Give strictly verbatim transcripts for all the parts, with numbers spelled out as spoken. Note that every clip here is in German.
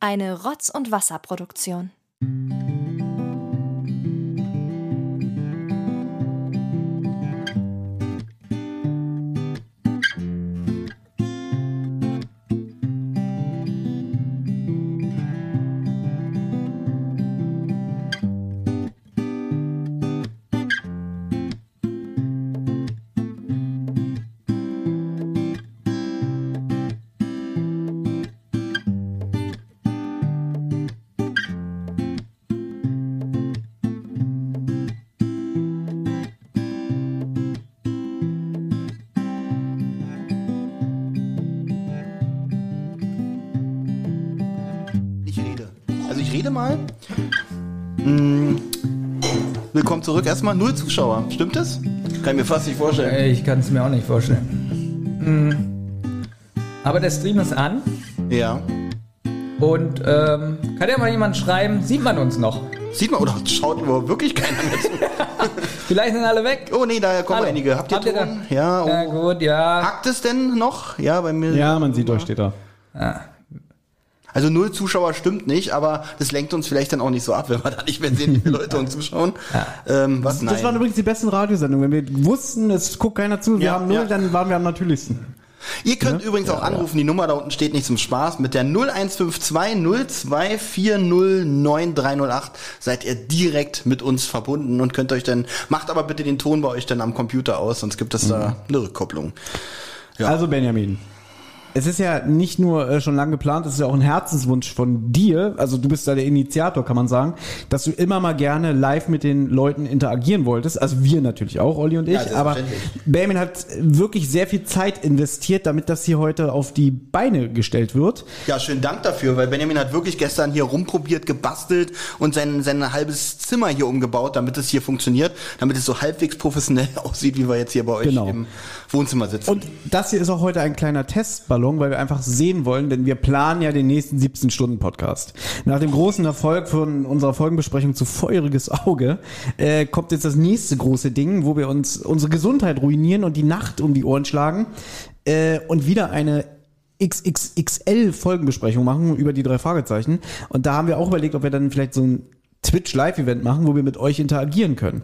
Eine Rotz- und Wasserproduktion. Mal. Hm. Willkommen zurück. Erstmal null Zuschauer. Stimmt das? Kann ich mir fast nicht vorstellen. Ich kann es mir auch nicht vorstellen. Hm. Aber der Stream ist an. Ja. Und ähm, kann ja mal jemand schreiben, sieht man uns noch? Sieht man oder schaut nur wirklich keiner mehr zu? Vielleicht sind alle weg. Oh nee, da kommen Hallo. einige. Habt ihr Habt ihr Ton? Ja, oh. Ja gut, ja. Hackt es denn noch? Ja, bei mir. Ja, man sieht euch, steht da. Ah. Also null Zuschauer stimmt nicht, aber das lenkt uns vielleicht dann auch nicht so ab, wenn wir da nicht mehr sehen, wie viele Leute uns zuschauen. Ja. Ähm, was? Nein. Das waren übrigens die besten Radiosendungen. Wenn wir wussten, es guckt keiner zu, wir Ja, haben null, ja. dann waren wir am natürlichsten. Ihr könnt Ja? übrigens Ja, auch anrufen, die Nummer da unten steht nicht zum Spaß, mit der null eins fünf zwei null zwei vier null neun drei null acht seid ihr direkt mit uns verbunden und könnt euch dann, macht aber bitte den Ton bei euch dann am Computer aus, sonst gibt es da eine Rückkopplung. Ja. Also Benjamin, es ist ja nicht nur äh, schon lange geplant, es ist ja auch ein Herzenswunsch von dir, also du bist da der Initiator, kann man sagen, dass du immer mal gerne live mit den Leuten interagieren wolltest, also wir natürlich auch, Olli und ich, Ja, aber Benjamin hat wirklich sehr viel Zeit investiert, damit das hier heute auf die Beine gestellt wird. Ja, schönen Dank dafür, weil Benjamin hat wirklich gestern hier rumprobiert, gebastelt und sein, sein halbes Zimmer hier umgebaut, damit es hier funktioniert, damit es so halbwegs professionell aussieht, wie wir jetzt hier bei euch Genau. im Wohnzimmer sitzen. Und das hier ist auch heute ein kleiner Testballon, weil wir einfach sehen wollen, denn wir planen ja den nächsten siebzehn-Stunden-Podcast. Nach dem großen Erfolg von unserer Folgenbesprechung zu Feuriges Auge äh, kommt jetzt das nächste große Ding, wo wir uns unsere Gesundheit ruinieren und die Nacht um die Ohren schlagen äh, und wieder eine X X X L-Folgenbesprechung machen über die drei Fragezeichen. Und da haben wir auch überlegt, ob wir dann vielleicht so ein Twitch-Live-Event machen, wo wir mit euch interagieren können.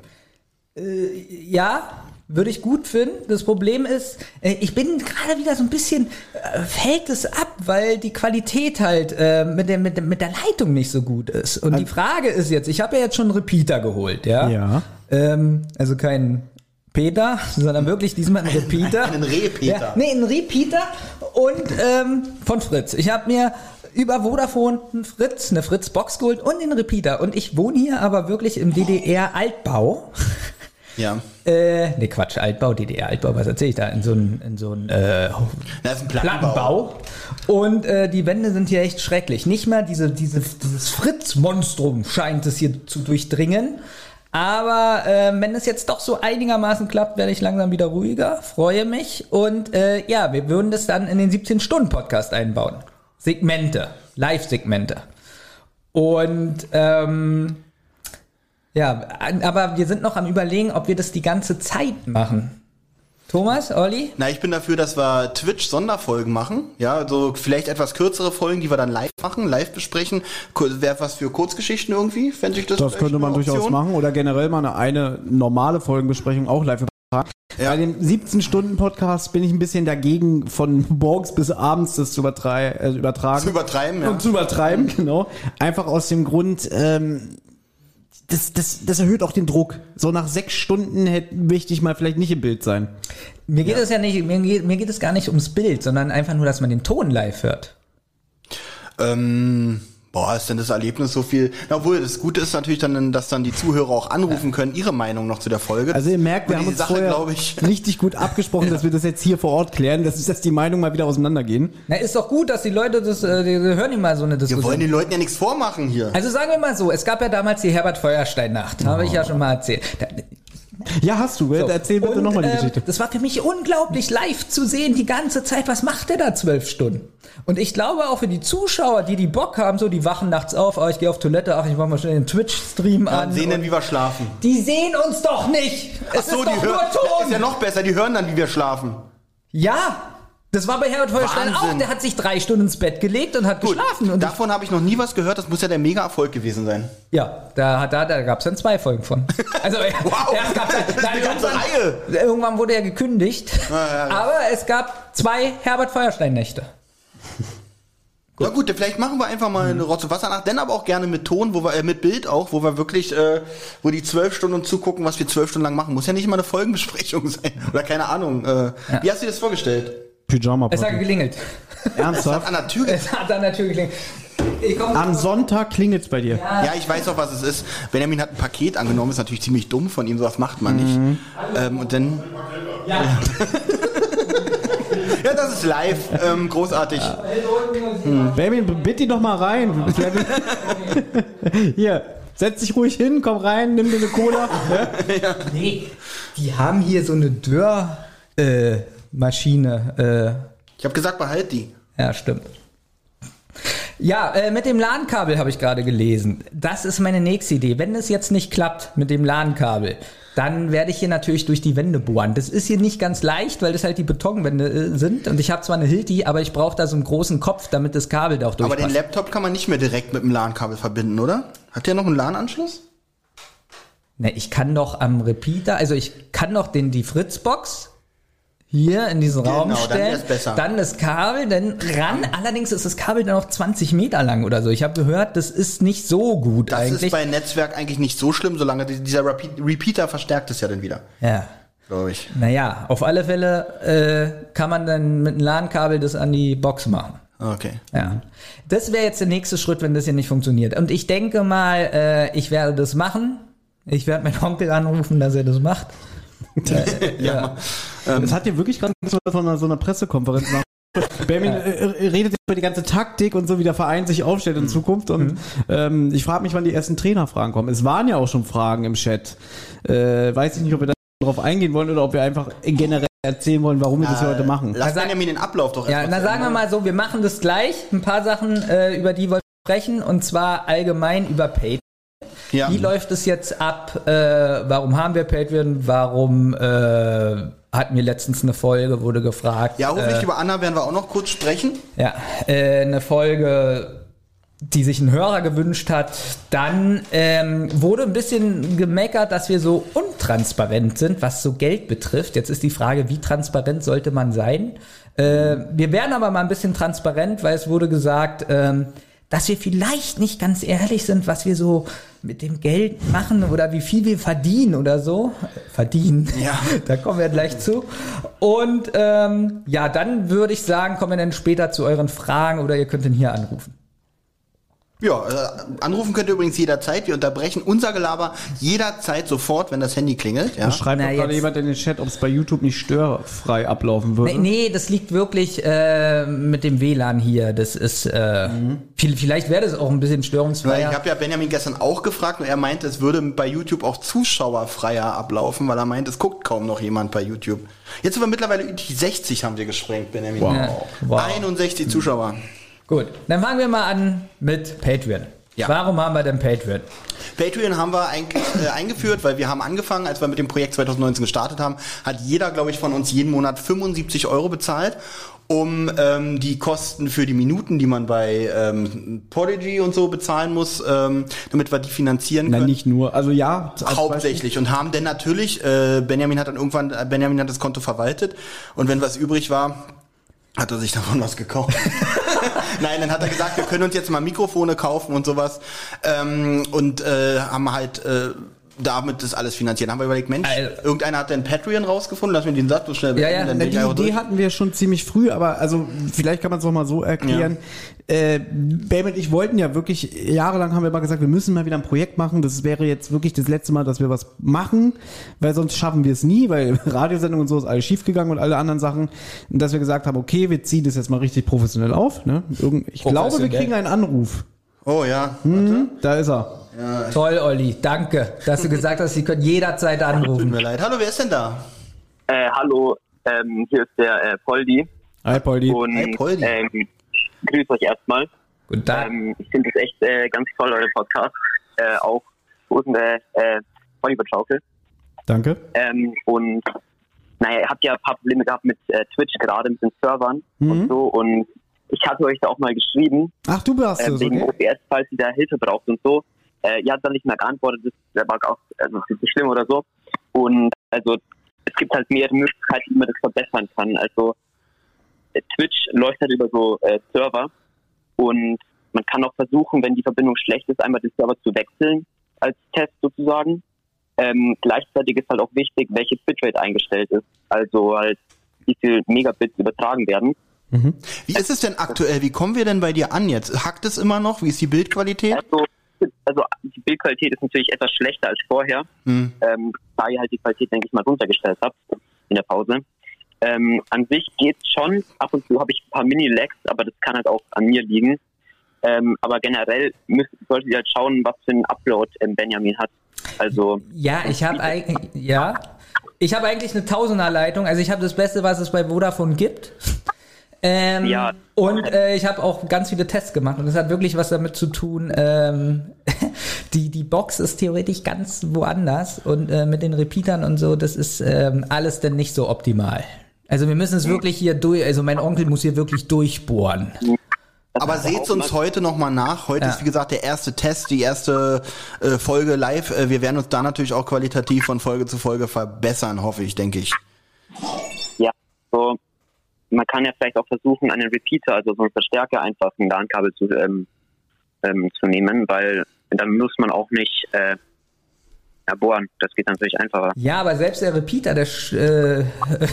Äh, ja, würde ich gut finden. Das Problem ist, äh, ich bin gerade wieder so ein bisschen, äh, fällt es ab, weil die Qualität halt äh, mit, der, mit, der, mit der Leitung nicht so gut ist. Und die Frage ist jetzt, ich habe ja jetzt schon einen Repeater geholt, ja? Ja. Ähm, also kein Peter, sondern wirklich diesmal einen Repeater. Einen Repeater. Ja, nee, einen Repeater und ähm, von Fritz. Ich habe mir über Vodafone einen Fritz, eine Fritz-Box geholt und den Repeater. Und ich wohne hier aber wirklich im D D R-Altbau. Ja. Äh, ne Quatsch, Altbau, D D R-Altbau, was erzähl ich da? In so ein, in so ein, äh, Das ist ein Plattenbau. Plattenbau. Und äh, die Wände sind hier echt schrecklich. Nicht mal diese, diese, dieses Fritz-Monstrum scheint es hier zu durchdringen. Aber äh, wenn es jetzt doch so einigermaßen klappt, werde ich langsam wieder ruhiger, freue mich. Und äh, ja, wir würden das dann in den siebzehn-Stunden-Podcast einbauen. Segmente, Live-Segmente. Und ähm, ja, aber wir sind noch am Überlegen, ob wir das die ganze Zeit machen. Thomas, Olli? Na, ich bin dafür, dass wir Twitch-Sonderfolgen machen. Ja, also vielleicht etwas kürzere Folgen, die wir dann live machen, live besprechen. Wäre was für Kurzgeschichten irgendwie? Fände ich das Das könnte man eine durchaus Option? machen oder generell mal eine, eine normale Folgenbesprechung auch live. Ja. Bei dem siebzehn-Stunden-Podcast bin ich ein bisschen dagegen, von morgens bis abends das zu übertrei- äh, übertragen. Zu übertreiben, ja. Und zu übertreiben, genau. Einfach aus dem Grund, ähm, das, das, das erhöht auch den Druck. So nach sechs Stunden hätte, möchte ich mal vielleicht nicht im Bild sein. Mir geht es ja nicht, mir geht, mir geht es gar nicht ums Bild, sondern einfach nur, dass man den Ton live hört. Ähm, boah, ist denn das Erlebnis so viel? Na, obwohl, das Gute ist natürlich dann, dass dann die Zuhörer auch anrufen können, ihre Meinung noch zu der Folge. Also ihr merkt, wir Und haben die uns Sache, vorher glaube ich, richtig gut abgesprochen, dass wir das jetzt hier vor Ort klären, dass, dass die Meinungen mal wieder auseinandergehen. Na, ist doch gut, dass die Leute das, äh, die, die hören die mal so eine wir Diskussion. wollen den Leuten ja nichts vormachen hier. Also sagen wir mal so, es gab ja damals die Herbert-Feuerstein-Nacht, habe ich ja schon mal erzählt. Da, Ja, hast du. so. Erzähl bitte Und, nochmal die ähm, Geschichte. Das war für mich unglaublich live zu sehen, die ganze Zeit. Was macht der da zwölf Stunden? Und ich glaube auch für die Zuschauer, die die Bock haben, so, die wachen nachts auf, oh, ich gehe auf Toilette, ach, ich mach mal schnell den Twitch-Stream Ja, an. und sehen dann, und wie wir schlafen. die sehen uns doch nicht! Es Ach so, ist doch die nur hören, Ton! ist ja noch besser, die hören dann, wie wir schlafen. Ja, Das war bei Herbert Feuerstein auch. Der hat sich drei Stunden ins Bett gelegt und hat Gut, geschlafen. Und davon habe ich noch nie was gehört. Das muss ja der Mega-Erfolg gewesen sein. ja, da, hat- da, da gab es dann zwei Folgen von. Also, Wow, erst gab's dann, das ist dann eine ganze irgendwann, Reihe. irgendwann wurde er gekündigt. ja, ja. Aber es gab zwei Herbert Feuerstein-Nächte. Na gut, vielleicht machen wir einfach mal eine Rotz- und Wassernacht, denn aber auch gerne mit Ton, wo wir, äh, mit Bild auch, wo wir wirklich, äh, wo die zwölf Stunden uns zugucken, was wir zwölf Stunden lang machen. Muss ja nicht immer eine Folgenbesprechung sein. Oder keine Ahnung. Äh, Wie hast du dir das vorgestellt? Pyjama Es hat Party. geklingelt. Ernsthaft? An der Tür. Es hat an der Tür geklingelt. Ich komm, Am Sonntag klingelt's bei dir. Ja, ich weiß auch, was es ist. Benjamin hat ein Paket angenommen, ist natürlich ziemlich dumm von ihm, sowas macht man nicht. Ähm, und dann. ja. Ja, das ist live. Ähm, großartig. Baby, bitte doch mal rein. Hier, setz dich ruhig hin, komm rein, nimm dir eine Cola. Ja? Nee, die haben hier so eine Dörrmaschine. Äh, Maschine, Ich habe gesagt, behalt die. äh, ja, stimmt. Ja, äh, mit dem LAN-Kabel habe ich gerade gelesen. Das ist meine nächste Idee. Wenn es jetzt nicht klappt mit dem LAN-Kabel, dann werde ich hier natürlich durch die Wände bohren. Das ist hier nicht ganz leicht, weil das halt die Betonwände äh, sind. Und ich habe zwar eine Hilti, aber ich brauche da so einen großen Kopf, damit das Kabel da auch Aber durchpasst. den Laptop kann man nicht mehr direkt mit dem LAN-Kabel verbinden, oder? Hat der noch einen LAN-Anschluss? Ne, ich kann doch am Repeater, also ich kann doch den, die Fritzbox hier in diesen Genau, Raum dann stellen, wär's besser. dann das Kabel, dann ran. Allerdings ist das Kabel dann auch zwanzig Meter lang oder so. Ich habe gehört, das ist nicht so gut Das eigentlich. ist bei Netzwerk eigentlich nicht so schlimm, solange die- dieser Repeat- Repeater verstärkt es ja dann wieder, ja. glaube ich. Naja, auf alle Fälle äh, kann man dann mit einem LAN-Kabel das an die Box machen. Okay. Ja. Das wäre jetzt der nächste Schritt, wenn das hier nicht funktioniert. Und ich denke mal, äh, ich werde das machen. Ich werde meinen Onkel anrufen, dass er das macht. äh, ja. Das hat dir wirklich gerade von einer, so einer Pressekonferenz nach. Benjamin äh, redet über die ganze Taktik und so, wie der Verein sich aufstellt in Zukunft. Und ähm, ich frage mich, wann die ersten Trainerfragen kommen. Es waren ja auch schon Fragen im Chat. Äh, weiß ich nicht, ob wir da drauf eingehen wollen oder ob wir einfach generell erzählen wollen, warum wir das hier heute machen. Lass Also- Benjamin den Ablauf doch Ja, erstmal na zu sagen wir Ende. mal so, wir machen das gleich. Ein paar Sachen, äh, über die wollen wir sprechen, und zwar allgemein über Patreon. Ja. Wie läuft es jetzt ab? Äh, warum haben wir Patreon? Warum äh, hatten wir letztens eine Folge, wurde gefragt. Ja, hoffentlich äh, über Anna werden wir auch noch kurz sprechen. Ja, äh, eine Folge, die sich ein Hörer gewünscht hat. Dann ähm, wurde ein bisschen gemeckert, dass wir so untransparent sind, was so Geld betrifft. Jetzt ist die Frage, wie transparent sollte man sein? Äh, wir werden aber mal ein bisschen transparent, weil es wurde gesagt, ähm, dass wir vielleicht nicht ganz ehrlich sind, was wir so mit dem Geld machen oder wie viel wir verdienen oder so. Verdienen, Ja. da kommen wir gleich zu. Und ähm, ja, dann würde ich sagen, kommen wir dann später zu euren Fragen oder ihr könnt ihn hier anrufen. Ja, äh, anrufen könnt ihr übrigens jederzeit. Wir unterbrechen unser Gelaber jederzeit sofort, wenn das Handy klingelt. Ja. Da schreibt Na, doch gerade jetzt- jemand in den Chat, ob es bei YouTube nicht störfrei ablaufen würde. Nee, nee, das liegt wirklich äh, mit dem W L A N hier. Das ist, äh, viel, vielleicht wäre das auch ein bisschen Weil störungsfreier. ich habe ja Benjamin gestern auch gefragt und er meinte, es würde bei YouTube auch zuschauerfreier ablaufen, weil er meint, es guckt kaum noch jemand bei YouTube. Jetzt sind wir mittlerweile die sechzig haben wir gesprengt, Benjamin. Wow. Ja, wow. einundsechzig Zuschauer. Gut, dann fangen wir mal an mit Patreon. Ja. Warum haben wir denn Patreon? Patreon haben wir eigentlich äh, eingeführt, weil wir haben angefangen, als wir mit dem Projekt zwanzig neunzehn gestartet haben, hat jeder, glaube ich, von uns jeden Monat fünfundsiebzig Euro bezahlt, um ähm, die Kosten für die Minuten, die man bei ähm, Podigy und so bezahlen muss, ähm, damit wir die finanzieren Nein, können. nicht nur. Also ja, als Hauptsächlich und haben dann natürlich, äh, Benjamin hat dann irgendwann, äh, Benjamin hat das Konto verwaltet und wenn was übrig war, hat er sich davon was gekauft. Nein, dann hat er gesagt, wir können uns jetzt mal Mikrofone kaufen und sowas ähm, und äh, haben halt äh, damit das alles finanziert. Dann haben wir überlegt, Mensch, Also- irgendeiner hat den Patreon rausgefunden, lass mir den Satz so schnell Ja, beenden, ja, dann Na, bin die ich einfach Idee durch. hatten wir schon ziemlich früh, aber also vielleicht kann man es noch mal so erklären. Äh, Babe und ich wollten ja wirklich, jahrelang haben wir mal gesagt, wir müssen mal wieder ein Projekt machen. Das wäre jetzt wirklich das letzte Mal, dass wir was machen, weil sonst schaffen wir es nie, weil Radiosendung und so ist alles schiefgegangen und alle anderen Sachen. Und dass wir gesagt haben, okay, wir ziehen das jetzt mal richtig professionell auf. Ne? Irgend, ich glaube, wir Professionell. kriegen einen Anruf. Oh ja, Hm, da ist er. Toll, Olli, danke, dass du gesagt hast, Sie können jederzeit tut anrufen. mir leid. Hallo, wer ist denn da? Äh, hallo, ähm, hier ist der äh, Poldi Hi, Poldi. und Hi, Poldi. ähm, grüß euch erstmal. Guten Tag. Ähm, ich finde es echt äh, ganz toll, euer Podcast. Äh, auch wo ist denn der äh, Hollywood Schaukel? Danke. Ähm, und naja, ihr habt ja ein paar Probleme gehabt mit äh, Twitch gerade, mit den Servern Mhm. und so. Und ich hatte euch da auch mal geschrieben, Ach, du warst äh, es, wegen okay. O B S, falls ihr da Hilfe braucht und so. Äh, ihr habt dann nicht mehr geantwortet, das war auch also, das ist nicht schlimm oder so. Und also es gibt halt mehrere Möglichkeiten, wie man das verbessern kann. Also äh, Twitch läuft halt über so äh, Server und man kann auch versuchen, wenn die Verbindung schlecht ist, einmal den Server zu wechseln als Test sozusagen. Ähm, gleichzeitig ist halt auch wichtig, welche Bitrate eingestellt ist. Also halt, wie viel Megabits übertragen werden. Wie ist es denn aktuell? Wie kommen wir denn bei dir an jetzt? Hackt es immer noch? Wie ist die Bildqualität? Also, also die Bildqualität ist natürlich etwas schlechter als vorher, Hm. ähm, da ihr halt die Qualität, denke ich mal, runtergestellt habt in der Pause. Ähm, an sich geht's schon. Ab und zu habe ich ein paar Mini-Lags, aber das kann halt auch an mir liegen. Ähm, aber generell müsst, solltet ihr halt schauen, was für einen Upload ähm, Benjamin hat. Also Ja, ich habe eigentlich, ja, ich habe eigentlich eine Tausenderleitung. Also ich habe das Beste, was es bei Vodafone gibt. Ähm, Ja. Und äh, ich habe auch ganz viele Tests gemacht und das hat wirklich was damit zu tun. Ähm, die die Box ist theoretisch ganz woanders und äh, mit den Repeatern und so, das ist ähm, alles dann nicht so optimal. Also wir müssen es wirklich hier durch. Also mein Onkel muss hier wirklich durchbohren. Aber seht's uns heute nochmal nach. Heute Ja. ist, wie gesagt, der erste Test, die erste äh, Folge live. Äh, wir werden uns da natürlich auch qualitativ von Folge zu Folge verbessern, hoffe ich, denke ich. ja, so man kann ja vielleicht auch versuchen, einen Repeater, also so einen Verstärker, einfach ein LAN-Kabel zu, ähm, ähm, zu nehmen, weil dann muss man auch nicht äh, ja, bohren. Das geht natürlich einfacher. Ja, aber selbst der Repeater, der, sch- äh,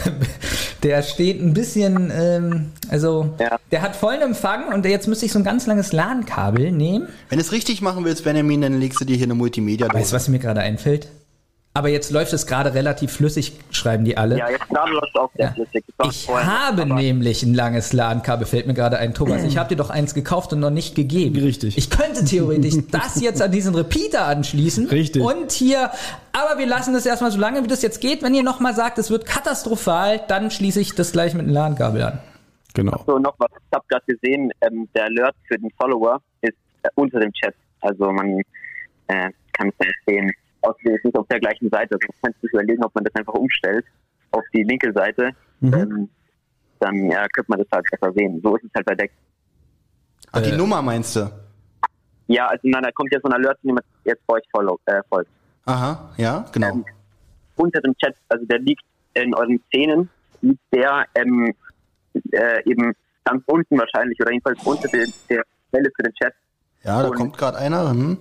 der steht ein bisschen, ähm, also Ja. der hat vollen Empfang und jetzt müsste ich so ein ganz langes LAN-Kabel nehmen. Wenn du es richtig machen willst, Benjamin, dann legst du dir hier eine Multimedia-Dose. Weißt du, was mir gerade einfällt? Aber jetzt läuft es gerade relativ flüssig, schreiben die alle. Ja, jetzt gerade läuft es auch sehr Ja. flüssig. Das war Ich vorher noch, habe aber- nämlich ein langes LAN-Kabel, fällt mir gerade ein, Thomas. Ich habe dir doch eins gekauft und noch nicht gegeben. Richtig. Ich könnte theoretisch das jetzt an diesen Repeater anschließen. Richtig. Und hier, aber wir lassen das erstmal so lange, wie das jetzt geht. Wenn ihr nochmal sagt, es wird katastrophal, dann schließe ich das gleich mit einem LAN-Kabel an. Genau. So, noch was. Ich habe gerade gesehen, ähm, der Alert für den Follower ist äh, unter dem Chat. Also man äh, kann es nicht sehen. Außerdem ist es nicht auf der gleichen Seite. Also man kann sich überlegen, ob man das einfach umstellt auf die linke Seite. Mhm. Ähm, dann ja, könnte man das halt besser sehen. So ist es halt bei Deck. Ach, die Äh. Nummer meinst du? Ja, also na, da kommt ja so ein Alert, wenn jemand jetzt bei euch follow, äh, folgt. Aha, ja, genau. Ähm, unter dem Chat, also der liegt in euren Szenen, liegt der ähm, äh, eben ganz unten wahrscheinlich oder jedenfalls unter der, der Stelle für den Chat. Ja, da und- kommt gerade einer. Hm.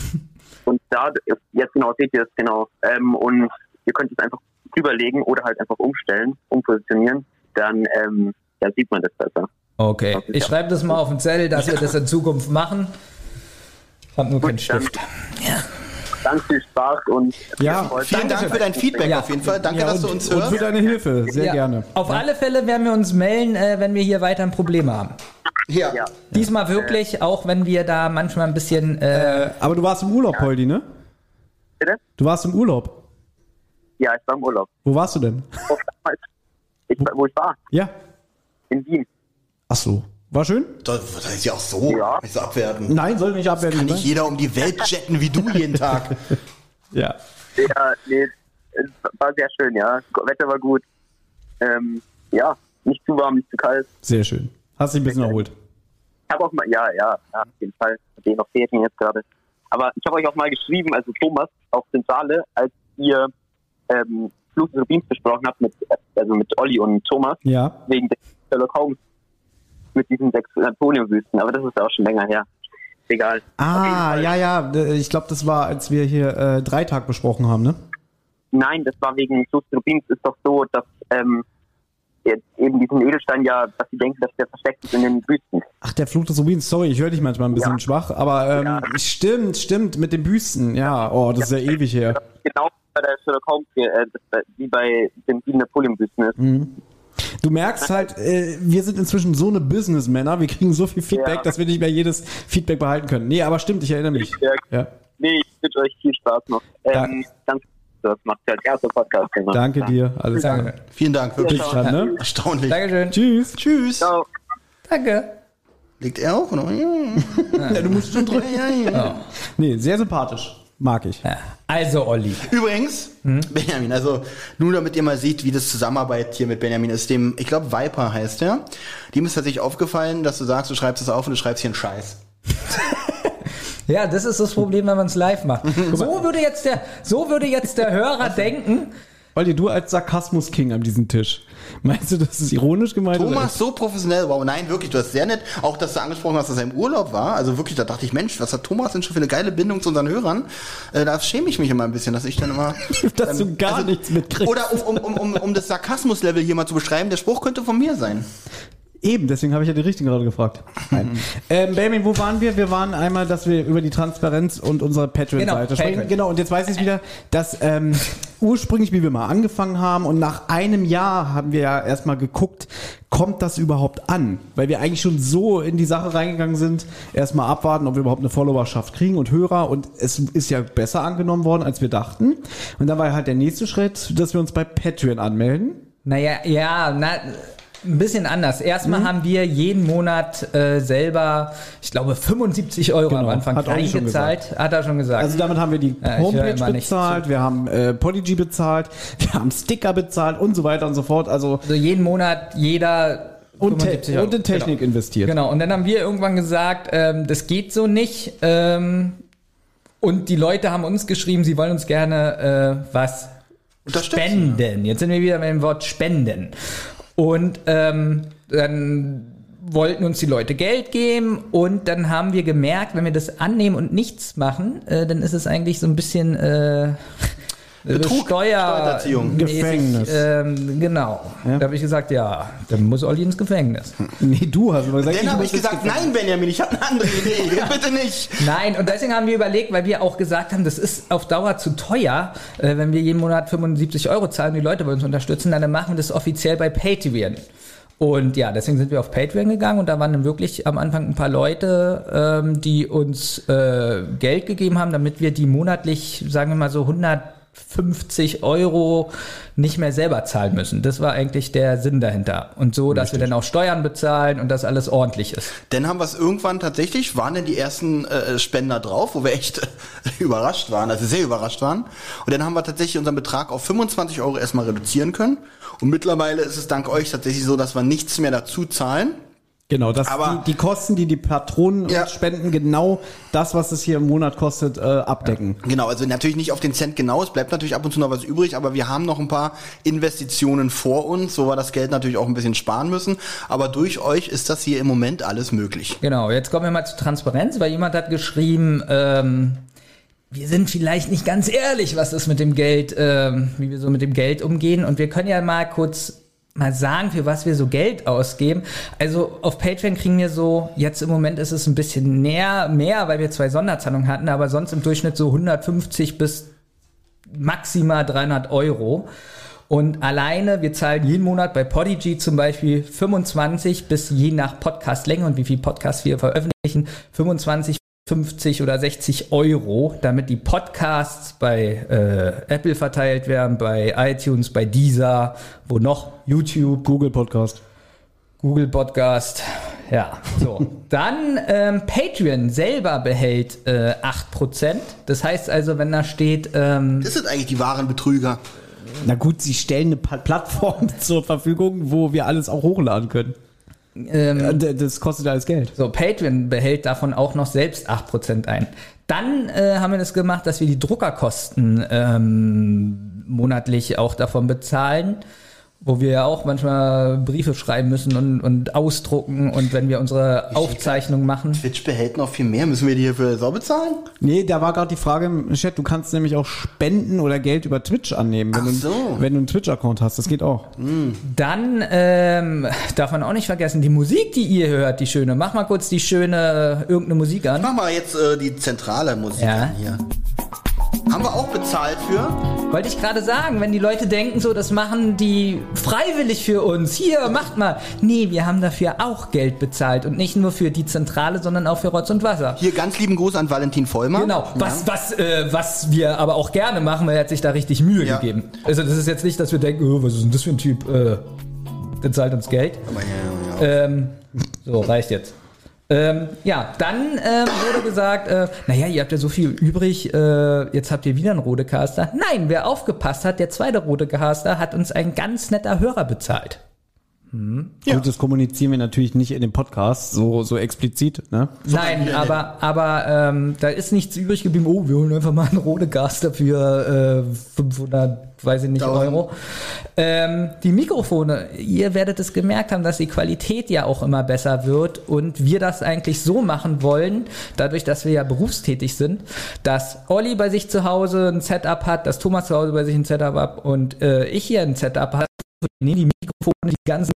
Und da, jetzt genau, seht ihr es genau. Ähm, und ihr könnt es einfach drüberlegen oder halt einfach umstellen, umpositionieren. Dann ähm, ja, sieht man das besser. Okay, Das ist ich ja- schreibe das mal auf den Zettel, dass wir das in Zukunft machen. Ich habe nur keinen Gut, dann- Stift. Ganz viel Spaß und Ja, viel Erfolg. Vielen Dank für dein Feedback Ja. auf jeden Fall. Danke, Ja, dass und, du uns und hörst. für deine Hilfe, sehr Ja, gerne. Auf alle Fälle werden wir uns melden, äh, wenn wir hier weiter ein Problem haben. Ja. Ja. Diesmal wirklich, auch wenn wir da manchmal ein bisschen... Äh, Äh, aber du warst im Urlaub, Poldi, ne? Bitte? Du warst im Urlaub. Ja, ich war im Urlaub. Wo warst du denn? Ich, wo ich war? Ja. In Wien. Ach so. War schön? Das, das ist ja auch so. Ja. Nicht so abwerten. Nein, soll nicht abwerten. Kann ne? nicht jeder um die Welt jetten wie du jeden Tag. Ja. Ja, nee, es war sehr schön, ja. Wetter war gut. Ähm, ja, nicht zu warm, nicht zu kalt. Sehr schön. Hast dich ein bisschen erholt. Ich habe auch mal, ja, ja, ja, auf jeden Fall. Den noch fehlt mir jetzt gerade. Aber ich habe euch auch mal geschrieben, also Thomas, auf Zentrale, als ihr ähm, Fluch des Rubins besprochen habt, mit, also mit Olli und Thomas, Ja. wegen der Sherlock Holmes mit diesen sechs Antoniumwüsten. Aber das ist ja auch schon länger her. Egal. Auf jeden Ah, Fall. ja, ja. d- Ich glaube, das war, als wir hier äh, Dreitag besprochen haben, ne? Nein, das war wegen Fluch des Rubins. Ist doch so, dass ähm, jetzt eben diesen Edelstein ja, dass sie denken, dass der versteckt ist in den Wüsten. Ach, der Fluch des Rubins, sorry, ich höre dich manchmal ein bisschen Ja. schwach, aber ähm, Ja. stimmt, stimmt, mit den Büsten, ja, oh, das ist ja ewig her. Genau wie bei der Sherlock Holmes, äh, das, wie bei den sieben Napoleon-Büsten ist. Mhm. Du merkst halt, äh, wir sind inzwischen so eine Businessmänner, wir kriegen so viel Feedback, Ja. dass wir nicht mehr jedes Feedback behalten können. Nee, aber stimmt, ich erinnere mich. Ja. Ja. Nee, ich wünsche euch viel Spaß noch. Ähm, Danke. ganz das macht ja als erster Podcast. Genau. Danke dir, alles klar. Danke. Vielen Dank, wirklich. Bis dann, ne? Erstaunlich. Dankeschön. Tschüss. Tschüss. Ciao. Danke. Legt er auf? Oder? Ja, du musst schon drücken. Ja, ja, ja. Nee, sehr sympathisch. Mag ich. Ja. Also, Olli. Übrigens, hm? Benjamin, also nur damit ihr mal seht, wie das Zusammenarbeit hier mit Benjamin ist, dem, ich glaube Viper heißt der, dem ist tatsächlich aufgefallen, dass du sagst, du schreibst es auf und du schreibst hier einen Scheiß. Ja, das ist das Problem, wenn man es live macht. So würde jetzt der, so würde jetzt der Hörer denken. Olli, du als Sarkasmus-King an diesem Tisch. Meinst du, das ist ironisch gemeint? Thomas, so professionell, wow, nein, wirklich, du hast sehr nett, auch dass du angesprochen hast, dass er im Urlaub war, also wirklich, da dachte ich, Mensch, was hat Thomas denn schon für eine geile Bindung zu unseren Hörern? Äh, da schäme ich mich immer ein bisschen, dass ich dann immer... dass ähm, du gar also, nichts mitkriegst. Oder um, um, um, um das Sarkasmus-Level hier mal zu beschreiben, der Spruch könnte von mir sein. Eben, deswegen habe ich ja die Richtigen gerade gefragt. Nein. ähm, Benjamin, wo waren wir? Wir waren einmal, dass wir über die Transparenz und unsere Patreon-Seite genau, sprechen. Patreon. Genau, und jetzt weiß ich wieder, dass ähm, ursprünglich, wie wir mal angefangen haben und nach einem Jahr haben wir ja erstmal geguckt, kommt das überhaupt an? Weil wir eigentlich schon so in die Sache reingegangen sind, erstmal abwarten, ob wir überhaupt eine Followerschaft kriegen und Hörer, und es ist ja besser angenommen worden, als wir dachten. Und dann war halt der nächste Schritt, dass wir uns bei Patreon anmelden. Naja, ja, na... Ein bisschen anders. Erstmal mhm. haben wir jeden Monat äh, selber, ich glaube, fünfundsiebzig Euro genau. am Anfang Hat eingezahlt. Hat er schon gesagt. Also damit haben wir die ja, Homepage bezahlt, wir haben äh, Podigy bezahlt, wir haben Sticker bezahlt und so weiter und so fort. Also, also jeden Monat jeder und, te- und in Technik genau. investiert. Genau. Und dann haben wir irgendwann gesagt, ähm, das geht so nicht. Ähm, und die Leute haben uns geschrieben, sie wollen uns gerne äh, was spenden. Jetzt sind wir wieder mit dem Wort spenden. Und ähm, dann wollten uns die Leute Geld geben, und dann haben wir gemerkt, wenn wir das annehmen und nichts machen, äh, dann ist es eigentlich so ein bisschen äh, Betrug, Steuer Gefängnis. Ähm, genau. Ja. Da habe ich gesagt, ja, dann muss Olli ins Gefängnis. Nee, du hast aber gesagt, dann habe ich gesagt, nein, Benjamin, ich habe eine andere Idee, bitte nicht. Nein, und deswegen haben wir überlegt, weil wir auch gesagt haben, das ist auf Dauer zu teuer, äh, wenn wir jeden Monat fünfundsiebzig Euro zahlen, die Leute wollen uns unterstützen, dann machen wir das offiziell bei Patreon. Und ja, deswegen sind wir auf Patreon gegangen, und da waren dann wirklich am Anfang ein paar Leute, ähm, die uns äh, Geld gegeben haben, damit wir die monatlich, sagen wir mal so hundertfünfzig Euro nicht mehr selber zahlen müssen. Das war eigentlich der Sinn dahinter. Und so, dass Richtig. wir dann auch Steuern bezahlen und dass alles ordentlich ist. Dann haben wir es irgendwann tatsächlich, waren denn die ersten äh, Spender drauf, wo wir echt äh, überrascht waren, also sehr überrascht waren. Und dann haben wir tatsächlich unseren Betrag auf fünfundzwanzig Euro erstmal reduzieren können. Und mittlerweile ist es dank euch tatsächlich so, dass wir nichts mehr dazu zahlen. Genau, dass Aber die, die Kosten, die die Patronen ja. uns spenden, genau das, was es hier im Monat kostet, äh, abdecken. Genau, also natürlich nicht auf den Cent genau, es bleibt natürlich ab und zu noch was übrig, aber wir haben noch ein paar Investitionen vor uns, wo wir das Geld natürlich auch ein bisschen sparen müssen. Aber durch euch ist das hier im Moment alles möglich. Genau, jetzt kommen wir mal zur Transparenz, weil jemand hat geschrieben, ähm, wir sind vielleicht nicht ganz ehrlich, was ist mit dem Geld, ähm, wie wir so mit dem Geld umgehen. Und wir können ja mal kurz mal sagen, für was wir so Geld ausgeben. Also auf Patreon kriegen wir so, jetzt im Moment ist es ein bisschen näher, mehr, weil wir zwei Sonderzahlungen hatten, aber sonst im Durchschnitt so hundertfünfzig bis maximal dreihundert Euro. Und alleine, wir zahlen jeden Monat bei Podigy zum Beispiel fünfundzwanzig bis je nach Podcastlänge und wie viel Podcasts wir veröffentlichen, fünfundzwanzig, fünfzig oder sechzig Euro, damit die Podcasts bei äh, Apple verteilt werden, bei iTunes, bei Deezer, wo noch? YouTube, Google Podcast. Google Podcast, ja. So. Dann ähm, Patreon selber behält äh, acht Prozent. Das heißt also, wenn da steht... Ähm, das sind eigentlich die wahren Betrüger. Na gut, sie stellen eine pa- Plattform zur Verfügung, wo wir alles auch hochladen können. Ähm, das kostet alles Geld. So, Patreon behält davon auch noch selbst acht Prozent ein. Dann äh, haben wir das gemacht, dass wir die Druckerkosten ähm, monatlich auch davon bezahlen, wo wir ja auch manchmal Briefe schreiben müssen und, und ausdrucken, und wenn wir unsere Aufzeichnungen machen. Twitch behält noch viel mehr. Müssen wir die hierfür so bezahlen? Nee, da war gerade die Frage im Chat, du kannst nämlich auch Spenden oder Geld über Twitch annehmen, wenn, Ach so. du, wenn du einen Twitch-Account hast. Das geht auch. Mm. Dann ähm, darf man auch nicht vergessen, die Musik, die ihr hört, die schöne. Mach mal kurz die schöne, äh, irgendeine Musik an. Mach mal jetzt äh, die zentrale Musik Ja. an hier. Haben wir auch bezahlt für? Wollte ich gerade sagen, wenn die Leute denken so, das machen die freiwillig für uns. Hier, macht mal. Nee, wir haben dafür auch Geld bezahlt. Und nicht nur für die Zentrale, sondern auch für Rotz und Wasser. Hier ganz lieben Gruß an Valentin Vollmer. Genau, was, was, äh, was wir aber auch gerne machen, weil er hat sich da richtig Mühe Ja. gegeben. Also das ist jetzt nicht, dass wir denken, oh, was ist denn das für ein Typ, äh, der zahlt uns Geld. Aber ja, ja, ja. Ähm, so, reicht jetzt. Ähm, ja, dann ähm, wurde gesagt, äh, naja, ihr habt ja so viel übrig, äh, jetzt habt ihr wieder einen Rodecaster. Nein, wer aufgepasst hat, der zweite Rodecaster hat uns ein ganz netter Hörer bezahlt. Hm. Ja. Gut, das kommunizieren wir natürlich nicht in dem Podcast so so explizit, ne? Nein, aber aber ähm, da ist nichts übrig geblieben. Oh, wir holen einfach mal einen Rodecaster für äh, fünfhundert, weiß ich nicht, Euro. Ähm, die Mikrofone, ihr werdet es gemerkt haben, dass die Qualität ja auch immer besser wird und wir das eigentlich so machen wollen, dadurch, dass wir ja berufstätig sind, dass Olli bei sich zu Hause ein Setup hat, dass Thomas zu Hause bei sich ein Setup hat und äh, ich hier ein Setup habe. Nee, die Mikrofone, die ganzen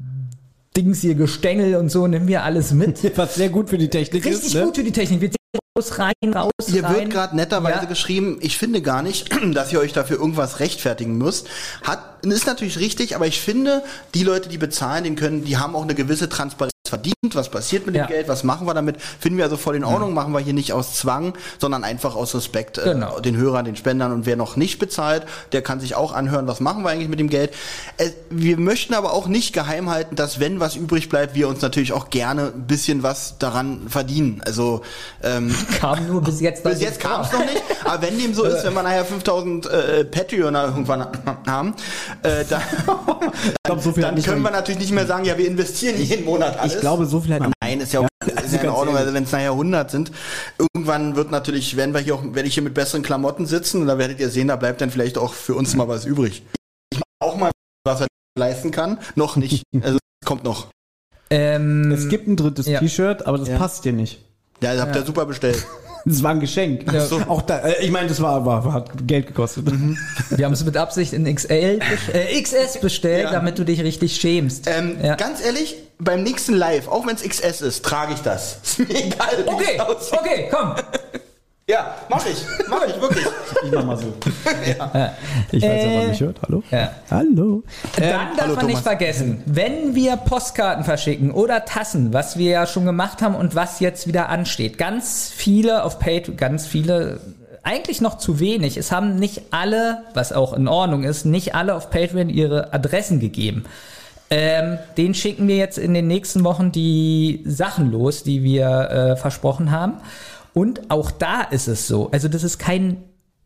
Dings hier, Gestängel und so, nehmen wir alles mit. Was sehr gut für die Technik Richtig ist. Richtig gut ne? für die Technik. Wir ziehen raus, rein, raus, Hier rein. wird gerade netterweise ja. geschrieben, ich finde gar nicht, dass ihr euch dafür irgendwas rechtfertigen müsst. Hat, ist natürlich richtig, aber ich finde, die Leute, die bezahlen, den können, die haben auch eine gewisse Transparenz verdient. Was passiert mit dem ja. Geld? Was machen wir damit? Finden wir also voll in Ordnung. Mhm. Machen wir hier nicht aus Zwang, sondern einfach aus Respekt äh, genau. den Hörern, den Spendern. Und wer noch nicht bezahlt, der kann sich auch anhören, was machen wir eigentlich mit dem Geld. Äh, wir möchten aber auch nicht geheim halten, dass wenn was übrig bleibt, wir uns natürlich auch gerne ein bisschen was daran verdienen. Also ähm, kam nur bis jetzt. Bis jetzt kam es noch nicht. Aber wenn dem so ist, wenn wir nachher fünftausend äh, Patreoner irgendwann haben, äh, dann, glaub, so viel dann können wir natürlich nicht mehr sagen, ja, wir investieren jeden Monat alles. Ich glaube, so viel hat Nein, ist ja, auch, ja, ist ja in Ordnung, also wenn es nachher hundert sind. Irgendwann wird natürlich, werden wir hier auch, werde ich hier mit besseren Klamotten sitzen und da werdet ihr sehen, da bleibt dann vielleicht auch für uns mal was übrig. Ich mache auch mal, was er leisten kann. Noch nicht. Also kommt noch. Ähm, es gibt ein drittes ja. T-Shirt, aber das ja. passt dir nicht. Ja, das habt ihr ja. super bestellt. Das war ein Geschenk. Ja. So. Auch da, äh, ich meine, das war, war, hat Geld gekostet. Mhm. Wir haben es mit Absicht in X L, äh, X S bestellt, ja. damit du dich richtig schämst. Ähm, ja. Ganz ehrlich, beim nächsten Live, auch wenn es X S ist, trage ich das. Ist mir egal. Okay, okay, komm. Ja, mach ich. Mach ich, wirklich. Ich mach mal so. Ja. Ich weiß äh, aber nicht hört. Hallo? Ja. Hallo. Dann ähm, darf hallo, man Thomas. nicht vergessen, wenn wir Postkarten verschicken oder Tassen, was wir ja schon gemacht haben und was jetzt wieder ansteht, ganz viele auf Patreon, ganz viele, eigentlich noch zu wenig. Es haben nicht alle, was auch in Ordnung ist, nicht alle auf Patreon ihre Adressen gegeben. Ähm, den schicken wir jetzt in den nächsten Wochen die Sachen los, die wir äh, versprochen haben. Und auch da ist es so, also das ist kein,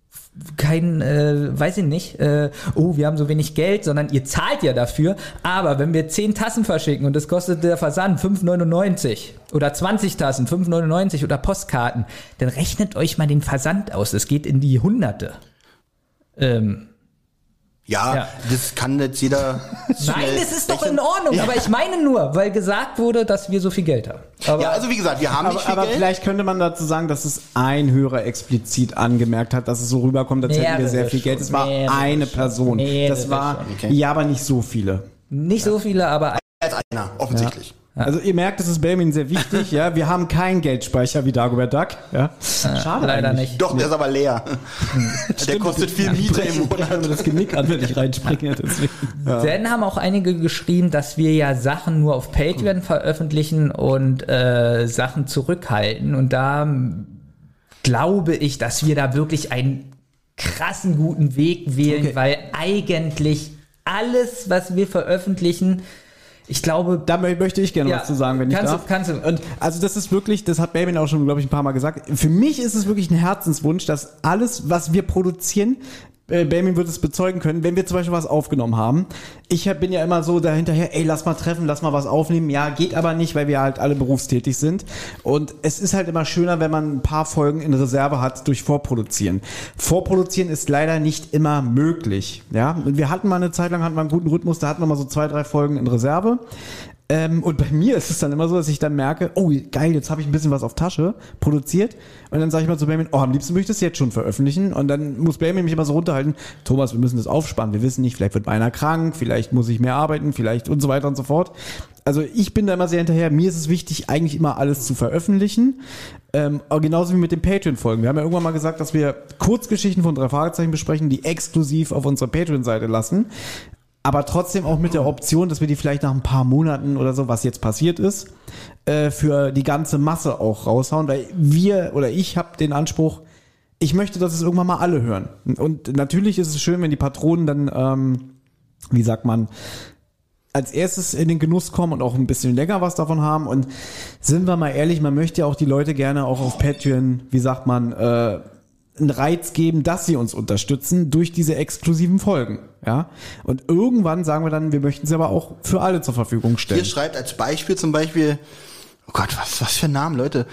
kein, äh, weiß ich nicht, äh, oh, wir haben so wenig Geld, sondern ihr zahlt ja dafür. Aber wenn wir zehn Tassen verschicken und das kostet der Versand fünf neunundneunzig oder zwanzig Tassen, fünf neunundneunzig oder Postkarten, dann rechnet euch mal den Versand aus. Das geht in die Hunderte. Ähm. Ja, ja, das kann jetzt jeder. Nein, das ist doch in Ordnung, ja. aber ich meine nur, weil gesagt wurde, dass wir so viel Geld haben. Aber ja, also wie gesagt, wir haben aber, nicht viel aber Geld. Vielleicht könnte man dazu sagen, dass es ein Hörer explizit angemerkt hat, dass es so rüberkommt, als hätten wir sehr viel Geld. Es war eine Person. Das war, okay. ja, aber nicht so viele. Nicht so viele, aber als einer, offensichtlich. Ja. Also ihr merkt, es ist Benjamin sehr wichtig, ja. Wir haben keinen Geldspeicher wie Dagobert Duck, ja. Schade, leider eigentlich. nicht. Doch, der ist aber leer. Der kostet viel Miete im Monat. Wenn das Genick an, wenn ich reinspringe. Ja. Dann haben auch einige geschrieben, dass wir ja Sachen nur auf Patreon cool. veröffentlichen und äh, Sachen zurückhalten. Und da glaube ich, dass wir da wirklich einen krassen guten Weg wählen, okay. weil eigentlich alles, was wir veröffentlichen, ich glaube, da möchte ich gerne ja, was zu sagen, wenn ich kannst darf. Du, kannst du. Und also das ist wirklich, das hat Benjamin auch schon, glaube ich, ein paar Mal gesagt. Für mich ist es wirklich ein Herzenswunsch, dass alles, was wir produzieren, äh, Benjamin wird es bezeugen können, wenn wir zum Beispiel was aufgenommen haben. Ich hab, bin ja immer so dahinterher, ey, lass mal treffen, lass mal was aufnehmen. Ja, geht aber nicht, weil wir halt alle berufstätig sind. Und es ist halt immer schöner, wenn man ein paar Folgen in Reserve hat durch Vorproduzieren. Vorproduzieren ist leider nicht immer möglich. Ja, und wir hatten mal eine Zeit lang, hatten wir einen guten Rhythmus, da hatten wir mal so zwei, drei Folgen in Reserve. Ähm, und bei mir ist es dann immer so, dass ich dann merke, oh geil, jetzt habe ich ein bisschen was auf Tasche produziert und dann sage ich mal zu Benjamin, oh am liebsten möchte ich das jetzt schon veröffentlichen und dann muss Benjamin mich immer so runterhalten, Thomas, wir müssen das aufspannen, wir wissen nicht, vielleicht wird einer krank, vielleicht muss ich mehr arbeiten, vielleicht und so weiter und so fort. Also ich bin da immer sehr hinterher, mir ist es wichtig, eigentlich immer alles zu veröffentlichen, ähm, genauso wie mit den Patreon-Folgen. Wir haben ja irgendwann mal gesagt, dass wir Kurzgeschichten von drei Fragezeichen besprechen, die exklusiv auf unserer Patreon-Seite lassen. Aber trotzdem auch mit der Option, dass wir die vielleicht nach ein paar Monaten oder so, was jetzt passiert ist, äh, für die ganze Masse auch raushauen. Weil wir oder ich habe den Anspruch, ich möchte, dass es irgendwann mal alle hören. Und natürlich ist es schön, wenn die Patronen dann, ähm, wie sagt man, als erstes in den Genuss kommen und auch ein bisschen länger was davon haben. Und sind wir mal ehrlich, man möchte ja auch die Leute gerne auch auf Patreon, wie sagt man, äh, einen Reiz geben, dass sie uns unterstützen durch diese exklusiven Folgen. Ja. Und irgendwann sagen wir dann, wir möchten sie aber auch für alle zur Verfügung stellen. Hier schreibt als Beispiel zum Beispiel, oh Gott, was, was für ein Name, Leute.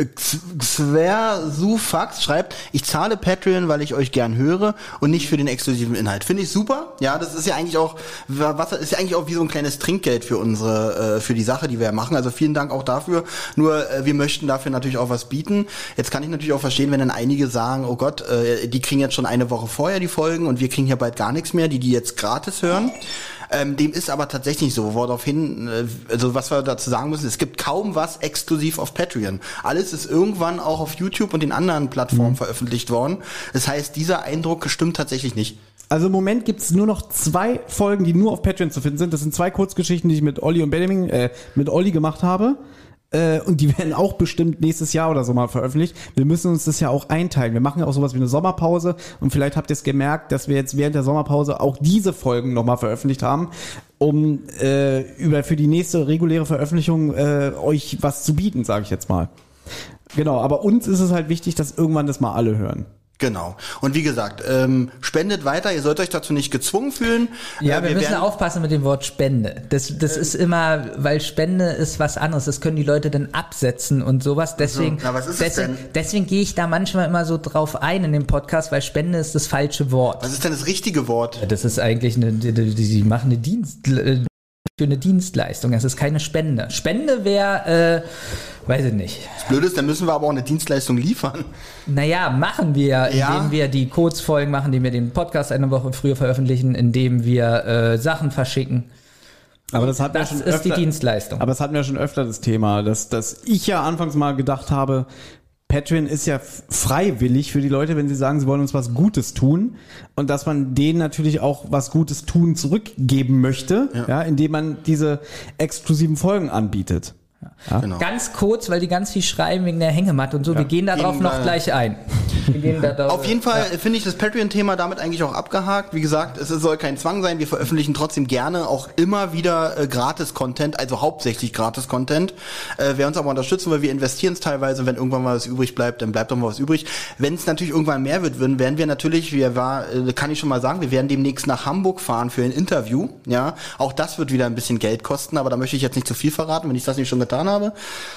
Xversufax schreibt, ich zahle Patreon, weil ich euch gern höre und nicht für den exklusiven Inhalt. Finde ich super. Ja, das ist ja eigentlich auch, was ist ja eigentlich auch wie so ein kleines Trinkgeld für unsere, äh, für die Sache, die wir machen. Also vielen Dank auch dafür. Nur, äh, wir möchten dafür natürlich auch was bieten. Jetzt kann ich natürlich auch verstehen, wenn dann einige sagen, oh Gott, äh, die kriegen jetzt schon eine Woche vorher die Folgen und wir kriegen hier bald gar nichts mehr, die die jetzt gratis hören. Ähm, dem ist aber tatsächlich so, woraufhin, äh, also was wir dazu sagen müssen, es gibt kaum was exklusiv auf Patreon. Alles ist irgendwann auch auf YouTube und den anderen Plattformen mhm. veröffentlicht worden. Das heißt, dieser Eindruck stimmt tatsächlich nicht. Also im Moment gibt's nur noch zwei Folgen, die nur auf Patreon zu finden sind. Das sind zwei Kurzgeschichten, die ich mit Olli und Benjamin, äh, mit Olli gemacht habe. Äh, und die werden auch bestimmt nächstes Jahr oder so mal veröffentlicht. Wir müssen uns das ja auch einteilen. Wir machen ja auch sowas wie eine Sommerpause und vielleicht habt ihr es gemerkt, dass wir jetzt während der Sommerpause auch diese Folgen nochmal veröffentlicht haben, um äh, über für die nächste reguläre Veröffentlichung äh, euch was zu bieten, sage ich jetzt mal. Genau, aber uns ist es halt wichtig, dass irgendwann das mal alle hören. Genau. Und wie gesagt, ähm, spendet weiter, ihr sollt euch dazu nicht gezwungen fühlen. Ja, äh, wir, wir müssen werden aufpassen mit dem Wort Spende. Das, das äh, ist immer, weil Spende ist was anderes. Das können die Leute dann absetzen und sowas. Deswegen, na, was ist deswegen, es denn? deswegen gehe ich da manchmal immer so drauf ein in dem Podcast, weil Spende ist das falsche Wort. Was ist denn das richtige Wort? Das ist eigentlich eine, die, die, die machen eine Dienst, für eine Dienstleistung. Das ist keine Spende. Spende wäre, äh, weiß ich nicht. Das Blöde ist, dann müssen wir aber auch eine Dienstleistung liefern. Naja, machen wir, indem Ja. wir die Kurzfolgen machen, indem wir den Podcast eine Woche früher veröffentlichen, indem wir äh, Sachen verschicken. Aber das hatten Das wir schon ist öfter, die Dienstleistung. Aber das hatten wir schon öfter das Thema, dass, dass ich ja anfangs mal gedacht habe, Patreon ist ja f- freiwillig für die Leute, wenn sie sagen, sie wollen uns was Gutes tun und dass man denen natürlich auch was Gutes tun zurückgeben möchte, ja, Ja. indem man diese exklusiven Folgen anbietet. Ja. Genau. Ganz kurz, weil die ganz viel schreiben wegen der Hängematte und so. Wir gehen darauf Gehen noch wir- gleich ein. Wir gehen da darauf, Auf jeden Fall finde ich das Patreon-Thema damit eigentlich auch abgehakt. Wie gesagt, es soll kein Zwang sein. Wir veröffentlichen trotzdem gerne auch immer wieder äh, Gratis-Content, also hauptsächlich Gratis-Content. Äh, wer uns aber unterstützen will, wir investieren es teilweise. Wenn irgendwann mal was übrig bleibt, dann bleibt auch mal was übrig. Wenn es natürlich irgendwann mehr wird, würden, werden wir natürlich, wir war, äh, kann ich schon mal sagen, wir werden demnächst nach Hamburg fahren für ein Interview. Ja, auch das wird wieder ein bisschen Geld kosten, aber da möchte ich jetzt nicht zu viel verraten, wenn ich das nicht schon getan habe.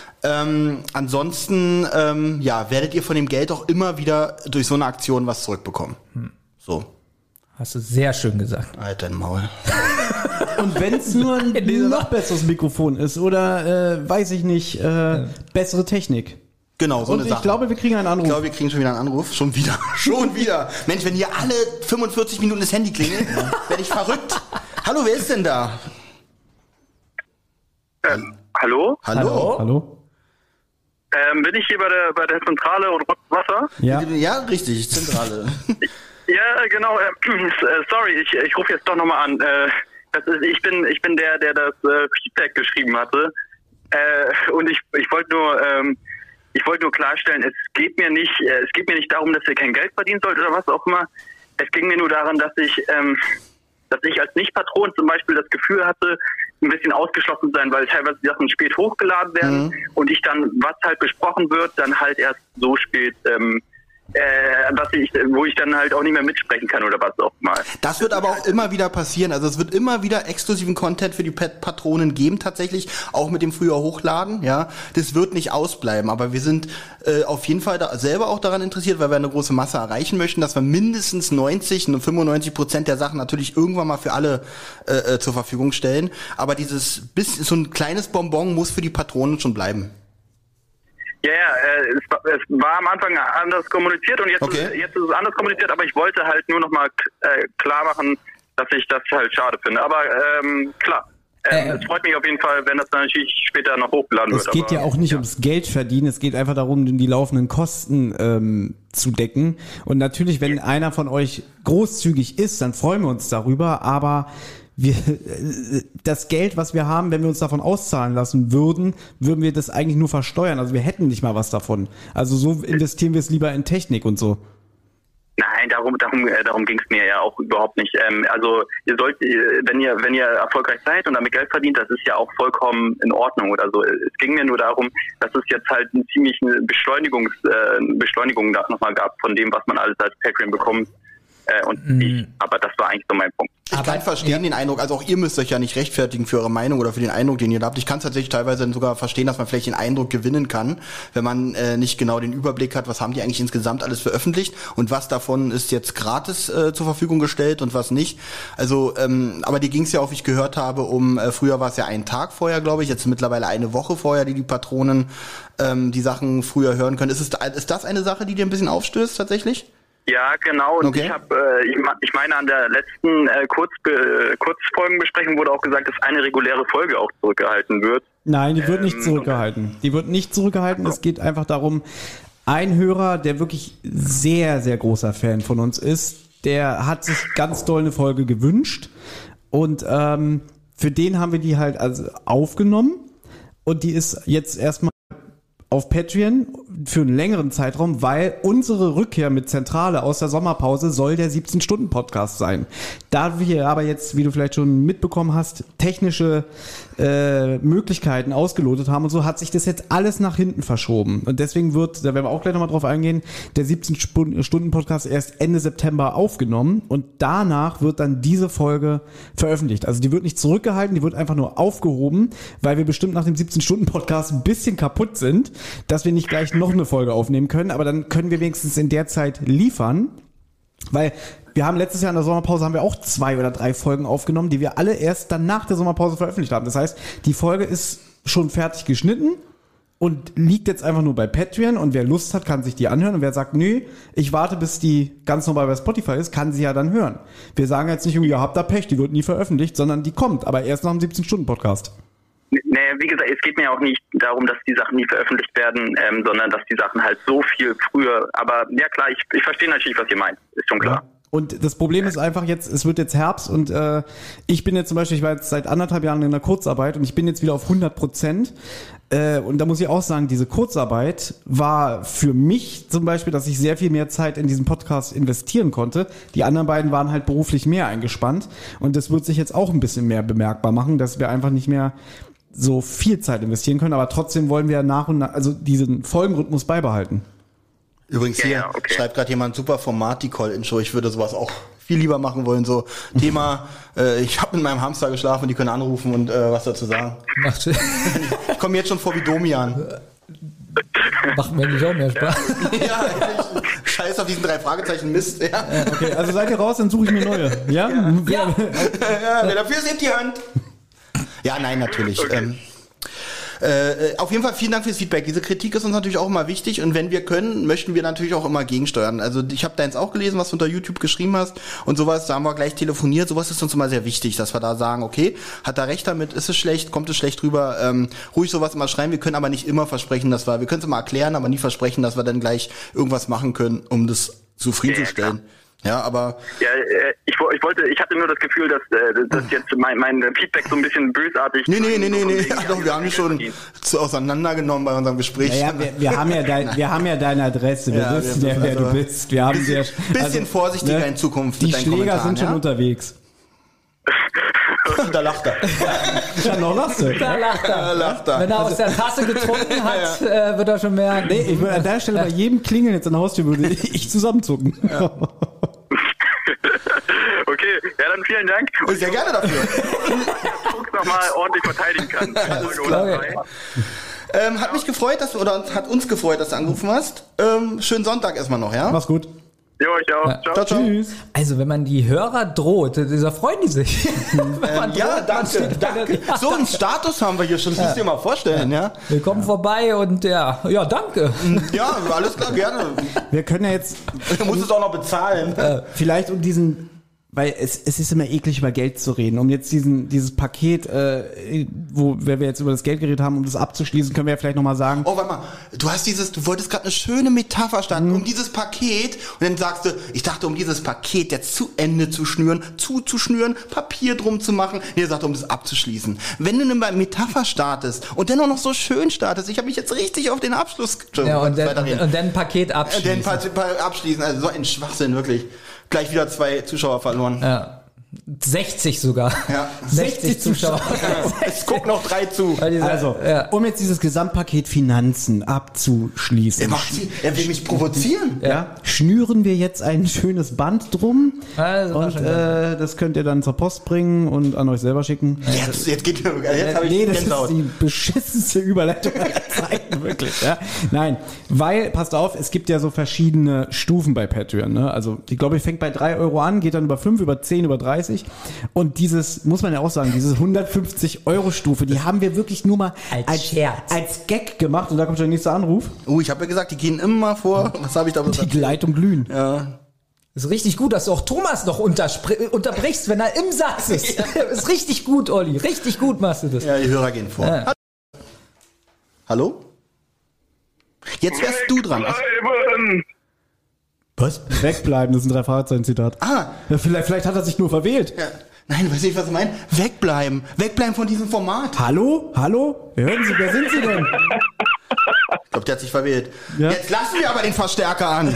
Ähm, ansonsten, ähm, ja, werdet ihr von dem Geld auch immer wieder durch so eine Aktion was zurückbekommen. Hm. So. Hast du sehr schön gesagt. Halt dein Maul. Und wenn es nur ein noch besseres Mikrofon ist oder, äh, weiß ich nicht, äh, bessere Technik. Genau, so Und eine ich Sache. glaube, wir kriegen einen Anruf. Ich glaube, wir kriegen schon wieder einen Anruf. Schon wieder. Schon wieder. Mensch, wenn hier alle fünfundvierzig Minuten das Handy klingelt, werde ich verrückt. Hallo, wer ist denn da? Ähm, hallo? Hallo? Hallo? Ähm, bin ich hier bei der bei der Zentrale und Wasser? Ja. Ja, richtig, Zentrale. Ja, genau. Äh, sorry, ich, ich rufe jetzt doch nochmal an. Äh, das ist, ich bin ich bin der, der das äh, Feedback geschrieben hatte. Äh, und ich ich wollte nur ähm, ich wollte nur klarstellen, es geht mir nicht äh, es geht mir nicht darum, dass ihr kein Geld verdienen sollt oder was auch immer. Es ging mir nur daran, dass ich ähm, dass ich als Nicht-Patron zum Beispiel das Gefühl hatte, ein bisschen ausgeschlossen sein, weil teilweise die Sachen spät hochgeladen werden mhm. und ich dann, was halt besprochen wird, dann halt erst so spät, ähm, äh, was ich, wo ich dann halt auch nicht mehr mitsprechen kann oder was auch mal. Das wird aber auch immer wieder passieren. Also es wird immer wieder exklusiven Content für die Pat- Patronen geben, tatsächlich, auch mit dem früher Hochladen. Ja, das wird nicht ausbleiben. Aber wir sind äh, auf jeden Fall da selber auch daran interessiert, weil wir eine große Masse erreichen möchten, dass wir mindestens neunzig, fünfundneunzig Prozent der Sachen natürlich irgendwann mal für alle äh, äh, zur Verfügung stellen. Aber dieses bisschen, so ein kleines Bonbon muss für die Patronen schon bleiben. Ja, ja, äh, es, war, es war am Anfang anders kommuniziert und jetzt, Okay. ist, jetzt ist es anders kommuniziert, aber ich wollte halt nur nochmal äh, klar machen, dass ich das halt schade finde. Aber ähm, klar, ähm, Äh, es freut mich auf jeden Fall, wenn das dann natürlich später noch hochgeladen Es wird. geht aber, ja auch nicht ums Geld verdienen, es geht einfach darum, die laufenden Kosten ähm, zu decken. Und natürlich, wenn einer von euch großzügig ist, dann freuen wir uns darüber, aber wir, das Geld, was wir haben, wenn wir uns davon auszahlen lassen würden, würden wir das eigentlich nur versteuern. Also wir hätten nicht mal was davon. Also so investieren wir es lieber in Technik und so. Nein, Nein, darum, darum, äh, darum ging es mir ja auch überhaupt nicht. Ähm, also ihr sollt, wenn ihr, wenn ihr erfolgreich seid und damit Geld verdient, das ist ja auch vollkommen in Ordnung oder so. Es ging mir nur darum, dass es jetzt halt eine ziemliche Beschleunigungs, äh, Beschleunigung nochmal gab von dem, was man alles als Patreon bekommt. Äh, und mm. ich, aber das war eigentlich so mein Punkt. Ich kann verstehen ja. den Eindruck, also auch ihr müsst euch ja nicht rechtfertigen für eure Meinung oder für den Eindruck, den ihr habt. Ich kann es tatsächlich teilweise dann sogar verstehen, dass man vielleicht den Eindruck gewinnen kann, wenn man äh, nicht genau den Überblick hat, was haben die eigentlich insgesamt alles veröffentlicht und was davon ist jetzt gratis äh, zur Verfügung gestellt und was nicht. Also, ähm, aber dir ging es ja auch, wie ich gehört habe, um, äh, früher war es ja einen Tag vorher, glaube ich, jetzt mittlerweile eine Woche vorher, die die Patronen ähm, die Sachen früher hören können. Ist, es, ist das eine Sache, die dir ein bisschen aufstößt tatsächlich? Ja, genau. Und okay. ich habe, äh, ich, ich meine, an der letzten äh, Kurz, äh, Kurzfolgenbesprechung wurde auch gesagt, dass eine reguläre Folge auch zurückgehalten wird. Nein, die wird ähm, nicht zurückgehalten. Die wird nicht zurückgehalten. Es geht einfach darum, ein Hörer, der wirklich sehr, sehr großer Fan von uns ist, der hat sich ganz doll eine Folge gewünscht und ähm, für den haben wir die halt also aufgenommen und die ist jetzt erstmal auf Patreon für einen längeren Zeitraum, weil unsere Rückkehr mit Zentrale aus der Sommerpause soll der siebzehn-Stunden-Podcast sein. Da wir aber jetzt, wie du vielleicht schon mitbekommen hast, technische äh, Möglichkeiten ausgelotet haben und so, hat sich das jetzt alles nach hinten verschoben. Und deswegen wird, da werden wir auch gleich nochmal drauf eingehen, der siebzehn-Stunden-Podcast erst Ende September aufgenommen und danach wird dann diese Folge veröffentlicht. Also die wird nicht zurückgehalten, die wird einfach nur aufgehoben, weil wir bestimmt nach dem siebzehn-Stunden-Podcast ein bisschen kaputt sind, dass wir nicht gleich noch eine Folge aufnehmen können, aber dann können wir wenigstens in der Zeit liefern, weil wir haben letztes Jahr in der Sommerpause haben wir auch zwei oder drei Folgen aufgenommen, die wir alle erst dann nach der Sommerpause veröffentlicht haben. Das heißt, die Folge ist schon fertig geschnitten und liegt jetzt einfach nur bei Patreon und wer Lust hat, kann sich die anhören und wer sagt, nö, ich warte, bis die ganz normal bei Spotify ist, kann sie ja dann hören. Wir sagen jetzt nicht irgendwie, ihr habt da Pech, die wird nie veröffentlicht, sondern die kommt, aber erst nach dem siebzehn-Stunden-Podcast. Naja, wie gesagt, es geht mir auch nicht darum, dass die Sachen nie veröffentlicht werden, ähm, sondern dass die Sachen halt so viel früher, aber ja klar, ich, ich verstehe natürlich, was ihr meint, ist schon klar. Ja. Und das Problem ist einfach jetzt, es wird jetzt Herbst und äh, ich bin jetzt zum Beispiel, ich war jetzt seit anderthalb Jahren in der Kurzarbeit und ich bin jetzt wieder auf hundert Prozent äh, und da muss ich auch sagen, diese Kurzarbeit war für mich zum Beispiel, dass ich sehr viel mehr Zeit in diesen Podcast investieren konnte. Die anderen beiden waren halt beruflich mehr eingespannt und das wird sich jetzt auch ein bisschen mehr bemerkbar machen, dass wir einfach nicht mehr so viel Zeit investieren können, aber trotzdem wollen wir nach und nach, also diesen Folgenrhythmus beibehalten. Übrigens hier, ja, ja, okay. schreibt gerade jemand, super Format, die Call-In-Show. Ich würde sowas auch viel lieber machen wollen. So Thema, äh, ich habe mit meinem Hamster geschlafen und die können anrufen und äh, was dazu sagen. Macht, ich komme jetzt schon vor wie Domian. Macht mir nicht auch mehr Spaß. Ja, ich, scheiß auf diesen drei Fragezeichen Mist. Ja. Okay, also seid ihr raus, dann suche ich mir neue. Ja? Ja. ja. ja wer dafür ist, hebt die Hand. Ja, nein, natürlich. Okay. Ähm, Äh, auf jeden Fall vielen Dank fürs Feedback. Diese Kritik ist uns natürlich auch immer wichtig und wenn wir können, möchten wir natürlich auch immer gegensteuern. Also ich habe deins auch gelesen, was du unter YouTube geschrieben hast und sowas, da haben wir gleich telefoniert. Sowas ist uns immer sehr wichtig, dass wir da sagen, okay, hat er recht damit, ist es schlecht, kommt es schlecht rüber, ähm, ruhig sowas immer schreiben. Wir können aber nicht immer versprechen, dass wir, wir können es immer erklären, aber nie versprechen, dass wir dann gleich irgendwas machen können, um das zufriedenzustellen. Ja, ja, aber ja, ich, ich wollte, ich hatte nur das Gefühl, dass, dass jetzt mein, mein Feedback so ein bisschen bösartig. Nee, nee, nee, nee, nee. Ja, doch, wir haben die schon zu auseinandergenommen bei unserem Gespräch. Ja, ja, wir, wir haben ja dein, wir haben ja deine Adresse, wir ja, wissen ja, wer also du bist. Wir haben bisschen, dir, bisschen also, vorsichtiger ne, in Zukunft. Die mit deinen Schläger sind schon ja? unterwegs. Da lacht er. Ja, noch lachst du. Da lacht er. Da lacht er. Wenn er aus der Tasse getrunken hat, ja. äh, wird er schon merken. Nee, ich würde an der Stelle bei jedem Klingeln jetzt an der Haustür würde ich zusammenzucken. Ja. Okay, ja dann vielen Dank. Und sehr gerne dafür. Fuchs nochmal ordentlich verteidigen kann. Alles klar. Okay. Ähm, hat mich gefreut, dass du, oder hat uns gefreut, dass du angerufen hast. Ähm, schönen Sonntag erstmal noch, ja? Mach's gut. Jo, ich auch. Ja. Ciao. Ciao, ciao. Tschüss. Also wenn man die Hörer droht, dieser freuen die sich. Ähm, ja, danke, danke. So einen Status haben wir hier schon, das musst du dir mal vorstellen, ja? Wir kommen vorbei und ja, ja, danke. Ja, alles klar, gerne. Wir können ja jetzt... Du musst es auch noch bezahlen. Äh, vielleicht um diesen... Weil es, es ist immer eklig, über Geld zu reden. Um jetzt diesen dieses Paket, äh, wo wenn wir jetzt über das Geld geredet haben, um das abzuschließen, können wir ja vielleicht nochmal sagen... Oh, warte mal. du hast dieses, du wolltest gerade eine schöne Metapher starten, mhm. um dieses Paket, und dann sagst du, ich dachte, um dieses Paket jetzt zu Ende zu schnüren, zuzuschnüren, Papier drum zu machen. Nee, er sagte, um das abzuschließen. Wenn du eine Metapher startest und dann auch noch so schön startest, ich habe mich jetzt richtig auf den Abschluss ja, und, dann, und dann ein Paket abschließen. Dann abschließen, also so ein Schwachsinn, wirklich. Gleich wieder zwei Zuschauer verloren. Ja. sechzig sogar. Ja. sechzig Zuschauer. Es gucken noch drei zu. Also, ja. um jetzt dieses Gesamtpaket Finanzen abzuschließen. Er, macht, er will mich provozieren. Ja. ja. Schnüren wir jetzt ein schönes Band drum. Also und äh, das könnt ihr dann zur Post bringen und an euch selber schicken. Jetzt, jetzt geht jetzt habe ich nee, das ist die beschissenste Überleitung aller Zeiten, wirklich. Ja. Nein, weil, passt auf, es gibt ja so verschiedene Stufen bei Patreon. Ne? Also, ich glaube, ich fängt bei drei Euro an, geht dann über fünf, über zehn, über dreißig. Und dieses, muss man ja auch sagen, diese hundertfünfzig Euro Stufe, die haben wir wirklich nur mal als, als Scherz, als Gag gemacht. Und da kommt schon der nächste Anruf. Oh, ich habe ja gesagt, die gehen immer vor. Was habe ich da gesagt? Die Leitung glühen. Ja. Ist richtig gut, dass du auch Thomas noch unterbrichst, wenn er im Satz ist. Ja. Ist richtig gut, Olli. Richtig gut machst du das. Ja, die Hörer gehen vor. Ja. Hallo? Jetzt wärst du dran. Was? Wegbleiben, das ist ein Drei-Fragezeichen-Zitat. Ah. Ja, vielleicht, vielleicht hat er sich nur verwählt. Ja. Nein, weiß nicht, was du meinst. Wegbleiben. Wegbleiben von diesem Format. Hallo? Hallo? Hören Sie, wer sind Sie denn? Ich glaube, der hat sich verwählt. Ja. Jetzt lassen wir aber den Verstärker an.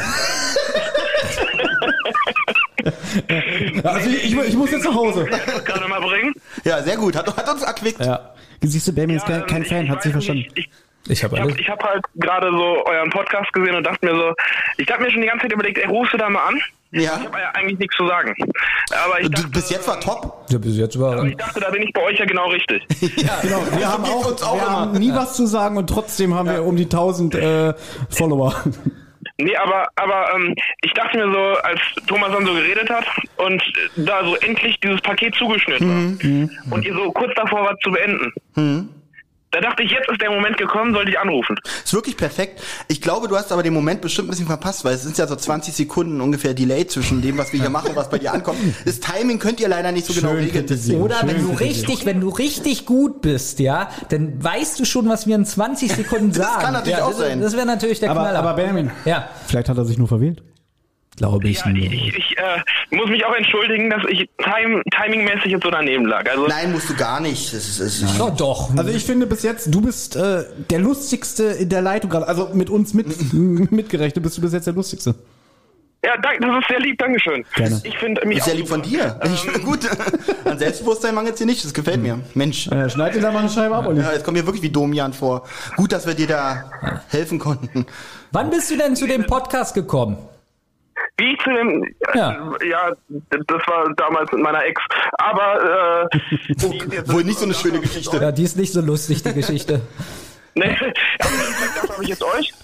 Also ich, ich, ich muss jetzt nach Hause. Kann er mal bringen? Ja, sehr gut. Hat, hat uns erquickt. Ja. Siehst du, Benjamin ist kein, kein Fan, hat sich verstanden. Ich, Ich habe ich hab, ich hab halt gerade so euren Podcast gesehen und dachte mir so, ich habe mir schon die ganze Zeit überlegt, ey, rufst du da mal an? Ja. Ich habe ja eigentlich nichts zu sagen. Aber ich dachte, bis jetzt war top. Ja, bis jetzt war. Aber ich dachte, da bin ich bei euch ja genau richtig. Ja, genau. Wir haben auch, uns auch wir immer. haben nie ja. was zu sagen und trotzdem haben ja. wir um die tausend äh, Follower. Nee, aber aber ähm, ich dachte mir so, als Thomas dann so geredet hat und da so endlich dieses Paket zugeschnitten mhm. war und ihr so kurz davor wart zu beenden. Mhm. Da dachte ich, jetzt ist der Moment gekommen, sollte ich anrufen. Ist wirklich perfekt. Ich glaube, du hast aber den Moment bestimmt ein bisschen verpasst, weil es sind ja so zwanzig Sekunden ungefähr Delay zwischen dem, was wir hier machen und was bei dir ankommt. Das Timing könnt ihr leider nicht so Schön genau regeln. Oder Schön wenn du richtig, wenn du richtig gut bist, ja, dann weißt du schon, was wir in zwanzig Sekunden sagen. Das kann natürlich ja, auch das, sein. Das wäre natürlich der aber, Knaller. aber Benjamin, ja. vielleicht hat er sich nur verwählt. Glaube ich Ja, nicht. ich ich äh, muss mich auch entschuldigen, dass ich time, timingmäßig jetzt so daneben lag. Also Nein, musst du gar nicht. Das ist, das ist Ja, doch. Also ich finde bis jetzt, du bist äh, der lustigste in der Leitung gerade. Also mit uns mit, mitgerechnet bist du bis jetzt der lustigste. ja, danke, das ist sehr lieb, Dankeschön. Gerne. Ich finde mich ist ja auch lieb von super. dir. Ich, gut. An Selbstbewusstsein mangelt's hier nicht. Das gefällt mir. Mensch. Äh, schneid dir da mal eine Scheibe ab, Olli. Ja, jetzt kommen wir wirklich wie Domian vor. Gut, dass wir dir da helfen konnten. Wann bist du denn zu dem Podcast gekommen? Wie ich zu dem, Ja. äh, ja, das war damals mit meiner Ex. Aber, äh, die ist jetzt- Wohl nicht so eine schöne Geschichte. Ja, die ist nicht so lustig, die Geschichte. Nee, das habe ich jetzt euch.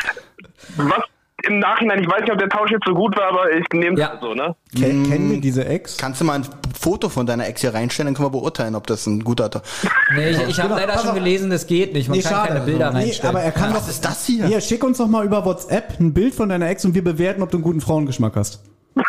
Was im Nachhinein, ich weiß nicht, ob der Tausch jetzt so gut war, aber ich nehme es Ja. halt so, ne? Ken, kennen wir diese Ex? Kannst du mal ein Foto von deiner Ex hier reinstellen, dann können wir beurteilen, ob das ein guter... Nee, ich, ich habe Genau, leider pass schon auf. gelesen, das geht nicht. Man Nee, kann schade. keine Bilder Nee, reinstellen. aber er kann Was doch... ist das hier? Hier, schick uns doch mal über WhatsApp ein Bild von deiner Ex und wir bewerten, ob du einen guten Frauengeschmack hast.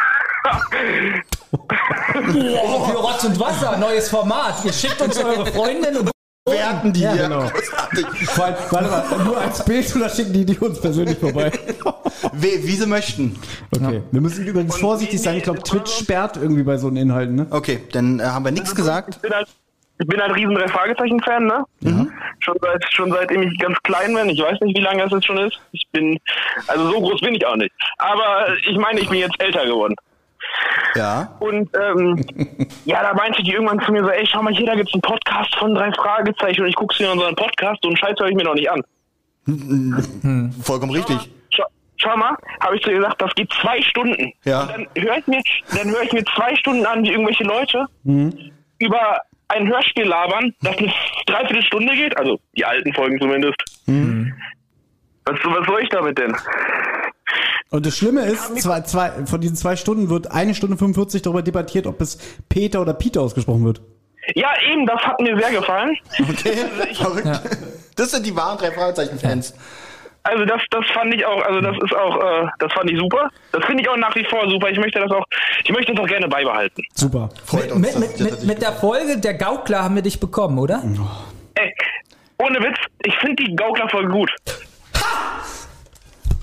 Oh, für Rotz und Wasser, neues Format. Ihr schickt uns eure Freundin und Bewerten die Ja, hier. genau. Großartig. Vor allem, warte mal, nur als Bild oder schicken die, die uns persönlich vorbei? Wie, wie sie möchten. Okay. Wir müssen übrigens Und vorsichtig wie- sein. Ich glaube, Twitch sperrt irgendwie bei so einen Inhalten, ne? Okay, dann äh, haben wir nichts gesagt. Ich bin halt, ich bin halt riesen Drei-Fragezeichen-Fan, ne? Mhm. Schon seit, schon seitdem ich ganz klein bin. Ich weiß nicht, wie lange das jetzt schon ist. Ich bin, also so groß bin ich auch nicht. Aber ich meine, ich bin jetzt älter geworden. Ja. Und ähm, ja, da meinte die irgendwann zu mir so, ey, schau mal hier, da gibt's einen Podcast von drei Fragezeichen und ich guck's mir unseren Podcast und Scheiß höre ich mir noch nicht an. Vollkommen richtig. Schau, schau mal, habe ich zu ihr gesagt, das geht zwei Stunden. Ja. Und dann höre ich mir, dann höre ich mir zwei Stunden an, wie irgendwelche Leute über ein Hörspiel labern, das eine Dreiviertelstunde geht, also die alten Folgen zumindest. Was, was soll ich damit denn? Und das Schlimme ist, zwei, zwei, von diesen zwei Stunden wird eine Stunde fünfundvierzig darüber debattiert, ob es Peter oder Peter ausgesprochen wird. Ja, eben, das hat mir sehr gefallen. Okay, verrückt. Das sind die wahren drei Fragezeichen-Fans. Also das, das fand ich auch, also das ist auch, äh, das fand ich super. Das finde ich auch nach wie vor super. Ich möchte das auch, ich möchte das auch gerne beibehalten. Super. Freut uns. mit, dass mit, dir mit, das mit der Folge Der Gaukler haben wir dich bekommen, oder? Ey, ohne Witz, ich finde die Gaukler-Folge gut.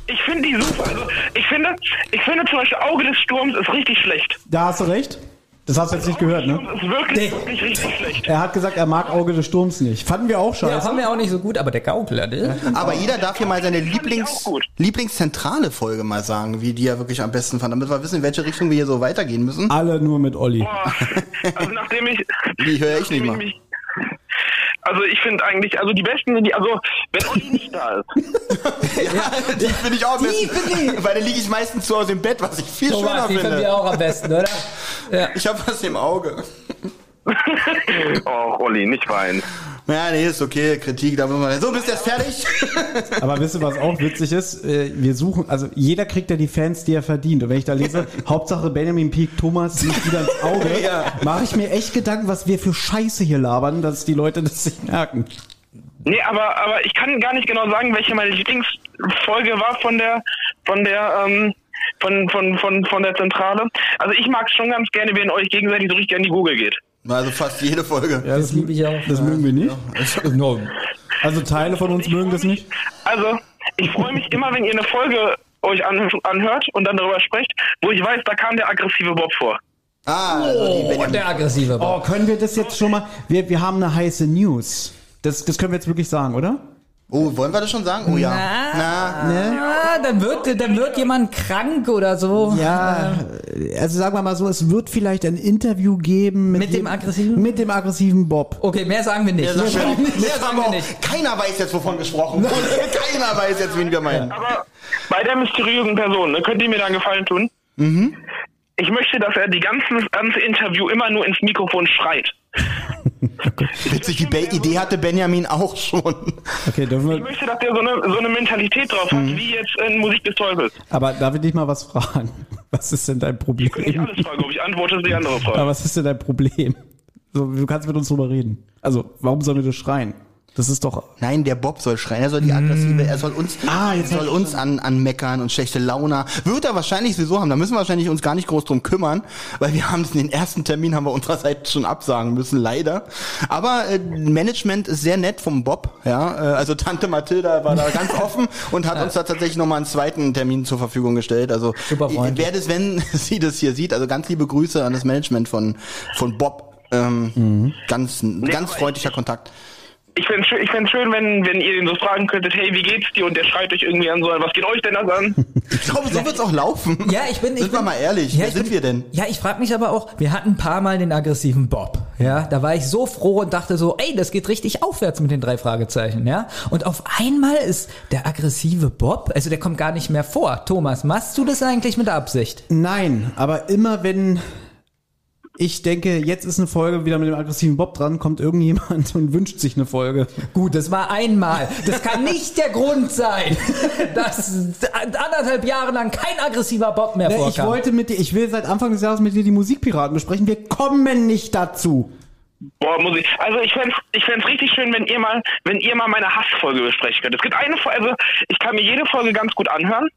Ich finde die super. Also ich finde, ich finde zum Beispiel Auge des Sturms ist richtig schlecht. Da hast du recht. Das hast du jetzt nicht gehört, ne? Das ist wirklich, wirklich richtig schlecht. Er hat gesagt, er mag Auge des Sturms nicht. Fanden wir auch scheiße. Ja, fanden wir auch nicht so gut, aber der Gaukler, ne? Aber jeder darf hier mal seine ich Lieblings auch gut. Lieblingszentrale Folge mal sagen, wie die er wirklich am besten fand, damit wir wissen, in welche Richtung wir hier so weitergehen müssen. Alle nur mit Olli. Boah, also nachdem ich... Die höre ich nicht nachdem mal. mich- Also ich finde eigentlich, also die besten sind die, also wenn Olli nicht da ist. Ja, die finde ich auch am besten. Weil dann liege ich meistens zu Hause im Bett, was ich viel Thomas, schöner die finden finde. wir auch am besten, oder? Ja. Ich habe was im Auge. Oh, Olli, nicht weinen. Ja, nee, ist okay, Kritik, da müssen wir... So, bist du jetzt fertig? Aber wisst ihr, was auch witzig ist? Äh, Wir suchen, also jeder kriegt ja die Fans, die er verdient. Und wenn ich da lese, Hauptsache Benjamin Pieck, Thomas liegt wieder ins Auge, Ja. mache ich mir echt Gedanken, was wir für Scheiße hier labern, dass die Leute das nicht merken. Nee, aber, aber ich kann gar nicht genau sagen, welche meine Lieblingsfolge war von der, von der, ähm, von, von, von, von der Zentrale. Also ich mag es schon ganz gerne, wenn euch gegenseitig so richtig an die Gurgel geht. Also fast jede Folge. Ja, Das liebe ich auch. Das mögen wir nicht. No. Also Teile von uns Ich mögen freu das mich- nicht. Also, ich freue mich immer, wenn ihr eine Folge euch an, anhört und dann darüber sprecht, wo ich weiß, da kam der aggressive Bob vor. Ah, also die Oh, Benjamin. der aggressive Oh, Bob. können wir das jetzt schon mal? Wir, wir haben eine heiße News. Das, das können wir jetzt wirklich sagen, oder? Oh, wollen wir das schon sagen? Oh ja. Na. Na, Ne? Ah, dann wird, dann wird jemand krank oder so. Ja, also sagen wir mal so, es wird vielleicht ein Interview geben mit, Mit dem jem- aggressiven? mit dem aggressiven Bob. Okay, mehr sagen wir nicht. Ja, sag Mehr mal, sagen jetzt haben wir wir auch, nicht. keiner weiß jetzt, wovon gesprochen wurde. Keiner weiß jetzt, wen wir meinen. Aber bei der mysteriösen Person, ne, könnt ihr mir da einen Gefallen tun? Mhm. Ich möchte, dass er die ganze, ganze Interview immer nur ins Mikrofon schreit. Witzig, die Be- Idee hatte Benjamin auch schon. Okay, dürfen Ich wir. möchte, dass er so eine, so eine Mentalität drauf hat, wie jetzt in Musik des Teufels. Aber darf ich dich mal was fragen? Was ist denn dein Problem? Nicht alles fragen, ob ich antworte, ist die andere Frage. Aber was ist denn dein Problem? So, du kannst mit uns drüber reden. Also, warum sollen wir das schreien? Das ist doch. Nein, der Bob soll schreien, er soll die aggressive, er soll uns, Ah, jetzt soll uns an, anmeckern und schlechte Laune. Wird er wahrscheinlich sowieso haben, da müssen wir wahrscheinlich uns gar nicht groß drum kümmern, weil wir haben den ersten Termin haben wir unsererseits schon absagen müssen, leider. Aber äh, Management ist sehr nett vom Bob, ja, äh, also Tante Mathilda war da ganz offen und hat uns da tatsächlich nochmal einen zweiten Termin zur Verfügung gestellt. Also Super freundlich. wer das, wenn sie das hier sieht, also ganz liebe Grüße an das Management von von Bob, ähm, ganz ganz aber freundlicher Kontakt. Ich fände schön, ich fänd's schön, wenn, wenn ihr ihn so fragen könntet, hey, wie geht's dir? Und der schreit euch irgendwie an, so, was geht euch denn das an? Ich glaube, so wird's auch laufen. Ja, ich bin. Ich Sind wir bin, mal ehrlich, ja, wer ich sind bin, wir denn? Ja, ich frage mich aber auch, wir hatten ein paar Mal den aggressiven Bob. Ja, da war ich so froh und dachte so, ey, das geht richtig aufwärts mit den drei Fragezeichen, ja. Und auf einmal ist der aggressive Bob, also der kommt gar nicht mehr vor. Thomas, machst du das eigentlich mit Absicht? Nein, aber immer wenn ich denke, jetzt ist eine Folge wieder mit dem aggressiven Bob dran, kommt irgendjemand und wünscht sich eine Folge. Gut, das war einmal. Das kann nicht der Grund sein, dass anderthalb Jahre lang kein aggressiver Bob mehr Ne, vorkam. ich wollte mit dir, ich will seit Anfang des Jahres mit dir die Musikpiraten besprechen. Wir kommen nicht dazu. Boah, muss ich. Also ich fänd's, ich fänd's richtig schön, wenn ihr mal, wenn ihr mal meine Hassfolge besprechen könnt. Es gibt eine Folge, also ich kann mir jede Folge ganz gut anhören.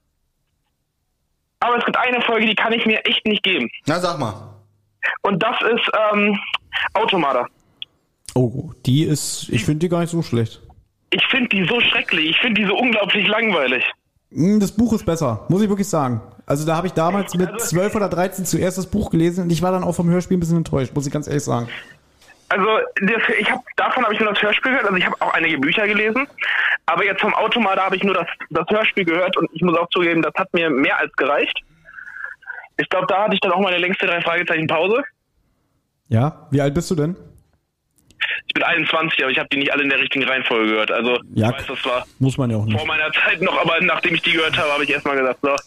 Aber es gibt eine Folge, die kann ich mir echt nicht geben. Na, sag mal. Und das ist ähm, Automata. Oh, die ist, ich finde die gar nicht so schlecht. Ich finde die so schrecklich. Ich finde die so unglaublich langweilig. Hm, Das Buch ist besser, muss ich wirklich sagen. Also da habe ich damals mit zwölf oder dreizehn zuerst das Buch gelesen und ich war dann auch vom Hörspiel ein bisschen enttäuscht, muss ich ganz ehrlich sagen. Also das, ich habe davon habe ich nur das Hörspiel gehört. Also ich habe auch einige Bücher gelesen, aber jetzt vom Automata habe ich nur das, das Hörspiel gehört und ich muss auch zugeben, das hat mir mehr als gereicht. Ich glaube, da hatte ich dann auch meine längste drei Fragezeichen Pause. Ja, wie alt bist du denn? Ich bin einundzwanzig, aber ich habe die nicht alle in der richtigen Reihenfolge gehört. Also Ja. ich weiß, das war Muss man ja auch nicht. vor meiner Zeit noch, aber nachdem ich die gehört habe, habe ich erstmal gesagt, so,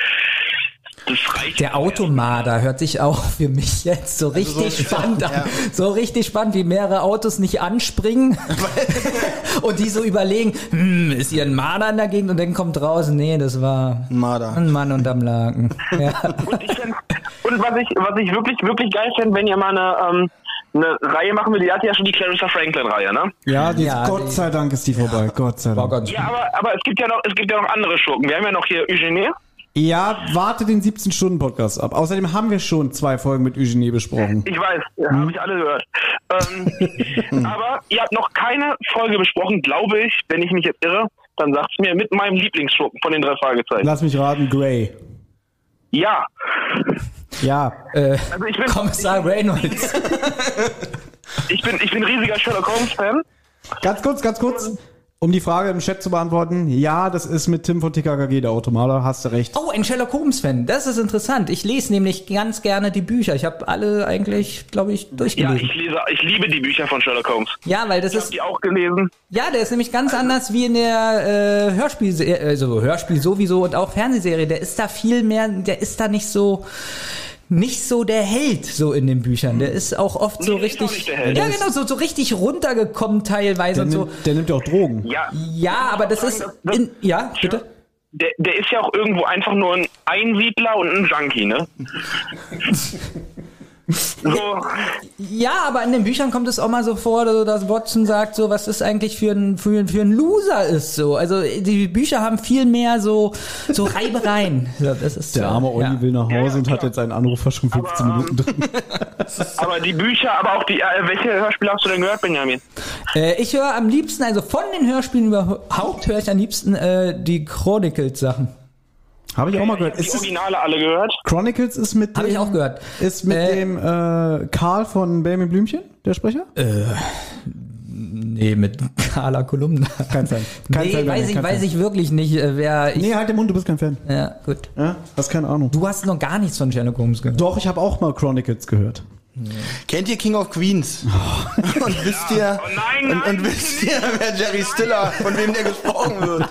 das reicht. Der Automader hört sich auch für mich jetzt so richtig so- spannend an. ja. So richtig spannend, wie mehrere Autos nicht anspringen und die so überlegen, hm, ist hier ein Marder in der Gegend? Und dann kommt draußen, nee, das war Ein Marder. ein Mann unterm Laken. Ja. Und, ich fänd, und was ich was ich wirklich, wirklich geil fände, wenn ihr mal eine, ähm, eine Reihe machen würdet, die hat ja schon die Clarissa Franklin-Reihe, ne? Ja, die Ja, ist, Gott die- sei Dank ist die vorbei, Gott sei War Dank. ganz Ja, aber, aber es gibt ja noch, es gibt ja noch andere Schurken. Wir haben ja noch hier Eugenie. Ja, warte den siebzehn-Stunden-Podcast ab. Außerdem haben wir schon zwei Folgen mit Eugenie besprochen. Ich weiß, ja, habe ich alle gehört. Ähm, aber ihr habt noch keine Folge besprochen, glaube ich, wenn ich mich jetzt irre, dann sagt's mir mit meinem Lieblingsschurken von den drei Fragezeichen. Lass mich raten, Grey. Ja. Ja. Äh, Also ich bin, Kommissar Reynolds. ich bin, ich bin riesiger Sherlock Holmes-Fan. Ganz kurz, ganz kurz, um die Frage im Chat zu beantworten. Ja, das ist mit Tim von T K K G der Automaler, hast du recht. Oh, ein Sherlock Holmes-Fan. Das ist interessant. Ich lese nämlich ganz gerne die Bücher. Ich habe alle eigentlich, glaube ich, Ja, durchgelesen. ich lese, ich liebe die Bücher von Sherlock Holmes. Ja, weil das Ich habe ist, die auch gelesen. ja, der ist nämlich ganz anders wie in der äh, Hörspielserie, also Hörspiel sowieso und auch Fernsehserie. Der ist da viel mehr, der ist da nicht so, nicht so der Held so in den Büchern. Der ist auch oft so Nee, der ist auch richtig, nicht der Held. ja Der genau, so, so richtig runtergekommen teilweise Der und so. nimmt, der nimmt ja auch Drogen. Ja, Ja, aber das ist, in, ja, bitte? der, der ist ja auch irgendwo einfach nur ein Einsiedler und ein Junkie, ne? So, Ja, aber in den Büchern kommt es auch mal so vor, so, dass Watson sagt, so was ist eigentlich für ein für, ein- für ein Loser ist so. Also die Bücher haben viel mehr so so Reibereien. So, das ist Der so, arme Olli ja. will nach Hause Ja, ja, und hat klar. jetzt einen Anrufer schon fünfzehn Aber, Minuten drin. aber die Bücher, aber auch die, äh, welche Hörspiele hast du denn gehört, Benjamin? Äh, ich höre am liebsten, also von den Hörspielen überhaupt höre ich am liebsten äh, die Chronicles-Sachen. Habe ich auch mal Ich hab gehört. die Ist es, Originale alle gehört. Chronicles ist mit Hab dem, ich auch gehört. Ist mit Äh, dem äh, Karl von Benjamin Blümchen, der Sprecher? Nee, mit Carla Kolumna. Kein Fan. Kein nee, Fan, weiß ich, kein weiß Fan. ich wirklich nicht, äh, wer ich. Nee, halt den Mund, du bist kein Fan. Ja, gut. Ja? Hast keine Ahnung. Du hast noch gar nichts von Sherlock Holmes gehört. Doch, ich habe auch mal Chronicles gehört. Kennt ihr King of Queens? Und wisst ihr, Oh nein, und, nein, und wisst ihr, wer Jerry Stiller, von wem der gesprochen wird?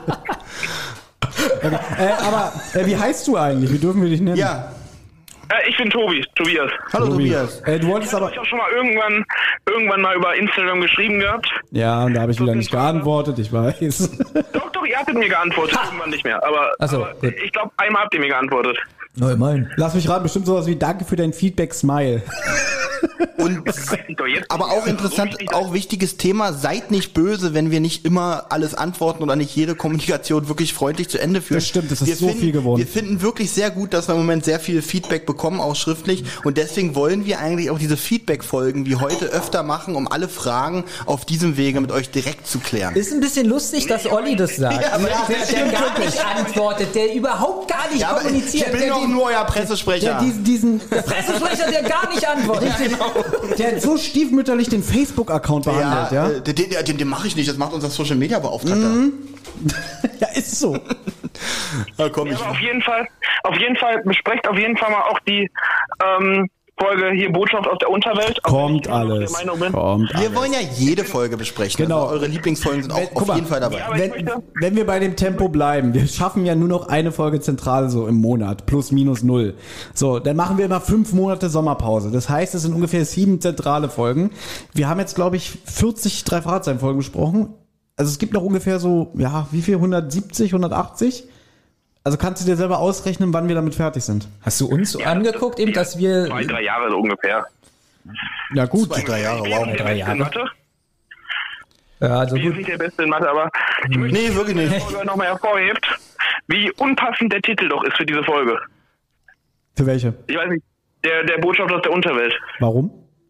Äh, aber äh, wie heißt du eigentlich? Wie dürfen wir dich nennen? Ja. Äh, ich bin Tobi, Tobias. Hallo Tobi. Tobias. Äh, du wolltest Ich habe aber... euch auch schon mal irgendwann, irgendwann mal über Instagram geschrieben gehabt. Ja, und da habe ich wieder nicht geantwortet, ich weiß. Doch, doch, ihr hattet mir geantwortet, irgendwann nicht mehr. Aber, Ach so, aber gut. ich glaube, einmal habt ihr mir geantwortet. Na, immerhin. Lass mich raten, bestimmt sowas wie Danke für dein Feedback, Smile. Und Weiß ich doch jetzt aber nicht auch mehr. interessant, So wichtig, auch wichtiges Thema, seid nicht böse, wenn wir nicht immer alles antworten oder nicht jede Kommunikation wirklich freundlich zu Ende führen. Das stimmt, das ist wir so finden, viel geworden. Wir finden wirklich sehr gut, dass wir im Moment sehr viel Feedback bekommen, auch schriftlich. Und deswegen wollen wir eigentlich auch diese Feedback-Folgen wie heute öfter machen, um alle Fragen auf diesem Wege mit euch direkt zu klären. Ist ein bisschen lustig, dass Olli das sagt. Ja, aber der, das der stimmt gar wirklich. nicht antwortet, der überhaupt gar nicht Ja, aber ich kommuniziert. bin der doch die- nur euer Pressesprecher. Der diesen, diesen, der Pressesprecher, der gar nicht antwortet. der so stiefmütterlich den Facebook-Account behandelt, ja? äh, den, den, den, den mache ich nicht, das macht unser Social Media Beauftragter. Mhm. Ja, ist so. Ja, komm, Ja, ich. aber auf jeden Fall, auf jeden Fall, besprecht auf jeden Fall mal auch die ähm, Folge hier Botschaft aus der Unterwelt. Auch wenn Kommt ich immer noch alles. der Meinung bin. Kommt Wir alles. wollen ja jede Folge besprechen. Genau. Also eure Lieblingsfolgen sind auch Wenn- guck auf mal, jeden Fall dabei. Ja, aber ich Wenn, möchte, wenn wir bei dem Tempo bleiben, wir schaffen ja nur noch eine Folge zentral so im Monat, plus minus null. So, dann machen wir immer fünf Monate Sommerpause. Das heißt, es sind ungefähr sieben zentrale Folgen. Wir haben jetzt, glaube ich, vierzig drei Fragezeichen-Folgen besprochen. Also es gibt noch ungefähr so, ja, wie viel? hundertsiebzig, hundertachtzig? Also kannst du dir selber ausrechnen, wann wir damit fertig sind. Hast du uns angeguckt, eben, dass wir... zwei, drei Jahre so ungefähr. Ja gut. Zwei, drei Jahre, Ich bin wow. nicht der drei Beste in Jahre. Mathe. Ja, also Ich bin gut. nicht der Beste in Mathe, aber ich möchte Nee, wirklich nicht. die Folge nochmal hervorhebt, wie unpassend der Titel doch ist für diese Folge. Für welche? Ich weiß nicht, der, der Botschaft aus der Unterwelt. Warum?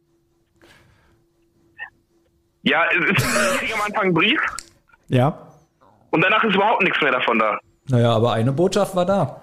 Ja, es ist ich kriege am Anfang einen Brief Ja. und danach ist überhaupt nichts mehr davon da. Naja, aber eine Botschaft war da.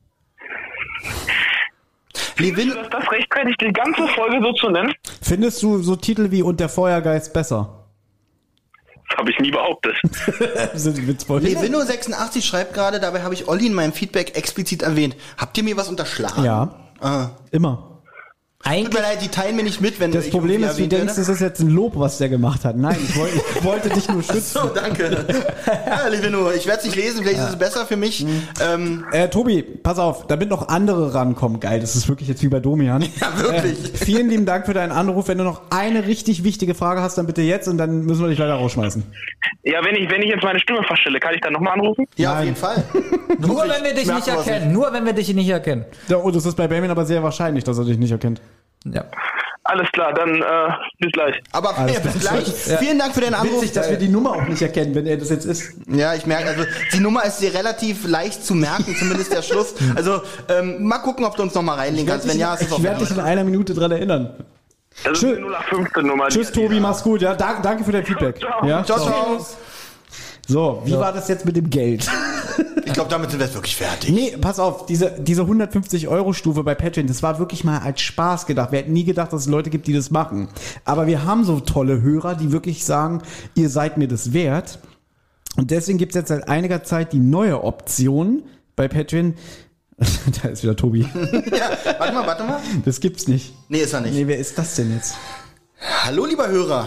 Levin, Ist das rechtfertigt, die ganze Folge so zu nennen? Findest du so Titel wie Und der Feuergeist besser? Das habe ich nie behauptet. Sind witzvoll. Levino sechsundachtzig schreibt gerade, dabei habe ich Olli in meinem Feedback explizit erwähnt. Habt ihr mir was unterschlagen? Ja. Ah. Immer. Tut mir Eigentlich, leid, die teilen mir nicht mit, wenn Das ich Problem irgendwie ist, du erwähnt denkst, werde. das ist jetzt ein Lob, was der gemacht hat. Nein, ich wollte, ich wollte dich nur schützen. So, danke. Ja, Levino, ich werde es nicht lesen, vielleicht ist es besser für mich. Ähm, Äh, Tobi, pass auf, damit noch andere rankommen. Geil, das ist wirklich jetzt wie bei Domian. ja, wirklich. Äh, vielen lieben Dank für deinen Anruf. Wenn du noch eine richtig wichtige Frage hast, dann bitte jetzt und dann müssen wir dich leider rausschmeißen. Ja, wenn ich, wenn ich jetzt meine Stimme verstelle, kann ich dann nochmal anrufen? Ja, auf Nein. jeden Fall. nur wenn wir dich merk nicht sowas erkennen. Nur wenn wir dich nicht erkennen. Ja, und das ist bei Benjamin aber sehr wahrscheinlich, dass er dich nicht erkennt. Ja. Alles klar, dann äh, bis gleich. Aber Alles ja, bis klar. gleich. Ja. Vielen Dank für den Anruf. Witzig, dass wir die Nummer auch nicht erkennen, wenn er das jetzt ist. Ja, ich merke, also die Nummer ist dir relativ leicht zu merken, zumindest der Schluss. Also ähm, mal gucken, ob du uns noch mal reinlegen kannst. Wenn ja, ist es auf ich werde dich in einer Minute dran erinnern. Das ist Tschö- die null acht fünfzehn Nummer. Tschüss, Tobi, mach's gut. Ja, danke, danke für dein Feedback. Ciao. Ja, Ciao, ciao. So, wie So. war das jetzt mit dem Geld? Ich glaube, damit sind wir jetzt wirklich fertig. Nee, pass auf, diese, diese hundertfünfzig-Euro-Stufe bei Patreon, das war wirklich mal als Spaß gedacht. Wir hätten nie gedacht, dass es Leute gibt, die das machen. Aber wir haben so tolle Hörer, die wirklich sagen, ihr seid mir das wert. Und deswegen gibt es jetzt seit einiger Zeit die neue Option bei Patreon. Da ist wieder Tobi. Ja, warte mal, warte mal. Das gibt's nicht. Nee, ist er nicht. Nee, wer ist das denn jetzt? Hallo, lieber Hörer.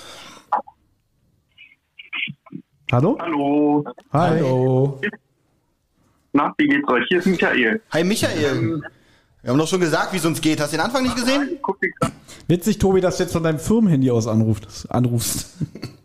Hallo? Hallo. Hi. Hallo. Na, wie geht's euch? Hier ist Michael. Hi, Michael. Wir haben doch schon gesagt, wie es uns geht. Hast du den Anfang nicht gesehen? Ich guck dich grad- Witzig, Tobi, dass du jetzt von deinem Firmenhandy aus anrufst. anrufst.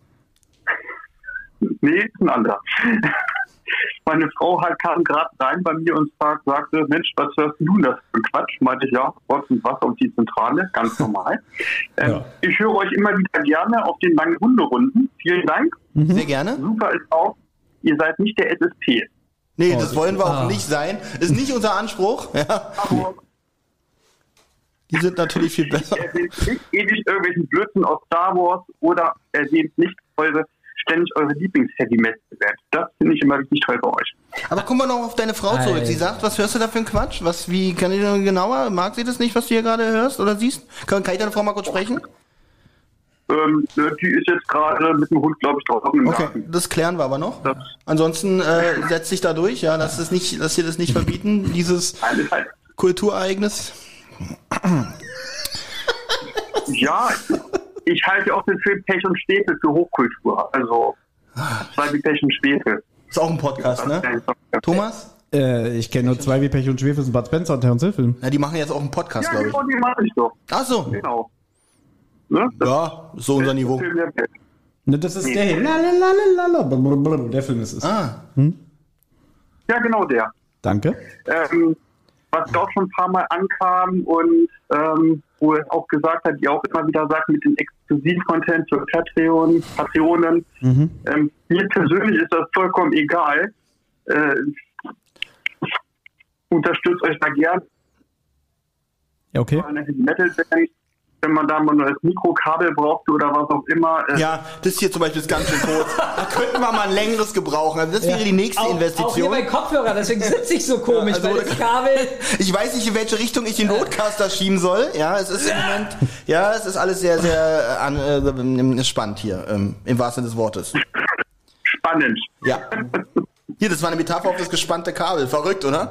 Nee, ist ein anderer. Meine Frau halt kam gerade rein bei mir und frag, sagte, Mensch, was hörst du denn das für ein Quatsch? Meinte ich, ja, Rotz und Wasser und die Zentrale, ganz normal. Ähm, Ja. Ich höre euch immer wieder gerne auf den langen Hunderunden. Vielen Dank. Sehr gerne. Super ist auch, ihr seid nicht der S S P. Nee, das wollen wir auch Ah. nicht sein. Ist nicht unser Anspruch. Ja, Aber die sind natürlich viel besser. ihr erwähnt nicht ewig irgendwelchen Blödsinn aus Star Wars oder erwähnt nicht eure ständig eure Lieblings-Heavy-Metal-Band. Das finde ich immer richtig toll bei euch. Aber kommen wir noch auf deine Frau zurück. Sie sagt, was hörst du da für ein Quatsch? Was, wie, kann ich noch genauer? Mag sie das nicht, was du hier gerade hörst oder siehst? Kann, kann ich deine Frau mal kurz sprechen? Ähm, die ist jetzt gerade mit dem Hund, glaube ich, draußen im Okay, Garten. das klären wir aber noch. Das- Ansonsten äh, setz dich da durch, ja, lass es nicht, lass dir das nicht verbieten, dieses Nein, ist halt, Kulturereignis. ja, ich halte auch den Film Pech und Schwefel für Hochkultur. Also, zwei wie Pech und Schwefel. Ist auch ein Podcast, ne? Thomas? Äh, ich kenne nur zwei wie Pech und Schwefel, sind Bud Spencer und Terence Hill Film. Na, die machen jetzt auch einen Podcast, Ja, glaube ich. genau, die mache ich doch. Ach so. Genau. Ne? Das Ja, so unser ist Niveau. der Film der Welt. Ne, das ist der hier. Lalalala, blablabla, der Film ist es. Ah, Ja, genau der. Danke. Ähm, was dort schon ein paar Mal ankam und ähm, wo er auch gesagt hat, die auch immer wieder sagt, mit dem Exklusiv-Content für Patreon, Patreonen. Mhm. Ähm, mir persönlich ist das vollkommen egal. Äh, unterstützt euch da gern. Ja, okay. Eine Metal-Band, wenn man da mal ein neues Mikrokabel braucht oder was auch immer. Äh, ja, das hier zum Beispiel ist ganz schön kurz. Da könnten wir mal ein längeres gebrauchen. Also das wäre die nächste Auch, auch hier Investition. bei Kopfhörer, deswegen sitze ich so komisch, Ja, also weil das Kabel... Ich weiß nicht, in welche Richtung ich den Roadcaster schieben soll. Ja, es ist im Moment, ja, es ist alles sehr, sehr äh, an, äh, spannend hier, ähm, im wahrsten Sinne des Wortes. spannend. Ja. Hier, das war eine Metapher auf das gespannte Kabel. Verrückt, oder?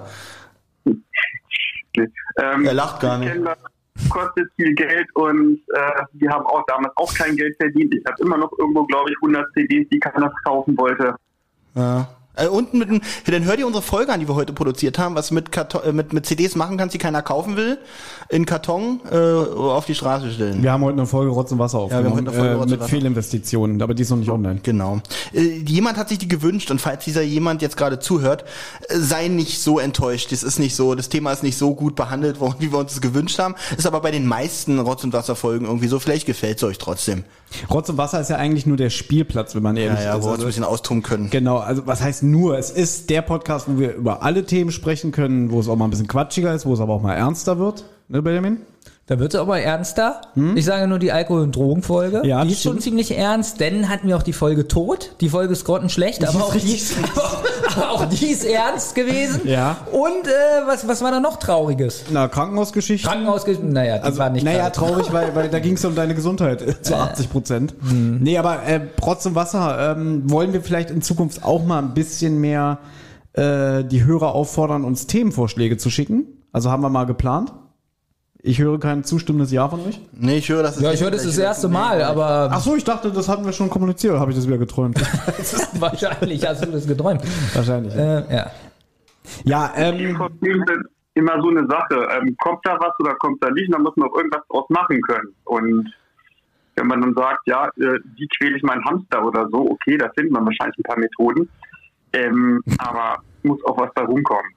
Ähm, Er lacht gar nicht. ich kenn das, kostet viel Geld und äh, wir haben auch damals auch kein Geld verdient. Ich habe immer noch irgendwo, glaube ich, hundert C Ds, die keiner kaufen wollte. Ja. Äh, unten mit dem, dann hör dir unsere Folge an, die wir heute produziert haben, was mit, Karton, äh, mit, mit C Ds machen kannst, die keiner kaufen will, in Karton äh, auf die Straße stellen. Wir haben heute eine Folge Rotz und Wasser wir haben aufgenommen, heute eine Folge äh, Rotz und mit Wasser. Fehlinvestitionen, aber die ist noch nicht online. Genau. Äh, jemand hat sich die gewünscht und falls dieser jemand jetzt gerade zuhört, äh, sei nicht so enttäuscht. Das ist nicht so, das Thema ist nicht so gut behandelt worden, wie wir uns das gewünscht haben. Ist aber bei den meisten Rotz- und Wasser-Folgen irgendwie so. Vielleicht gefällt es euch trotzdem. Rotz und Wasser ist ja eigentlich nur der Spielplatz, wenn man ehrlich Ja, ja, ist. wo wir uns ein Also, bisschen austoben können. genau, also was heißt nur? Es ist der Podcast, wo wir über alle Themen sprechen können, wo es auch mal ein bisschen quatschiger ist, wo es aber auch mal ernster wird. Ne, Benjamin? Da wird es aber ernster. Ich sage nur die Alkohol- und Drogenfolge. Ja, die das ist schon stimmt. ziemlich ernst, denn hatten wir auch die Folge Tod. Die Folge ist grottenschlecht, aber auch, die, aber auch die ist ernst gewesen. Ja. Und äh, was, was war da noch Trauriges? Na, Krankenhausgeschichte. Krankenhaus, naja, die Also, war nicht naja, gerade- traurig, weil, weil da ging es um deine Gesundheit äh, zu achtzig Prozent. Nee, aber äh, Rotz und Wasser, ähm, wollen wir vielleicht in Zukunft auch mal ein bisschen mehr äh, die Hörer auffordern, uns Themenvorschläge zu schicken? Also haben wir mal geplant? Ich höre kein zustimmendes Ja von euch. Nee, ich höre, das ist Ja, ich höre das das erste Mal, aber Ach so, ich dachte, das hatten wir schon kommuniziert, oder habe ich das wieder geträumt? wahrscheinlich hast du das geträumt. Wahrscheinlich. Ja, Äh, ja. ja ähm, Kostüme sind immer so eine Sache. Ähm, kommt da was oder kommt da nicht? Da muss man auch irgendwas draus machen können. Und wenn man dann sagt, ja, äh, wie quäle ich meinen Hamster oder so, okay, da findet man wahrscheinlich ein paar Methoden. Ähm, aber muss auch was da rumkommen.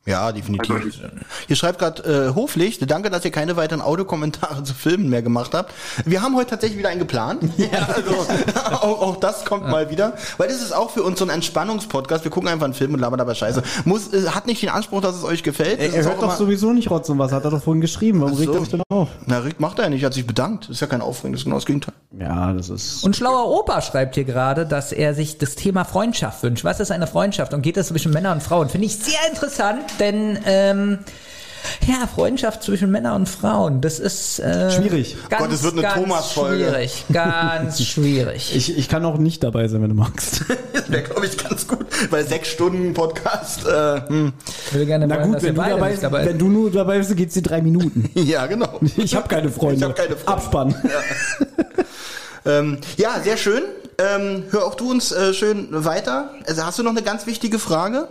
Ja, definitiv. Hier schreibt gerade äh, Hoflicht, danke, dass ihr keine weiteren Audiokommentare zu Filmen mehr gemacht habt. Wir haben heute tatsächlich wieder einen geplant. Ja. Also auch, auch das kommt ja. mal wieder. Weil das ist auch für uns so ein Entspannungspodcast. Wir gucken einfach einen Film und labern dabei Scheiße. Muss, äh, hat nicht den Anspruch, dass es euch gefällt. Er, er hört doch sowieso nicht Rotz und was, hat er doch vorhin geschrieben. Warum so. regt er sich denn auf? Na, regt macht er ja nicht, hat sich bedankt. Das ist ja kein Aufregen, das ist genau das Gegenteil. Ja, das ist... Und schlauer Opa schreibt hier gerade, dass er sich das Thema Freundschaft wünscht. Was ist eine Freundschaft und geht das zwischen Männern und Frauen? Finde ich sehr interessant, denn ähm, ja, Freundschaft zwischen Männern und Frauen, das ist äh, schwierig. Ganz, Gott, es wird eine Thomas-Folge. Schwierig, ganz schwierig. Ich, ich kann auch nicht dabei sein, wenn du magst. Das wäre, glaube ich, ganz gut, weil sechs Stunden Podcast. Äh, hm. Ich will gerne Na wollen, gut, wenn du, dabei, dabei wenn du nur dabei bist, geht's dir drei Minuten. Ja, genau. Ich habe keine Freunde. Ich habe keine Freunde. Abspann. Ja, ähm, ja sehr schön. Ähm, hör auch du uns äh, schön weiter. Also hast du noch eine ganz wichtige Frage?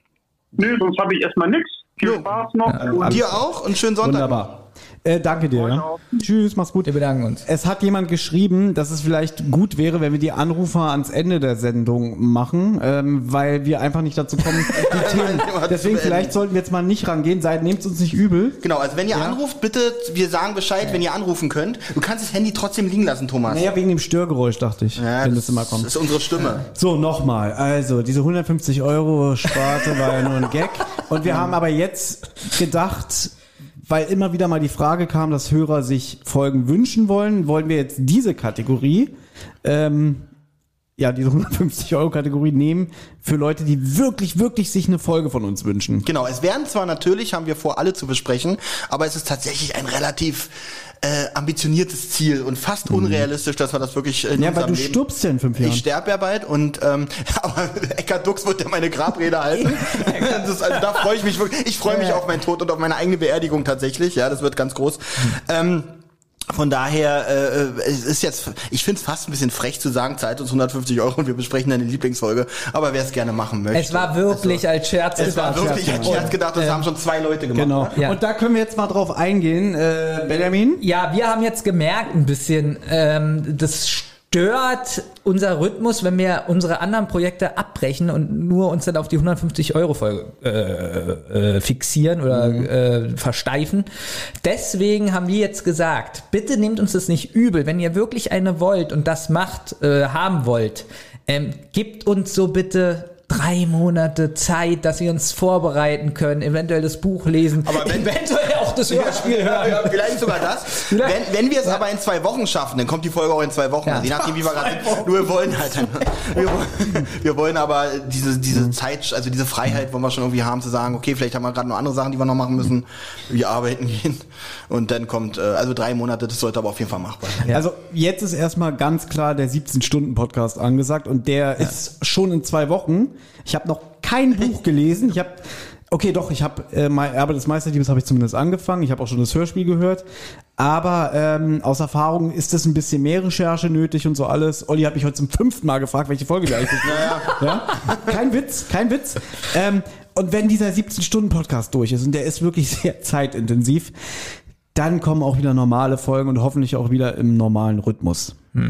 Nö, sonst habe ich erstmal nichts. Viel Jo. Spaß noch. Ja, und dir auch und schönen Sonntag. Wunderbar. Äh, danke dir. Ja. Tschüss, mach's gut. Wir bedanken uns. Es hat jemand geschrieben, dass es vielleicht gut wäre, wenn wir die Anrufer ans Ende der Sendung machen, ähm, weil wir einfach nicht dazu kommen, die Themen. Deswegen vielleicht sollten wir jetzt mal nicht rangehen. Seid, nehmt's uns nicht übel. Genau, also wenn ihr ja. anruft, bitte, wir sagen Bescheid, ja. wenn ihr anrufen könnt. Du kannst das Handy trotzdem liegen lassen, Thomas. Naja, wegen dem Störgeräusch, dachte ich, ja, wenn das, das immer kommt. Das ist unsere Stimme. So, nochmal. Also, diese hundertfünfzig Euro Sparte war ja nur ein Gag. Und wir haben aber jetzt gedacht, weil immer wieder mal die Frage kam, dass Hörer sich Folgen wünschen wollen, wollen wir jetzt diese Kategorie, ähm, ja, diese hundertfünfzig Euro Kategorie nehmen für Leute, die wirklich, wirklich sich eine Folge von uns wünschen. Genau, es werden zwar natürlich, haben wir vor, alle zu besprechen, aber es ist tatsächlich ein relativ äh, ambitioniertes Ziel und fast mhm. unrealistisch, dass wir das wirklich in ja, unserem weil du Leben... stirbst ja in fünf Jahren. Ich sterbe ja bald und ähm, aber Eckhard Dux wird ja meine Grabrede halten. Das ist, also da freue ich mich wirklich. Ich freue mich auf meinen Tod und auf meine eigene Beerdigung tatsächlich. Ja, das wird ganz groß. Mhm. Ähm, Von daher, äh, es ist jetzt, ich finde es fast ein bisschen frech zu sagen, zahlt uns hundertfünfzig Euro und wir besprechen deine Lieblingsfolge, aber wer es gerne machen möchte. Es war wirklich also, als Scherz gedacht. Es war wirklich als Scherz gedacht, das äh, haben schon zwei Leute gemacht. Genau. Ne? Ja. Und da können wir jetzt mal drauf eingehen, äh, Benjamin. Ja, wir haben jetzt gemerkt ein bisschen, ähm, das stört unser Rhythmus, wenn wir unsere anderen Projekte abbrechen und nur uns dann auf die hundertfünfzig Euro Folge äh, äh, fixieren oder mhm. äh, versteifen. Deswegen haben wir jetzt gesagt, bitte nehmt uns das nicht übel, wenn ihr wirklich eine wollt und das macht, äh, haben wollt, ähm, gebt uns so bitte drei Monate Zeit, dass wir uns vorbereiten können, eventuell das Buch lesen, aber wenn, eventuell auch das Hörspiel hören. Ja, vielleicht sogar das. Wenn, wenn wir es ja. aber in zwei Wochen schaffen, dann kommt die Folge auch in zwei Wochen. Ja. Je nachdem, wie wir gerade sind. Nur wir wollen halt, wir, wir wollen aber diese, diese Zeit, also diese Freiheit wollen wir schon irgendwie haben, zu sagen, okay, vielleicht haben wir gerade noch andere Sachen, die wir noch machen müssen. Wir arbeiten gehen. Und dann kommt, also drei Monate, das sollte aber auf jeden Fall machbar sein. Ja. Also jetzt ist erstmal ganz klar der siebzehn-Stunden-Podcast angesagt und der ja. ist schon in zwei Wochen. Ich habe noch kein Buch gelesen. Ich habe, okay, doch, ich habe äh, mein Erbe des Meisterdiebes habe ich zumindest angefangen. Ich habe auch schon das Hörspiel gehört. Aber ähm, aus Erfahrung ist es ein bisschen mehr Recherche nötig und so alles. Olli hat mich heute zum fünften Mal gefragt, welche Folge wir eigentlich ist. Ja, ja. Kein Witz, kein Witz. Ähm, und wenn dieser siebzehn-Stunden-Podcast durch ist und der ist wirklich sehr zeitintensiv, dann kommen auch wieder normale Folgen und hoffentlich auch wieder im normalen Rhythmus. Hm.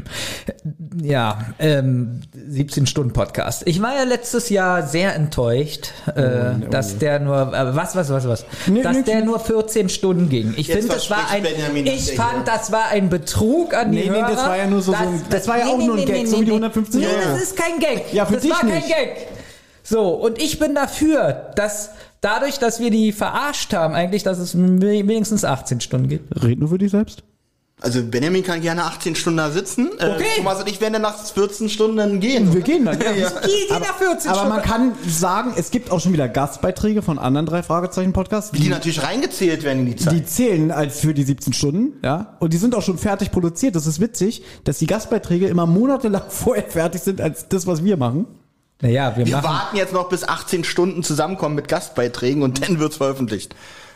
Ja, ähm, siebzehn-Stunden-Podcast. Ich war ja letztes Jahr sehr enttäuscht, äh, oh, oh. dass der nur, äh, was, was, was, was, nee, dass nee, der nur vierzehn Stunden ging. Ich finde, das war ein, Benjamin ich fand, das war ein Betrug an die nee, Hörer. Nee, das war ja nur so, das, so ein, das war ja nee, auch nee, nur ein Gag, nee, so wie die hundertfünfzig Euro. Nee, das ist kein Gag. Ja, für das dich war nicht. kein Gag. So, und ich bin dafür, dass dadurch, dass wir die verarscht haben, eigentlich, dass es wenigstens achtzehn Stunden gibt. Red nur für dich selbst. Also Benjamin kann gerne achtzehn Stunden da sitzen. Okay. Äh, Thomas und ich werden dann nach vierzehn Stunden gehen. Wir gehen dann. Ja. Ja. Ich gehe nach vierzehn aber, Stunden. Aber man kann sagen, es gibt auch schon wieder Gastbeiträge von anderen drei Fragezeichen-Podcasts. Die, die natürlich reingezählt werden in die Zeit. Die zählen als für die siebzehn Stunden, ja. Und die sind auch schon fertig produziert. Das ist witzig, dass die Gastbeiträge immer monatelang vorher fertig sind als das, was wir machen. Naja, wir, wir machen warten jetzt noch bis achtzehn Stunden zusammenkommen mit Gastbeiträgen und dann wird's veröffentlicht.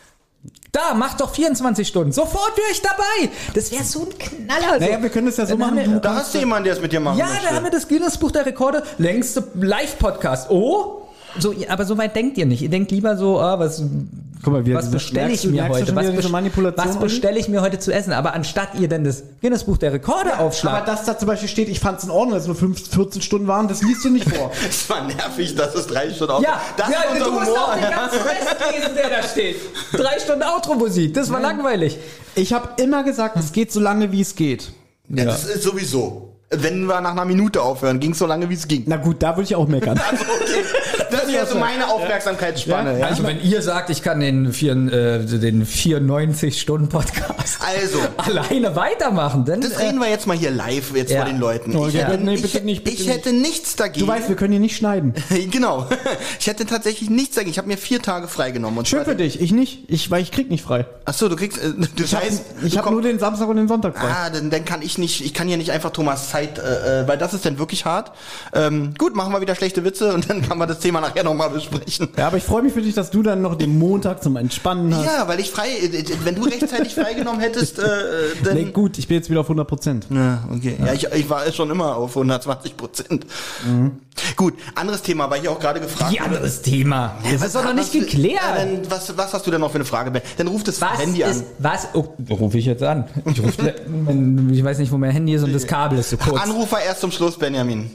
Da, mach doch vierundzwanzig Stunden. Sofort wäre ich dabei. Das wäre so ein Knaller. So. Naja, wir können das ja so Dann machen. wir, Du da hast du jemanden, der es mit dir machen Ja, möchte. da haben wir das Guinness-Buch der Rekorde. Längste Live-Podcast. Oh, so, aber so weit denkt ihr nicht. Ihr denkt lieber so, ah, was, Guck mal, wir, was bestelle ich merkst du- mir merkst du heute? schon Was, wieder diese best- Manipulation was an? bestelle ich mir heute zu essen? Aber anstatt ihr denn das Guinness-Buch der Rekorde Aber aufschlagt, dass da zum Beispiel steht, ich fand es in Ordnung, dass es nur fünf, vierzehn Stunden waren, das liest du nicht vor. Es war nervig, dass es drei Stunden auf. ja, das ja, ist unser du musst Humor. auch den ganzen Rest lesen, der da steht. Drei Stunden Outro-Musik, das war langweilig. Ich habe immer gesagt, es geht so lange, wie es geht. Ja, das ist sowieso. Wenn wir nach einer Minute aufhören, ging es so lange, wie es ging. Na gut, da würde ich auch meckern. Also, okay. Das ist ja so meine Aufmerksamkeitsspanne. Ja. Also wenn ihr sagt, ich kann den, vier, äh, den vierundneunzig-Stunden-Podcast Also. alleine weitermachen, dann... Das reden wir jetzt mal hier live jetzt Ja. vor den Leuten. Oh, Ich, ja, hätte, nee, ich, bitte nicht, bitte ich hätte nichts dagegen. Du weißt, wir können hier nicht schneiden. Genau. Ich hätte tatsächlich nichts dagegen. Ich habe mir vier Tage freigenommen. Und Schön zwar- für dich, ich nicht. Ich, weil ich krieg nicht frei. Ach so, du kriegst, äh, du Ich habe heißt, ich du hab komm- nur den Samstag und den Sonntag frei. Ah, dann, dann kann ich nicht, ich kann hier nicht einfach Thomas Zeit, äh, äh, weil das ist dann wirklich hart. Ähm, gut, machen wir wieder schlechte Witze und dann kann man das Thema nachher nochmal besprechen. Ja, aber ich freue mich für dich, dass du dann noch den Montag zum Entspannen hast. Ja, weil ich frei, äh, wenn du rechtzeitig freigenommen hättest, äh, dann... Nee, gut, ich bin jetzt wieder auf hundert Prozent. Ja, okay. Ja, ich, ich war schon immer auf hundertzwanzig Prozent. Gut, anderes Thema, weil ich auch gerade gefragt Wie anderes Thema. Das ist doch noch nicht geklärt. Ja, dann, was, was hast du denn noch für eine Frage, Ben? Dann ruf das Was Handy ist, an. was, oh, rufe ich jetzt an. Ich, ruf, ich weiß nicht, wo mein Handy ist und das Kabel ist so kurz. Anrufer erst zum Schluss, Benjamin.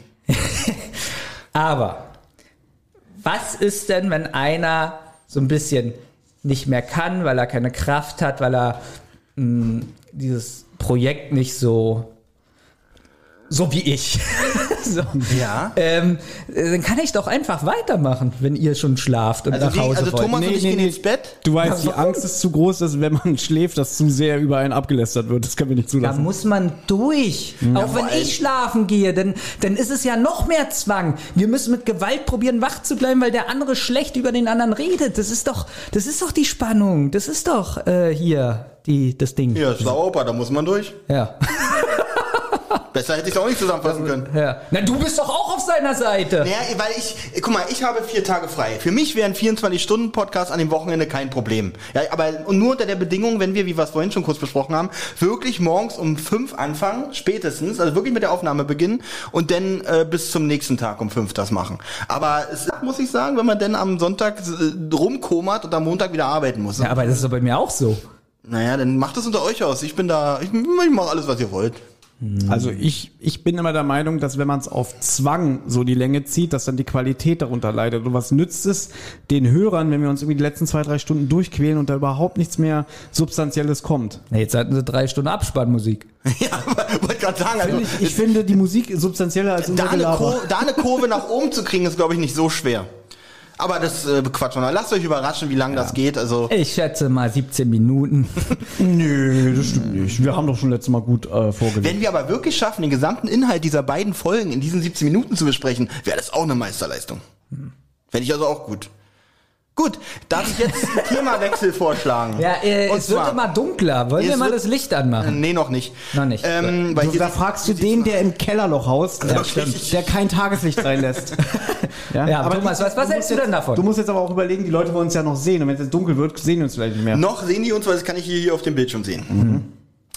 Aber, was ist denn, wenn einer so ein bisschen nicht mehr kann, weil er keine Kraft hat, weil er mh, dieses Projekt nicht so, so wie ich. so. Ja. Ähm, dann kann ich doch einfach weitermachen, wenn ihr schon schlaft und Also, nach die, Hause also wollt. Thomas Nee, und ich nee, gehen nee. ins Bett. Du weißt, die Angst ist zu groß, dass wenn man schläft, dass zu sehr über einen abgelästert wird. Das können wir nicht Da zulassen. muss man durch. Auch wenn vor allem- ich schlafen gehe, dann, dann ist es ja noch mehr Zwang. Wir müssen mit Gewalt probieren, wach zu bleiben, weil der andere schlecht über den anderen redet. Das ist doch, das ist doch die Spannung. Das ist doch äh, hier die, das Ding. Ja, schlauer Opa, da muss man durch. Ja. Besser hätte ich es auch nicht zusammenfassen können. ja. Na, du bist doch auch auf seiner Seite. Naja, weil ich, guck mal, ich habe vier Tage frei. Für mich wären vierundzwanzig-Stunden-Podcast an dem Wochenende kein Problem. Ja, aber und nur unter der Bedingung, wenn wir, wie wir es vorhin schon kurz besprochen haben, wirklich morgens um fünf anfangen, spätestens, also wirklich mit der Aufnahme beginnen und dann äh, bis zum nächsten Tag um fünf das machen. Aber es muss ich sagen, wenn man dann am Sonntag äh, rumkomert und am Montag wieder arbeiten muss. Ja, aber das ist doch bei mir auch so. Naja, dann macht es unter euch aus. Ich bin da, ich, ich mache alles, was ihr wollt. Also ich, ich bin immer der Meinung, dass wenn man es auf Zwang so die Länge zieht, dass dann die Qualität darunter leidet. Und was nützt es den Hörern, wenn wir uns irgendwie die letzten zwei, drei Stunden durchquälen und da überhaupt nichts mehr Substanzielles kommt? Na, jetzt hatten sie drei Stunden Abspannmusik. Ja, wollte gerade sagen, also Ich, ich finde die Musik substanzieller als da unser eine, Gelaber. Kur- da eine Kurve nach oben zu kriegen, ist, glaube ich, nicht so schwer. Aber das äh, bequatschen wir. Lasst euch überraschen, wie lange das geht. Also Ich schätze mal siebzehn Minuten. Nö, das stimmt nicht. Wir haben doch schon letztes Mal gut äh, vorgelegt. wenn wir aber wirklich schaffen, den gesamten Inhalt dieser beiden Folgen in diesen siebzehn Minuten zu besprechen, wäre das auch eine Meisterleistung. Fände ich also auch gut. Gut, darf ich jetzt einen Themawechsel vorschlagen? Ja, äh, Und es wird zwar- immer dunkler. Wollen Es wir mal wird- das Licht anmachen? Nee, noch nicht. Noch nicht. Ähm, weil Du, hier da fragst du den, der im Kellerloch haust, Ja, stimmt. der kein Tageslicht reinlässt. Ja, Thomas, was- was hältst du musst denn davon? Du musst jetzt aber auch überlegen, die Leute wollen uns ja noch sehen. Und wenn es jetzt dunkel wird, sehen die uns vielleicht nicht mehr. noch sehen die uns, weil das kann ich hier, hier auf dem Bildschirm sehen. Mhm.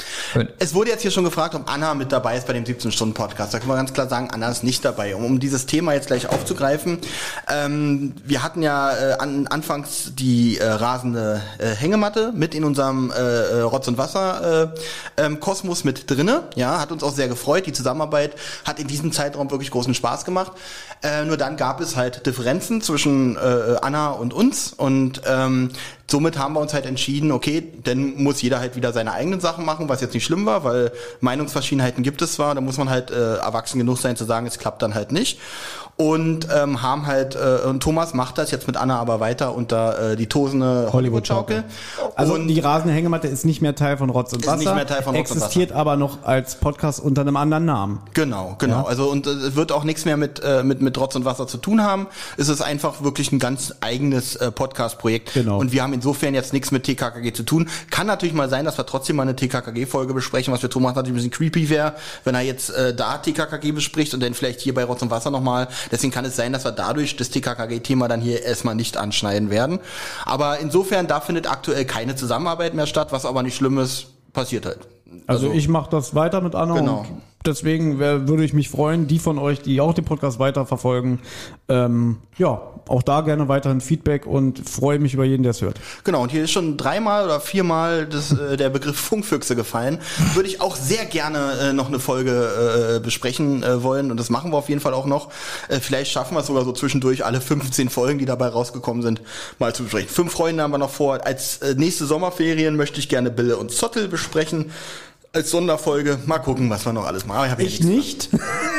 Es wurde jetzt hier schon gefragt, ob Anna mit dabei ist bei dem siebzehn-Stunden-Podcast. Da können wir ganz klar sagen, Anna ist nicht dabei. Um, um dieses Thema jetzt gleich aufzugreifen, ähm, wir hatten ja äh, an, anfangs die äh, rasende äh, Hängematte mit in unserem äh, Rotz- und Wasser äh, ähm, Kosmos mit drinne. Ja, hat uns auch sehr gefreut. Die Zusammenarbeit hat in diesem Zeitraum wirklich großen Spaß gemacht. Äh, nur dann gab es halt Differenzen zwischen äh, Anna und uns und ähm, somit haben wir uns halt entschieden, okay, dann muss jeder halt wieder seine eigenen Sachen machen, was jetzt nicht schlimm war, weil Meinungsverschiedenheiten gibt es zwar, da muss man halt äh, erwachsen genug sein zu sagen, es klappt dann halt nicht. Und ähm, haben halt, äh, und Thomas macht das jetzt mit Anna aber weiter unter äh, die tosende Hollywood-Schaukel. Also und die rasende Hängematte ist nicht mehr Teil von Rotz und Ist Wasser. nicht mehr Teil von Rotz und existiert aber noch als Podcast unter einem anderen Namen. Genau, genau. Ja. Also und es wird auch nichts mehr mit äh, mit mit Rotz und Wasser zu tun haben. Es ist einfach wirklich ein ganz eigenes äh, Podcast-Projekt. Genau. Und wir haben insofern jetzt nichts mit T K K G zu tun. Kann natürlich mal sein, dass wir trotzdem mal eine T K K G-Folge besprechen, was für Thomas natürlich ein bisschen creepy wäre, wenn er jetzt äh, da T K K G bespricht und dann vielleicht hier bei Rotz und Wasser nochmal. Deswegen kann es sein, dass wir dadurch das T K K G-Thema dann hier erstmal nicht anschneiden werden. Aber insofern, da findet aktuell keine Zusammenarbeit mehr statt, was aber nicht schlimm ist, passiert halt. Also, ich mache das weiter mit Anna Genau. und Deswegen wär, würde ich mich freuen, die von euch, die auch den Podcast weiterverfolgen, ähm, ja, auch da gerne weiterhin Feedback und freue mich über jeden, der es hört. Genau, und hier ist schon dreimal oder viermal das, äh, der Begriff Funkfüchse gefallen. Würde ich auch sehr gerne äh, noch eine Folge äh, besprechen äh, wollen und das machen wir auf jeden Fall auch noch. Äh, vielleicht schaffen wir es sogar so zwischendurch, alle fünfzehn Folgen, die dabei rausgekommen sind, mal zu besprechen. Fünf Freunde haben wir noch vor. Als äh, nächste Sommerferien möchte ich gerne Bille und Zottel besprechen. Als Sonderfolge. Mal gucken, was wir noch alles machen. Aber ich Ich nicht.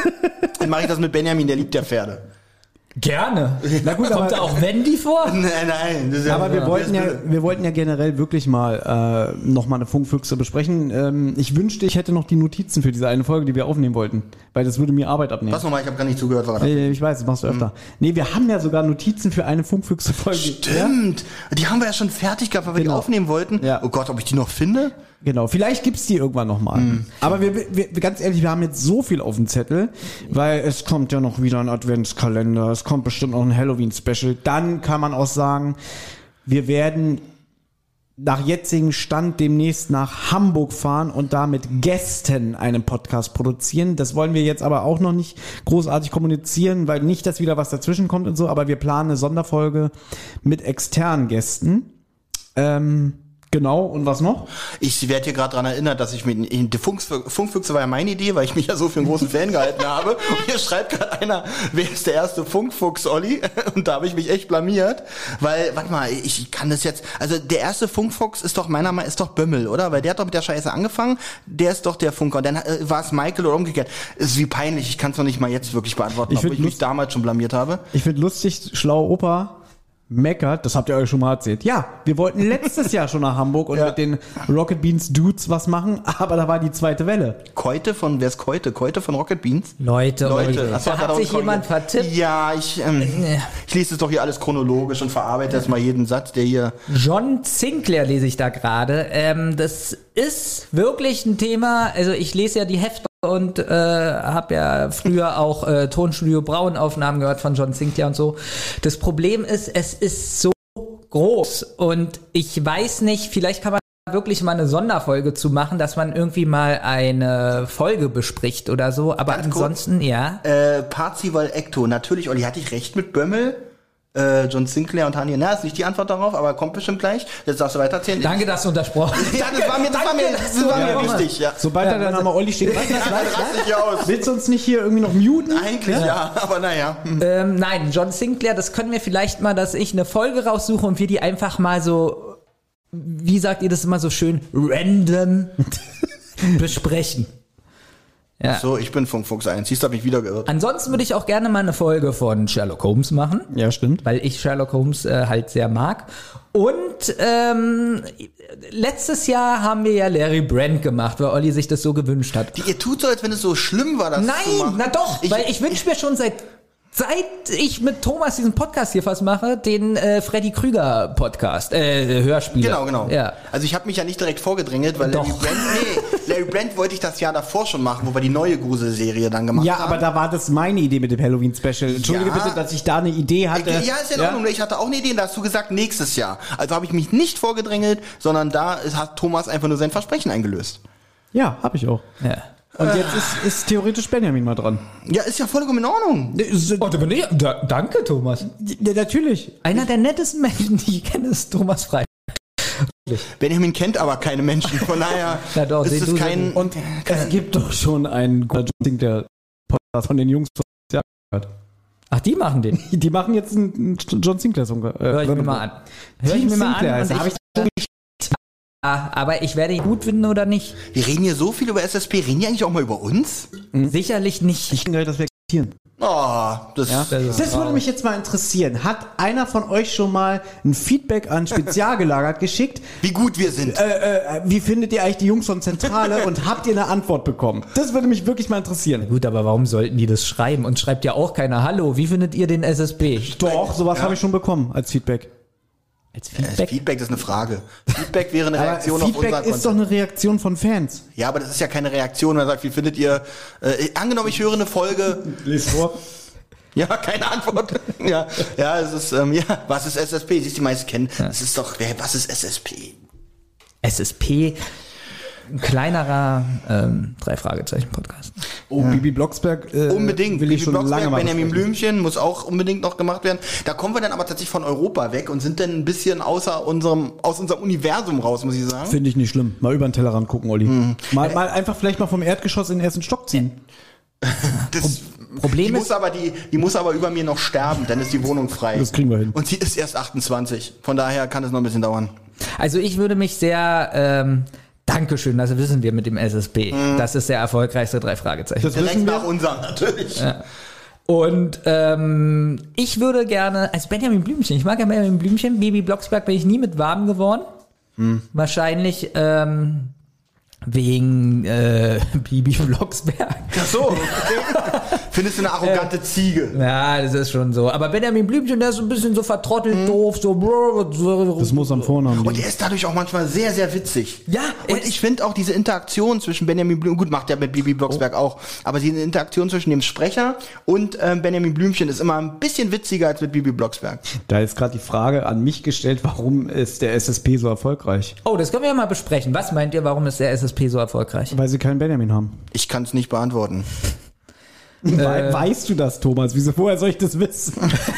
Dann mache ich das mit Benjamin, der liebt ja Pferde. Gerne. Na gut, kommt da auch Wendy vor? Nein, nein. Das ist ja Aber wir wollten ja, wir wollten ja generell wirklich mal äh, noch mal eine Funkfüchse besprechen. Ähm, ich wünschte, ich hätte noch die Notizen für diese eine Folge, die wir aufnehmen wollten, weil das würde mir Arbeit abnehmen. Was nochmal? Ich habe gar nicht zugehört. War das? Äh, Ich weiß, das machst du öfter. Nee, wir haben ja sogar Notizen für eine Funkfüchse-Folge. Stimmt. Die haben wir ja schon fertig gehabt, weil wir Genau. die aufnehmen wollten. Ja. Oh Gott, ob ich die noch finde? Genau, vielleicht gibt's die irgendwann nochmal. Mhm. Aber wir, wir, ganz ehrlich, wir haben jetzt so viel auf dem Zettel, weil es kommt ja noch wieder ein Adventskalender, es kommt bestimmt noch ein Halloween-Special. Dann kann man auch sagen, wir werden nach jetzigem Stand demnächst nach Hamburg fahren und da mit Gästen einen Podcast produzieren. Das wollen wir jetzt aber auch noch nicht großartig kommunizieren, weil nicht, dass wieder was dazwischen kommt und so, aber wir planen eine Sonderfolge mit externen Gästen. Ähm... Genau, und was noch? Ich werde hier gerade daran erinnert, dass ich mit die Funk, Funkfüchse war ja meine Idee, weil ich mich ja so für einen großen Fan gehalten habe. Und hier schreibt gerade einer, wer ist der erste Funkfuchs, Olli? Und da habe ich mich echt blamiert, weil, warte mal, ich kann das jetzt, also der erste Funkfuchs ist doch meiner Meinung nach, ist doch Bömmel, oder? Weil der hat doch mit der Scheiße angefangen, der ist doch der Funker. Und dann äh, war es Michael oder umgekehrt. Ist wie peinlich, ich kann es noch nicht mal jetzt wirklich beantworten, Ich ob find ich mich lust- damals schon blamiert habe. Ich finde lustig, schlauer Opa meckert, das habt ihr euch schon mal erzählt. Ja, wir wollten letztes Jahr schon nach Hamburg und Ja. mit den Rocket Beans Dudes was machen, aber da war die zweite Welle. Keute von, wer ist Keute? Keute von Rocket Beans? Leute, Leute, Leute. ach so, Da hat er sich auch jemand korrigiert. vertippt. Ja, ich, ähm, ich lese es doch hier alles chronologisch und verarbeite jetzt mal jeden Satz, der hier. John Sinclair lese ich da gerade. Ähm, das ist wirklich ein Thema. Also ich lese ja die Hefte und äh, habe ja früher auch äh, Tonstudio Braun Aufnahmen gehört von John Sinclair und so. Das Problem ist, es ist so groß und ich weiß nicht, vielleicht kann man wirklich mal eine Sonderfolge zu machen, dass man irgendwie mal eine Folge bespricht oder so, aber Ganz kurz. ansonsten, ja. Äh, Parzival Ecto, natürlich, Olli, hatte ich recht mit Bömmel? Äh, John Sinclair und Tanja, na, ist nicht die Antwort darauf, aber kommt bestimmt gleich. Jetzt darfst du weitererzählen. Danke, dass du untersprochen hast. Ja, das war mir, das war mir, das war mir Ja. wichtig, ja. Sobald Ja, da der was- Name Olli steht, was, was, Das rast nicht aus. willst du uns nicht hier irgendwie noch muten? Eigentlich ja, aber naja. Ähm, nein, John Sinclair, das können wir vielleicht mal, dass ich eine Folge raussuche und wir die einfach mal so, wie sagt ihr das immer so schön, random besprechen. Ja. So, ich bin Funkfuchs eins. Siehst du, hab mich wieder geirrt. Ansonsten würde ich auch gerne mal eine Folge von Sherlock Holmes machen, Ja, stimmt. weil ich Sherlock Holmes äh, halt sehr mag. Und ähm, letztes Jahr haben wir ja Larry Brand gemacht, weil Olli sich das so gewünscht hat. Ihr tut so, als wenn es so schlimm war, das zu Nein, machen. na doch, Ich- weil ich wünsche mir schon seit seit ich mit Thomas diesen Podcast hier fast mache, den äh, Freddy Krüger Podcast, äh, Hörspiel. Genau, genau. Ja. Also ich habe mich ja nicht direkt vorgedrängelt, weil Doch. Larry Brand, nee, Larry Brand wollte ich das Jahr davor schon machen, wo wir die neue Gruselserie dann gemacht Ja, haben. aber da war das meine Idee mit dem Halloween-Special. Entschuldige Ja. bitte, dass ich da eine Idee hatte. Ja, ist ja in Ordnung. Ich hatte auch eine Idee, da hast du gesagt, nächstes Jahr. Also habe ich mich nicht vorgedrängelt, sondern da ist- hat Thomas einfach nur sein Versprechen eingelöst. Ja, hab ich auch. Ja. Und jetzt ist, ist theoretisch Benjamin mal dran. Ja, ist ja vollkommen in Ordnung. Oh, da bin ich, da, danke, Thomas. Ja, natürlich. Einer der nettesten Menschen, die ich kenne, ist Thomas Frei. Benjamin kennt aber keine Menschen, von daher Ja, doch, ist seh es du kein... Und es gibt doch schon einen Ding, der Podcast von den Jungs. Ja. Ach, die machen den. Die machen jetzt einen John Sinclair-Song. Äh, Hör ich mir mal an. Hör ich Team mir mal Sinclair an. heißt Und er. Hab ich, ich ah, aber ich werde ihn gut finden oder nicht? Wir reden hier so viel über S S P, reden die eigentlich auch mal über uns? Sicherlich nicht. Ich denke, dass wir akzeptieren. Oh, das... Ja? Das ist Das würde mich jetzt mal interessieren. Hat einer von euch schon mal ein Feedback an Spezialgelagert geschickt? Wie gut wir sind. Äh, äh, wie findet ihr eigentlich die Jungs von Zentrale und habt ihr eine Antwort bekommen? Das würde mich wirklich mal interessieren. Gut, aber warum sollten die das schreiben? Und schreibt ja auch keiner, hallo, wie findet ihr den S S P? Doch, sowas habe ich schon bekommen als Feedback. Als Das Feedback? Feedback, das ist eine Frage. Feedback wäre eine Aber Reaktion auf Feedback unser ist doch eine Reaktion von Fans. Ja, aber das ist ja keine Reaktion, wenn man sagt, wie findet ihr... Äh, angenommen, ich höre eine Folge... Lies vor. Ja, keine Antwort. ja, ja, es ist, ähm, ja, was ist S S P? Siehst du, die meisten kennen. Es ist doch, wer, was ist S S P? S S P. ein kleinerer ähm, Drei-Fragezeichen-Podcast. Oh, Bibi Blocksberg äh, Unbedingt. will ich Bibi schon Blocksberg, lange mal Benjamin besprechen. Blümchen muss auch unbedingt noch gemacht werden. Da kommen wir dann aber tatsächlich von Europa weg und sind dann ein bisschen außer unserem, aus unserem Universum raus, muss ich sagen. Finde ich nicht schlimm. Mal über den Tellerrand gucken, Olli. Mhm. Mal, mal einfach vielleicht mal vom Erdgeschoss in den ersten Stock ziehen. Das, Problem die ist- muss aber die, die muss aber über mir noch sterben, dann ist die Wohnung frei. Das kriegen wir hin. Und sie ist erst achtundzwanzig. Von daher kann es noch ein bisschen dauern. Also ich würde mich sehr, ähm, Dankeschön, das wissen wir mit dem S S P. Das ist der erfolgreichste Drei-Fragezeichen. Das Direkt wissen wir. nach unserem natürlich. Und ähm, ich würde gerne, also Benjamin Blümchen, ich mag ja Benjamin Blümchen, Bibi Blocksberg bin ich nie mit warm geworden. Wahrscheinlich ähm, wegen äh, Bibi Blocksberg. Ach so, okay. Findest du eine arrogante Ziege? Ja, das ist schon so. Aber Benjamin Blümchen, der ist so ein bisschen so vertrottelt, doof, so. brr, so Das muss am Vornamen Und liegen. er ist dadurch auch manchmal sehr, sehr witzig. Ja, er und ist- ich finde auch diese Interaktion zwischen Benjamin Blümchen, gut, macht er mit Bibi Blocksberg auch, aber diese Interaktion zwischen dem Sprecher und ähm, Benjamin Blümchen ist immer ein bisschen witziger als mit Bibi Blocksberg. Da ist gerade die Frage an mich gestellt, warum ist der S S P so erfolgreich? Oh, das können wir ja mal besprechen. Was meint ihr, warum ist der S S P so erfolgreich? Weil sie keinen Benjamin haben. Ich kann es nicht beantworten. We- weißt du das, Thomas? Wieso, woher soll ich das wissen?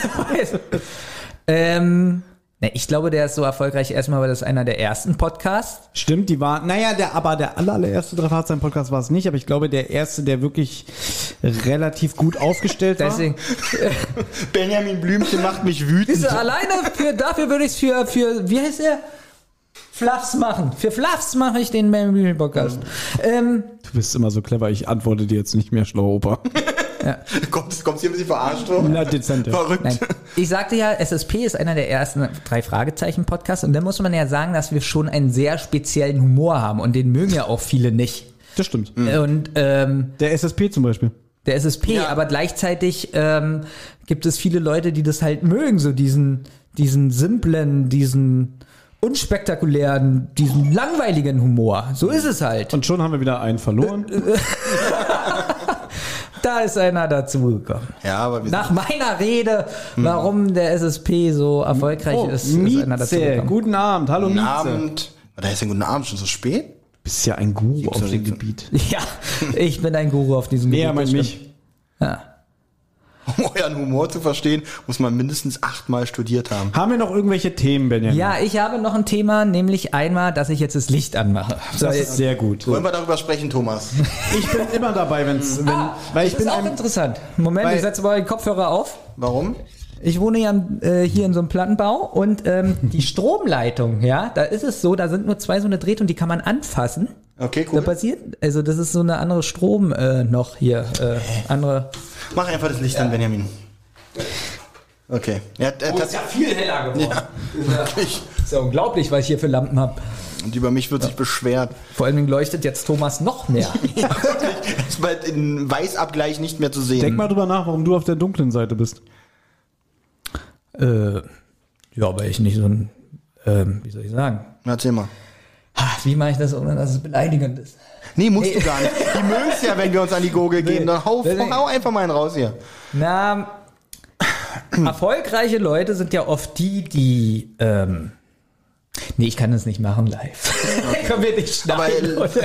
ähm, ne, ich glaube, der ist so erfolgreich erstmal, weil das einer der ersten Podcasts. Stimmt, die waren, naja, der, aber der aller, allererste Drei-Fragezeichen-Podcast war es nicht, aber ich glaube, der erste, der wirklich relativ gut aufgestellt war. Deswegen, Benjamin Blümchen macht mich wütend. diese, alleine für, dafür würde ich es für, für, wie heißt der? Fluffs machen. Für Fluffs mache ich den Benjamin Blümchen Podcast. Ähm, Du bist immer so clever, ich antworte dir jetzt nicht mehr, schlauer Opa. Kommst kommst hier ein bisschen verarscht vor? Na, dezent. Verrückt. Nein, ich sagte ja, S S P ist einer der ersten Drei-Fragezeichen-Podcasts und da muss man ja sagen, dass wir schon einen sehr speziellen Humor haben und den mögen ja auch viele nicht. Das stimmt. Und ähm, Der S S P zum Beispiel. der S S P, Ja. aber gleichzeitig ähm, gibt es viele Leute, die das halt mögen, so diesen, diesen simplen, diesen unspektakulären, diesen langweiligen Humor. So ist es halt. Und schon haben wir wieder einen verloren. Da ist einer dazugekommen. Ja, aber wir Nach meiner Rede, warum der S S P so erfolgreich Oh, ist, ist einer Mieze, dazugekommen. guten Abend. Hallo guten Mieze. Abend. Da ist ja guten Abend, schon so spät? Du bist ja ein Guru auf dem so- Gebiet. Ja, ich bin ein Guru auf diesem Nee, er Gebiet, meint das mich. stimmt. Ja. Um euren Humor zu verstehen, muss man mindestens achtmal studiert haben. Haben wir noch irgendwelche Themen, Benjamin? ja, ich habe noch ein Thema, nämlich einmal, dass ich jetzt das Licht anmache. So, Das ist sehr gut. Wollen wir darüber sprechen, Thomas? Ich bin immer dabei, wenn's, wenn, ah, weil ich das bin ist auch ein, interessant. Moment, weil- ich setze mal den Kopfhörer auf. Warum? Ich wohne ja äh, hier in so einem Plattenbau und ähm, die Stromleitung, ja, da ist es so, da sind nur zwei so eine Drähte und die kann man anfassen. Okay, Da cool. passiert, also das ist so eine andere Strom äh, noch hier, äh, andere. Mach einfach das Licht an, Benjamin. Okay. Ja, äh, das, viel heller geworden. wirklich. Ist ja unglaublich, was ich hier für Lampen habe. Und über mich wird sich beschwert. Vor allem leuchtet jetzt Thomas noch mehr. Ist bald in Weißabgleich nicht mehr zu sehen. denk mal drüber nach, warum du auf der dunklen Seite bist. äh, ja, weil ich nicht so ein, ähm, wie soll ich sagen? Erzähl mal. Ha, Wie mache ich das, ohne dass es beleidigend ist? Nee, musst du gar nicht. Die mögen es ja, wenn wir uns an die Gurgel gehen. Dann hau, Deswegen- hau einfach mal einen raus hier. Na, erfolgreiche Leute sind ja oft die, die, ähm, nee, ich kann das nicht machen live. Können wir nicht Aber, schneiden, äh, oder?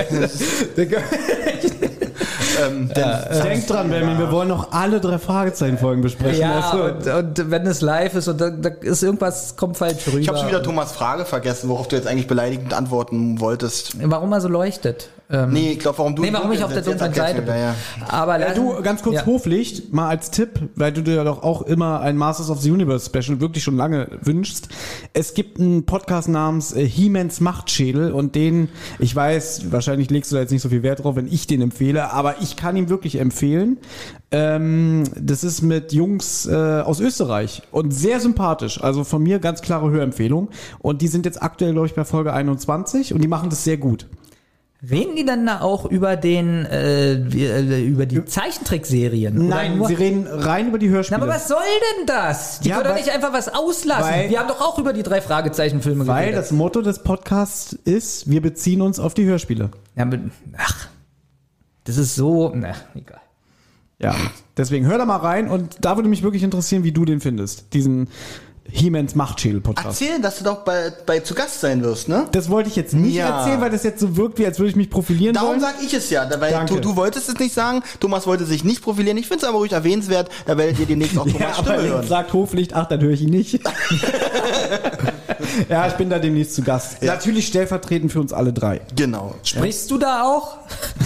Ähm, denn, Denk dran, Benjamin, wir wollen noch alle drei Fragezeichen-Folgen besprechen. Ja, weißt du? und, und wenn es live ist und da, da ist irgendwas, kommt falsch rüber. ich habe schon wieder Thomas Frage vergessen, worauf du jetzt eigentlich beleidigend antworten wolltest. Warum er so leuchtet. Ähm, Nee, ich glaube, warum du... nee, warum ich auf der Jetzt dunklen erklär's Seite mir bin. wieder, ja. Aber Äh, lassen- du, ganz kurz ja. Hoflicht, mal als Tipp, weil du dir ja doch auch immer ein Masters of the Universe Special wirklich schon lange wünschst. Es gibt einen Podcast namens äh, He-Mans Machtschädel und den, ich weiß, wahrscheinlich legst du da jetzt nicht so viel Wert drauf, wenn ich den empfehle, aber ich kann ihn wirklich empfehlen. Ähm, das ist mit Jungs äh, aus Österreich und sehr sympathisch. Also von mir ganz klare Hörempfehlung. Und die sind jetzt aktuell, glaube ich, bei Folge einundzwanzig und die machen das sehr gut. Reden die dann da auch über den, äh, wie, äh, über die Zeichentrickserien? Oder Nein, nur- sie reden rein über die Na, Hörspiele. aber was soll denn das? Die Ja, können doch weil- nicht einfach was auslassen. weil- Wir haben doch auch über die drei Fragezeichen-Filme Weil geredet. das Motto des Podcasts ist, wir beziehen uns auf die Hörspiele. Ja, aber, ach, das ist so, na, egal. Ja, deswegen hör da mal rein und da würde mich wirklich interessieren, wie du den findest. Diesen He-Mans Machtschädel-Podcast. Erzähl, dass du doch bei, bei zu Gast sein wirst, ne? Das wollte ich jetzt nicht Ja. erzählen, weil das jetzt so wirkt, wie als würde ich mich profilieren Darum wollen. sag ich es ja, weil Danke. du, du wolltest es nicht sagen, Thomas wollte sich nicht profilieren. Ich finde es aber ruhig erwähnenswert, da werdet ihr demnächst auch Ja, Thomas aber Stimme wenn hören. sagt Hoflicht, ach, dann höre ich ihn nicht. Ja, ich bin da demnächst zu Gast. Ja. Natürlich stellvertretend für uns alle drei. Genau. Sprichst du da auch?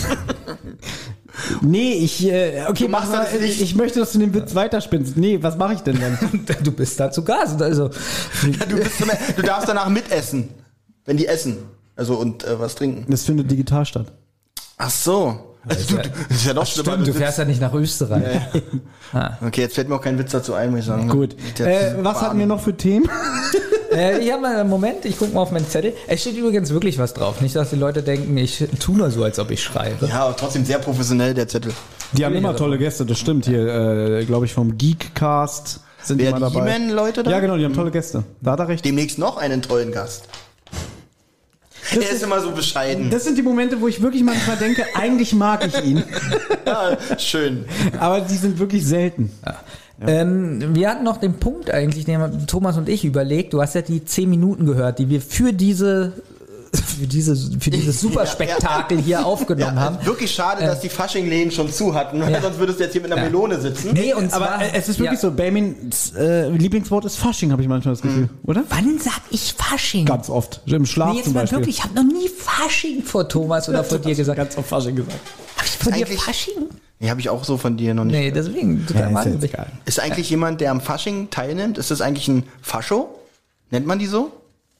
Nee, ich, äh, okay, Du machst mach mal, das nicht. ich möchte, dass du den Witz weiterspinnst. Nee, was mache ich denn dann? Du bist da zu Gast. Also, Ja, du, bist so eine, du darfst danach mitessen, wenn die essen. Also und äh, was trinken. Das findet digital statt. Ach so. Also, du, du, das ist ja doch schlimmer. stimmt, du fährst ja nicht nach Österreich. Okay, jetzt fällt mir auch kein Witz dazu ein, muss ich sagen. Gut. Äh, was hatten wir noch für Themen? Äh, ich habe mal einen Moment, ich gucke mal auf meinen Zettel. Es steht übrigens wirklich was drauf. Nicht, dass die Leute denken, ich tue nur so, als ob ich schreibe. Ja, aber trotzdem sehr professionell, der Zettel. Die haben immer tolle Gäste, das stimmt. Hier, äh, glaube ich, vom Geekcast sind Wer, die immer die dabei. He-Man-Leute da? Ja, genau, die haben tolle Gäste. Da hat er recht. Demnächst noch einen tollen Gast. Er ist immer so bescheiden. Das sind die Momente, wo ich wirklich manchmal denke, eigentlich mag ich ihn. Ja, schön. Aber die sind wirklich selten. Ähm, wir hatten noch den Punkt eigentlich, den haben Thomas und ich überlegt. Du hast ja die zehn Minuten gehört, die wir für diese für diese für dieses Superspektakel hier aufgenommen Ja, haben. wirklich schade, dass die Fasching-Läden schon zu hatten, weil Ja. sonst würdest du jetzt hier mit einer Ja. Melone sitzen. Nee, und Aber zwar, äh, es ist wirklich ja. so, Bamins äh, Lieblingswort ist Fasching, habe ich manchmal das Gefühl, oder? Wann sag ich Fasching? Ganz oft. Im Schlaf Nee, jetzt zum mal Beispiel. wirklich, ich habe noch nie Fasching vor Thomas oder vor dir gesagt. Ganz oft Fasching gesagt. Hab ich vor dir Eigentlich- Fasching? Nee, habe ich auch so von dir noch nicht. Nee, deswegen. Total Ja, ist wahnsinnig. jetzt egal. Ist eigentlich jemand, der am Fasching teilnimmt, ist das eigentlich ein Fascho? Nennt man die so?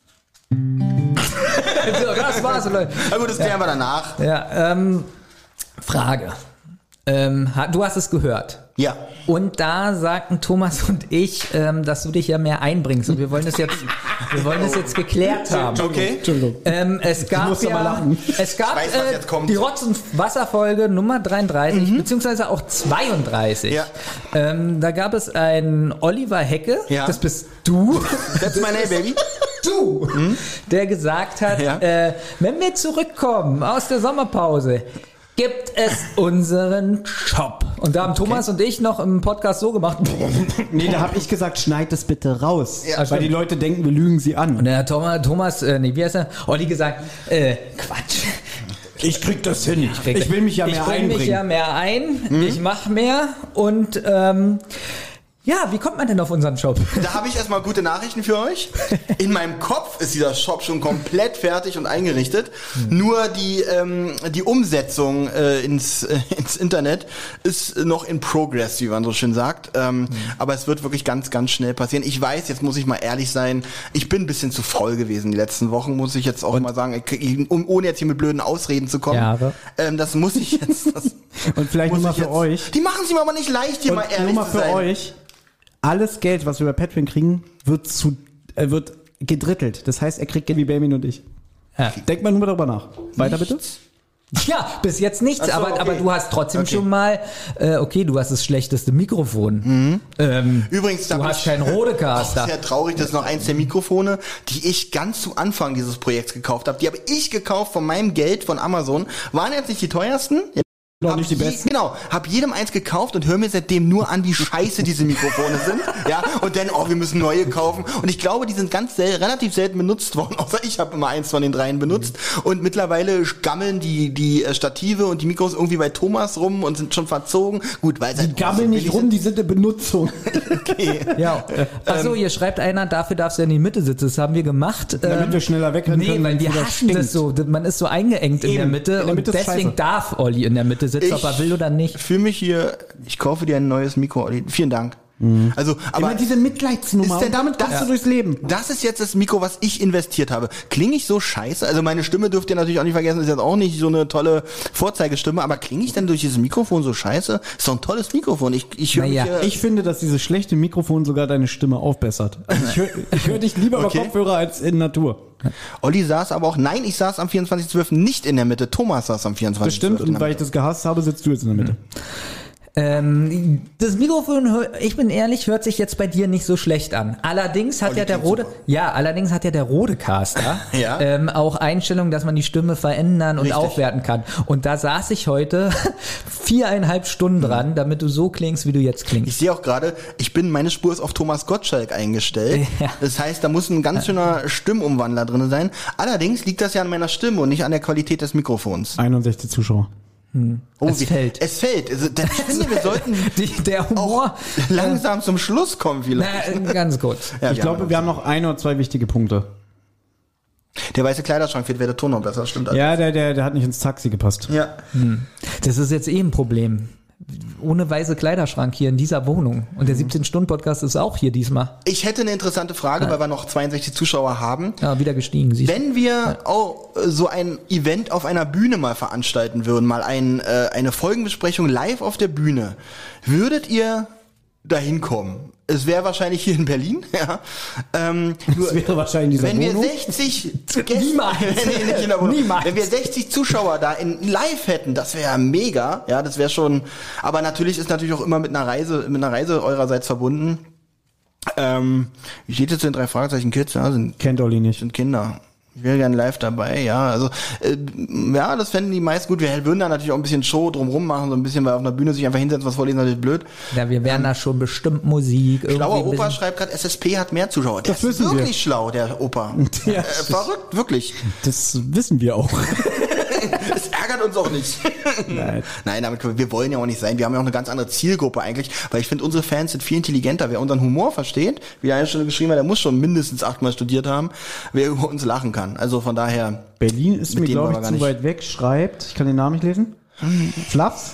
So, das war's, Leute. Na gut, das klären wir danach. Ja, ähm, Frage. Ähm, ha- du hast es gehört. Ja. Und da sagten Thomas und ich, ähm, dass du dich ja mehr einbringst. Und wir wollen es jetzt, wir wollen es jetzt geklärt haben. Okay. Entschuldigung. Ähm, es gab musste ja, mal lachen. es gab Ich weiß, was äh, jetzt kommt. die Rotz- und Wasserfolge Nummer dreiunddreißig, beziehungsweise auch zweiunddreißig. Ja. Ähm, da gab es einen Oliver Hecke, Ja. das bist du. That's my name, baby. Du, der gesagt hat, Ja. äh, wenn wir zurückkommen aus der Sommerpause, gibt es unseren Shop. Und da haben Thomas und ich noch im Podcast so gemacht. Nee, da habe ich gesagt, schneid das bitte raus. Ja, weil stimmt. die Leute denken, wir lügen sie an. Und dann hat Thomas, Thomas äh, nee, wie heißt er? Olli gesagt, äh, Quatsch. Ich krieg das hin. Ich, krieg das- will mich ja Ich mehr bring einbringen. mich ja mehr ein, ich mach mehr und ähm, ja, wie kommt man denn auf unseren Shop? Da habe ich erstmal gute Nachrichten für euch. In meinem Kopf ist dieser Shop schon komplett fertig und eingerichtet. Nur die, ähm, die Umsetzung äh, ins, äh, ins Internet ist noch in progress, wie man so schön sagt. Ähm, Aber es wird wirklich ganz, ganz schnell passieren. Ich weiß, jetzt muss ich mal ehrlich sein, ich bin ein bisschen zu voll gewesen die letzten Wochen, muss ich jetzt auch mal sagen, ich, um, ohne jetzt hier mit blöden Ausreden zu kommen. Jahre. Ähm, das muss ich jetzt... Das Und vielleicht muss nur mal ich für jetzt, euch. Die machen es mir aber nicht leicht, hier Und mal nur ehrlich mal zu für sein. euch. Alles Geld, was wir bei Patreon kriegen, wird zu, äh, wird gedrittelt. Das heißt, er kriegt Geld wie Bamin und ich. Ja. Denkt mal nur darüber nach. Weiter bitte. Ja, bis jetzt nichts, Ach so, aber, okay. aber du hast trotzdem Okay. schon mal, äh, okay, du hast das schlechteste Mikrofon. Ähm, Übrigens, da du bin hast ich keinen auch Rodecaster. sehr traurig, das ist noch eins der Mikrofone, die ich ganz zu Anfang dieses Projekts gekauft habe. Die habe ich gekauft von meinem Geld von Amazon. Waren jetzt nicht die teuersten. Noch Hab nicht die je- besten. Genau, hab jedem eins gekauft und höre mir seitdem nur an, wie scheiße diese Mikrofone sind. Ja, und dann, oh, wir müssen neue kaufen. Und ich glaube, die sind ganz sel relativ selten benutzt worden, außer ich habe immer eins von den dreien benutzt. Und mittlerweile gammeln die die äh, Stative und die Mikros irgendwie bei Thomas rum und sind schon verzogen. Gut, weil sie Die gammeln nicht rum, die sind in Benutzung. Okay. Ja. Achso, hier schreibt einer, dafür darfst du ja in die Mitte sitzen. Das haben wir gemacht. Damit Ähm, wir schneller wegrennen Nee, können, weil wenn's wir wieder hassen stinkt. das so. Man ist so eingeengt in Eben. der Mitte In der Mitte und ist deswegen scheiße. darf Olli in der Mitte sitzen, ob er will oder nicht. Fühle mich hier, ich kaufe dir ein neues Mikro, Olli. Vielen Dank. Also, aber Immer diese Mitleidsnummer. Ist denn Und damit kommst das- du durchs Leben. das ist jetzt das Mikro, was ich investiert habe. Klinge ich so scheiße? Also meine Stimme dürft ihr natürlich auch nicht vergessen, ist jetzt auch nicht so eine tolle Vorzeigestimme, aber klinge ich denn durch dieses Mikrofon so scheiße? Ist doch ein tolles Mikrofon. Ich, ich höre Naja, mich hier, Ich finde, dass dieses schlechte Mikrofon sogar deine Stimme aufbessert. Also ich höre ich hör dich lieber Okay. über Kopfhörer als in Natur. Olli saß aber auch, nein, ich saß am vierundzwanzigsten zwölften nicht in der Mitte. Thomas saß am Das vierundzwanzigsten stimmt. Und weil ich das gehasst habe, sitzt du jetzt in der Mitte. Ähm, das Mikrofon, hör- ich bin ehrlich, hört sich jetzt bei dir nicht so schlecht an. Allerdings hat Olli ja der klingt Rode, super. ja, allerdings hat ja der Rodecaster Ja. ähm, auch Einstellungen, dass man die Stimme verändern und Richtig. aufwerten kann. Und da saß ich heute viereinhalb Stunden dran, damit du so klingst, wie du jetzt klingst. Ich sehe auch gerade, ich bin, meine Spur ist auf Thomas Gottschalk eingestellt. Ja. Das heißt, da muss ein ganz schöner Stimmumwandler drin sein. Allerdings liegt das ja an meiner Stimme und nicht an der Qualität des Mikrofons. einundsechzig Zuschauer. Oh, Es wie- fällt. Es fällt. Also, dann, ich finde, wir sollten Die, der Humor. auch langsam zum Schluss kommen vielleicht. Na, ganz kurz. Ja, Ich wir glaube, haben- wir haben noch ein oder zwei wichtige Punkte. Der weiße Kleiderschrank fehlt, wäre der Ton noch besser, stimmt das? Ja, der, der, der hat nicht ins Taxi gepasst. Ja. Das ist jetzt eh ein Problem. Ohne weiße Kleiderschrank hier in dieser Wohnung. Und der siebzehn-Stunden-Podcast ist auch hier diesmal. Ich hätte eine interessante Frage, weil wir noch zweiundsechzig Zuschauer haben. Ja, wieder gestiegen. Siehst du? Wenn wir auch äh, so ein Event auf einer Bühne mal veranstalten würden, mal ein, äh, eine Folgenbesprechung live auf der Bühne, würdet ihr dahin kommen? Es wäre wahrscheinlich hier in Berlin, ja. Ähm, nur, Das wäre wahrscheinlich in dieser wenn wir Wohnung. sechzig Gäste, Niemals. nee, nicht in der Wohnung. Niemals. Wenn wir sechzig Zuschauer da in live hätten, das wäre mega, ja, das wäre schon, aber natürlich ist natürlich auch immer mit einer Reise, mit einer Reise eurerseits verbunden. Ähm, wie steht jetzt zu den drei Fragezeichen Kids? Ja, sind Kennt Olli nicht. sind Kinder. Ich wäre gern live dabei, ja. Also, äh, ja, das fänden die meist gut. Wir würden da natürlich auch ein bisschen Show drumrum machen, so ein bisschen, weil auf einer Bühne sich einfach hinsetzen, was vorlesen, natürlich blöd. Ja, wir werden da schon bestimmt Musik. irgendwie Schlauer ein Opa bisschen- schreibt gerade, S S P hat mehr Zuschauer. Der Das ist wissen wir. wirklich schlau, der Opa. Ja. äh, verrückt, wirklich. Das wissen wir auch. Es ärgert uns auch nicht. Nein. Nein, damit können wir, wir wollen ja auch nicht sein. Wir haben ja auch eine ganz andere Zielgruppe eigentlich, weil ich finde, unsere Fans sind viel intelligenter. Wer unseren Humor versteht, wie der eine schon geschrieben hat, der muss schon mindestens achtmal studiert haben, wer über uns lachen kann. Also von daher, Berlin ist Mit mir, denen glaube wollen ich, wir gar zu nicht. weit weg. Schreibt, ich kann den Namen nicht lesen. Fluffs.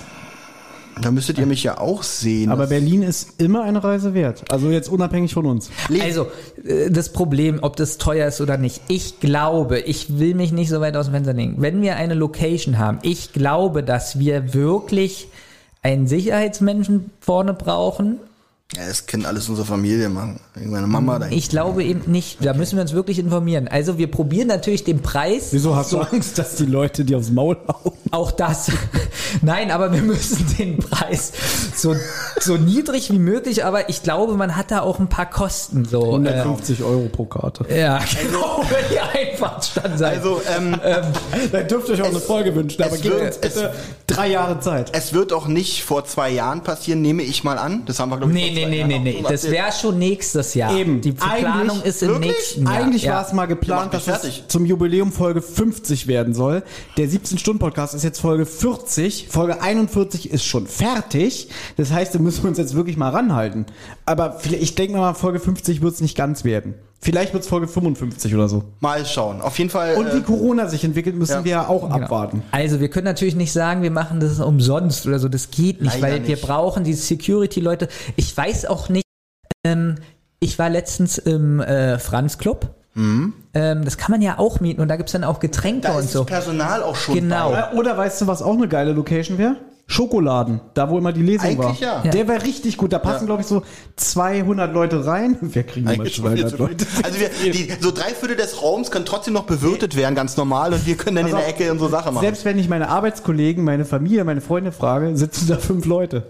da müsstet ihr mich ja auch sehen. Aber Das- Berlin ist immer eine Reise wert. Also jetzt unabhängig von uns. Also, äh, das Problem, ob das teuer ist oder nicht. Ich glaube, ich will mich nicht so weit aus dem Fenster legen. Wenn wir eine Location haben, ich glaube, dass wir wirklich einen Sicherheitsmenschen vorne brauchen. Ja, das können alles unsere Familie machen. Meine Mama da. Ich glaube eben nicht. Da müssen wir uns wirklich informieren. Also wir probieren natürlich den Preis. Wieso hast du Angst, dass die Leute dir aufs Maul hauen? Auch das. Nein, aber wir müssen den Preis so, so niedrig wie möglich, aber ich glaube, man hat da auch ein paar Kosten. So, äh, hundertfünfzig Euro pro Karte. ja, genau, wenn die einfach stand sein. Also, ähm, Da dürft ihr euch auch eine Folge wünschen, aber es gebt wird- uns bitte drei Jahre Zeit. es wird auch nicht vor zwei Jahren passieren, nehme ich mal an. Das haben wir, glaube ich, Nee, vor nee, zwei nee, Jahren nee, auch nee. schon Das erzählt. wäre schon nächstes Jahr. Eben. Die Planung Eigentlich- ist im wirklich? nächsten Jahr. Eigentlich ja. war es mal geplant, Macht mich dass es fertig. zum Jubiläum Folge fünfzig werden soll. Der siebzehn-Stunden-Podcast ist jetzt Folge vierzig. Folge einundvierzig ist schon fertig. Das heißt, da müssen wir uns jetzt wirklich mal ranhalten. Aber vielleicht- ich denke mal, Folge fünfzig wird es nicht ganz werden. Vielleicht wird es Folge fünfundfünfzig oder so. Mal schauen. Auf jeden Fall. Und wie äh, Corona sich entwickelt, müssen ja. wir ja auch Genau. abwarten. Also wir können natürlich nicht sagen, wir machen das umsonst oder so. Das geht nicht, Leider weil wir nicht. brauchen die Security-Leute. Ich weiß auch nicht. Ähm, ich war letztens im äh, Franz Club. Ähm, das kann man ja auch mieten und da gibt's dann auch Getränke da und ist so. das Personal auch schon Genau. bei. Oder weißt du, was auch eine geile Location wäre? Schokoladen, da wo immer die Lesung Eigentlich war. ja. Der wäre richtig gut. Da passen, Ja. glaube ich, so zweihundert Leute rein. Wir kriegen immer Eigentlich schon viel zweihundert zu Leute. viel. Also wir, die, so drei Viertel des Raums können trotzdem noch bewirtet werden, ganz normal, und wir können dann in Pass der auf, Ecke unsere Sache machen. Selbst wenn ich meine Arbeitskollegen, meine Familie, meine Freunde frage, sitzen da fünf Leute.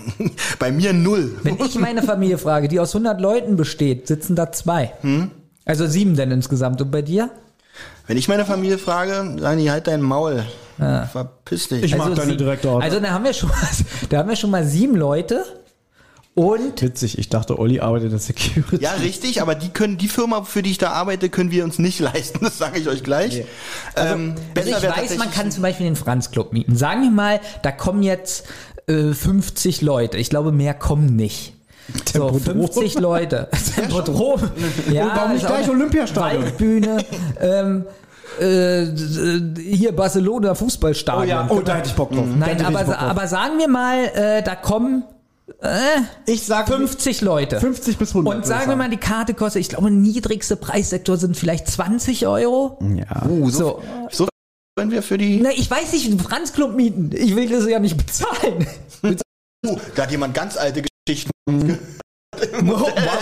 Bei mir null. Wenn ich meine Familie frage, die aus hundert Leuten besteht, sitzen da zwei. Hm? Also sieben denn insgesamt. Und bei dir? Wenn ich meine Familie frage, sagen die, halt dein Maul. Verpiss dich. Ich mag deine sie- direkte Art. Also da haben wir schon mal, da haben wir schon mal sieben Leute und Witzig, ich dachte, Olli arbeitet als Security. Ja, richtig, aber die können, die Firma, für die ich da arbeite, können wir uns nicht leisten. Das sage ich euch gleich. Ähm, also ich wär weiß, man tatsächlich- kann zum Beispiel den Franz Club mieten. Sagen wir mal, da kommen jetzt äh, fünfzig Leute. Ich glaube, mehr kommen nicht. So, Tempodrom. fünfzig Leute. Tempodrom. Ja, Und warum nicht ist auch gleich eine Olympiastadion? Waldbühne. ähm, äh, hier Barcelona Fußballstadion. Oh ja, oh, da hätte ich Bock drauf. Da Nein, hätte ich aber, richtig Bock drauf. aber sagen wir mal, äh, da kommen ich sage fünfzig Leute. fünfzig bis hundert. Und sagen wir mal, die Karte kostet, ich glaube, niedrigste Preissektor sind vielleicht zwanzig Euro. Ja. Uh, so, So. so wenn wir für die. Na, ich weiß nicht, einen Franz Club mieten. Ich will das ja nicht bezahlen. Uh, da hat jemand ganz alte Geschichten.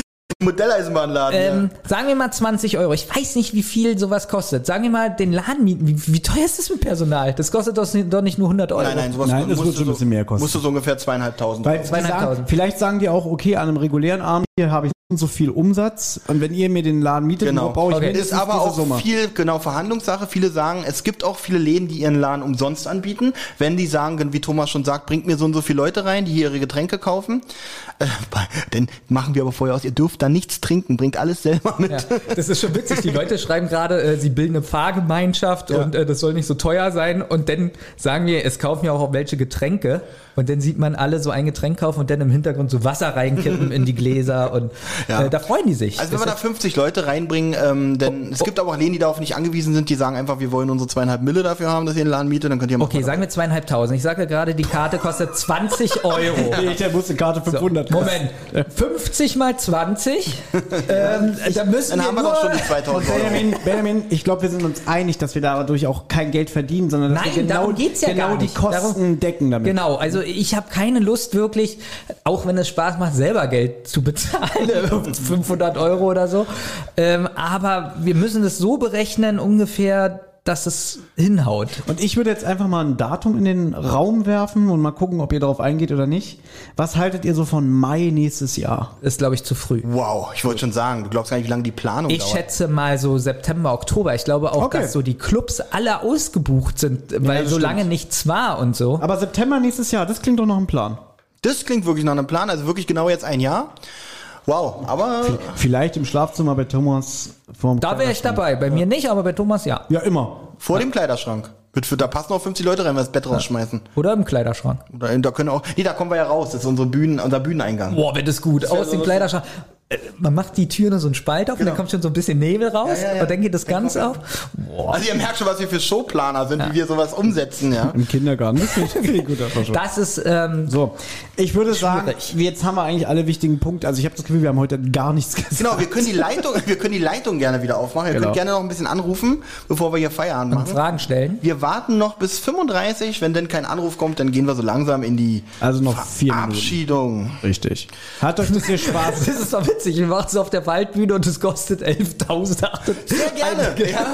Modelleisenbahnladen. Ähm, sagen wir mal zwanzig Euro. Ich weiß nicht, wie viel sowas kostet. Sagen wir mal den Laden mieten. Wie, wie teuer ist das mit Personal? Das kostet doch nicht, doch nicht nur hundert Euro. Nein, nein, sowas Nein, das musst wird schon du ein bisschen mehr kosten. Musst du so ungefähr zweieinhalbtausend. Weil die sagen, Zweieinhalbtausend. vielleicht sagen die auch, okay, an einem regulären Abend hier habe ich so viel Umsatz und wenn ihr mir den Laden mietet, Genau. nur brauche ich Okay. mindestens Ist aber diese auch Summe. viel, genau, Verhandlungssache. Viele sagen, es gibt auch viele Läden, die ihren Laden umsonst anbieten. Wenn die sagen, wie Thomas schon sagt, bringt mir so und so viele Leute rein, die hier ihre Getränke kaufen. Äh, dann machen wir aber vorher aus, ihr dürft da nichts trinken, bringt alles selber mit. Ja, das ist schon witzig. Die Leute schreiben gerade, äh, sie bilden eine Fahrgemeinschaft Ja. und äh, das soll nicht so teuer sein. Und dann sagen wir, es kaufen ja auch welche Getränke. Und dann sieht man alle so ein Getränk kaufen und dann im Hintergrund so Wasser reinkippen in die Gläser. Und Ja. äh, da freuen die sich. Also wenn Das wir da ist- fünfzig Leute reinbringen, ähm, denn es gibt aber auch Läden, die darauf nicht angewiesen sind, die sagen einfach, wir wollen unsere zweieinhalb Mille dafür haben, dass ihr den Laden mietet, dann könnt ihr machen. Okay, sagen wir zweieinhalbtausend. Ich sage gerade, die Karte kostet zwanzig Euro. Nee, der muss eine Karte fünfhundert kosten. Moment, fünfzig mal zwanzig, ähm, da müssen Dann wir haben wir nur, doch schon die zweitausend Euro. Benjamin, Benjamin, ich glaube, wir sind uns einig, dass wir dadurch auch kein Geld verdienen, sondern dass Nein, wir genau, darum geht's ja genau gar die nicht. Kosten Darum- decken damit. Genau, also ich habe keine Lust wirklich, auch wenn es Spaß macht, selber Geld zu bezahlen, fünfhundert Euro oder so, ähm, aber wir müssen es so berechnen ungefähr, dass es hinhaut. Und ich würde jetzt einfach mal ein Datum in den Raum werfen und mal gucken, ob ihr darauf eingeht oder nicht. Was haltet ihr so von Mai nächstes Jahr? Ist, glaube ich, zu früh. Wow, ich wollte schon sagen, du glaubst gar nicht, wie lange die Planung Ich dauert. schätze mal so September, Oktober. Ich glaube auch, Okay. dass so die Clubs alle ausgebucht sind, weil das so stimmt. lange nichts war und so. Aber September nächstes Jahr, das klingt doch noch ein Plan. Das klingt wirklich nach einem Plan, also wirklich genau jetzt ein Jahr. Wow, aber Vielleicht im Schlafzimmer bei Thomas vorm Da wäre ich Kleiderschrank. dabei. Bei mir nicht, aber bei Thomas ja. Ja, immer. vor dem Kleiderschrank. Wird für, da passen auch fünfzig Leute rein, wenn wir das Bett rausschmeißen. Oder im Kleiderschrank. Oder, da können auch, nee, da kommen wir ja raus, das ist unsere Bühnen, unser Bühneneingang. Boah, wird das gut. Aus so dem Kleiderschrank. Äh, Man macht die Tür nur so einen Spalt auf und dann kommt schon so ein bisschen Nebel raus Ja, ja, ja. und dann geht das Dann Ganze kommt- auf. Boah. Also ihr merkt schon, was wir für Showplaner sind, wie wir sowas umsetzen, ja. Im Kindergarten. Das finde ich, finde ich ein guter Vorschlag. Das ist, ähm, So, ich würde sagen, Schwierig. jetzt haben wir eigentlich alle wichtigen Punkte. Also ich habe das Gefühl, wir haben heute gar nichts gesagt. Genau, wir können die Leitung, wir können die Leitung gerne wieder aufmachen. Ihr Genau. könnt gerne noch ein bisschen anrufen, bevor wir hier Feierabend machen. Fragen stellen. Wir warten noch bis fünfunddreißig, wenn denn kein Anruf kommt, dann gehen wir so langsam in die Also noch vier Minuten. Verabschiedung. Richtig. Hat euch das hier Spaß? Das ist doch witzig. Wir machen es auf der Waldbühne und es kostet elftausend. Sehr gerne. Ja,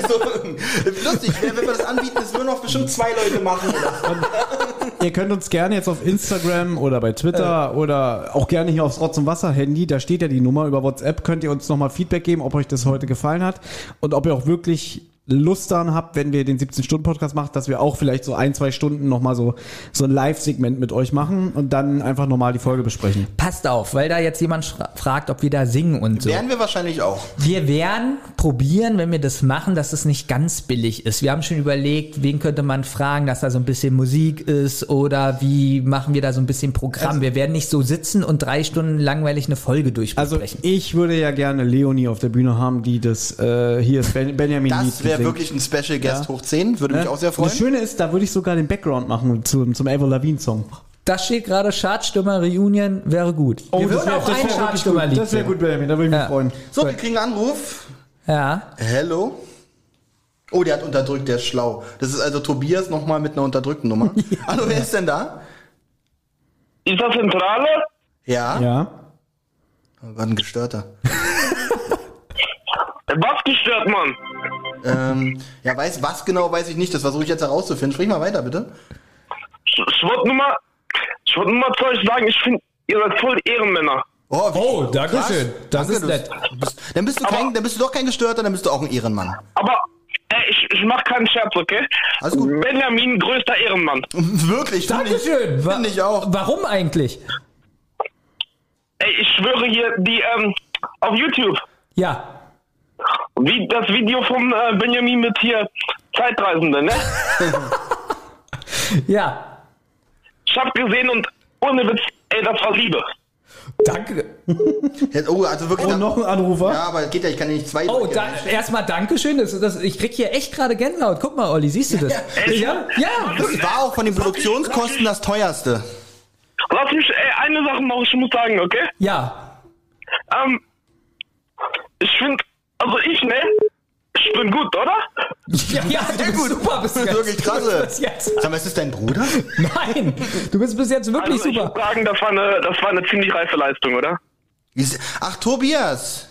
also, lustig, wenn wir das anbieten, das würden noch bestimmt zwei Leute machen. Ihr könnt uns gerne jetzt auf Instagram oder bei Twitter oder auch gerne hier aufs Rotz- und Wasser-Handy, da steht ja die Nummer, über WhatsApp könnt ihr uns nochmal Feedback geben, ob euch das heute gefallen hat und ob ihr auch wirklich Lust daran habt, wenn wir den siebzehn-Stunden-Podcast machen, dass wir auch vielleicht so ein, zwei Stunden nochmal so, so ein Live-Segment mit euch machen und dann einfach nochmal die Folge besprechen. Passt auf, weil da jetzt jemand schra- fragt, ob wir da singen und so. Werden wir wahrscheinlich auch. Wir werden probieren, wenn wir das machen, dass es nicht ganz billig ist. Wir haben schon überlegt, wen könnte man fragen, dass da so ein bisschen Musik ist oder wie machen wir da so ein bisschen Programm. wir werden nicht so sitzen und drei Stunden langweilig eine Folge Also durchsprechen. ich würde ja gerne Leonie auf der Bühne haben, die das, äh, hier ist ben, Benjamin Das Lied wäre singt. wirklich ein Special Guest Ja. hoch zehn, würde mich Ne? auch sehr Und freuen. das Schöne ist, da würde ich sogar den Background machen zum, zum Avril Lavigne Song. Da steht gerade Schadstürmer Reunion wäre gut. wir würden wär- auch wär ein wirklich Schadstürmer gut. Das wäre gut, Benjamin, da würde ich mich Ja. freuen. So, wir kriegen einen Anruf. Ja. Hello. Oh, der hat unterdrückt, der ist schlau. Das ist also Tobias nochmal mit einer unterdrückten Nummer. Hallo, wer ist denn da? Ist das Zentrale? Ja. Ja. Oh Gott, ein Gestörter. Was gestört, Mann? Ähm, ja, weiß, was genau weiß ich nicht, das versuche ich jetzt herauszufinden. Sprich mal weiter, bitte. Ich, ich wollte nur mal, ich wollte nur mal zu euch sagen, ich finde, ihr seid voll Ehrenmänner. Oh, wie- Oh, danke krass. schön. Das Danke, ist du nett. Bist, dann, bist du kein, dann bist du doch kein Gestörter, dann bist du auch ein Ehrenmann. Aber ey, ich, ich mach keinen Scherz, okay? Alles gut. Benjamin, größter Ehrenmann. Wirklich, finde ich, Dankeschön. Wa- finde ich auch. Warum eigentlich? Ey, ich schwöre hier, die, ähm, auf YouTube, Ja. wie das Video vom äh, Benjamin mit hier Zeitreisende, ne? Ja. Ich hab gesehen und ohne Witz, ey, das war Liebe. Danke. Jetzt, oh, also wirklich. Und noch ein Anrufer. Ja, aber geht ja, ich kann ja nicht zwei. Oh, drücken. da, erstmal Dankeschön. Das, das, ich krieg hier echt gerade Gänsehaut. Guck mal, Olli, siehst du das? Echt? Ja, ja. Das war auch von den Produktionskosten das teuerste. Lass mich, ey, eine Sache noch, ich muss sagen, okay? Ja. Ähm, ich finde, also ich, ne? Ich bin gut, oder? Ja, ja, du bist super bis Das ist jetzt. wirklich krasse. Du bist bis jetzt. Sag mal, ist das dein Bruder? Nein, du bist bis jetzt wirklich Also ich super. muss sagen, das war eine, das war eine ziemlich reife Leistung, oder? Ach, Tobias.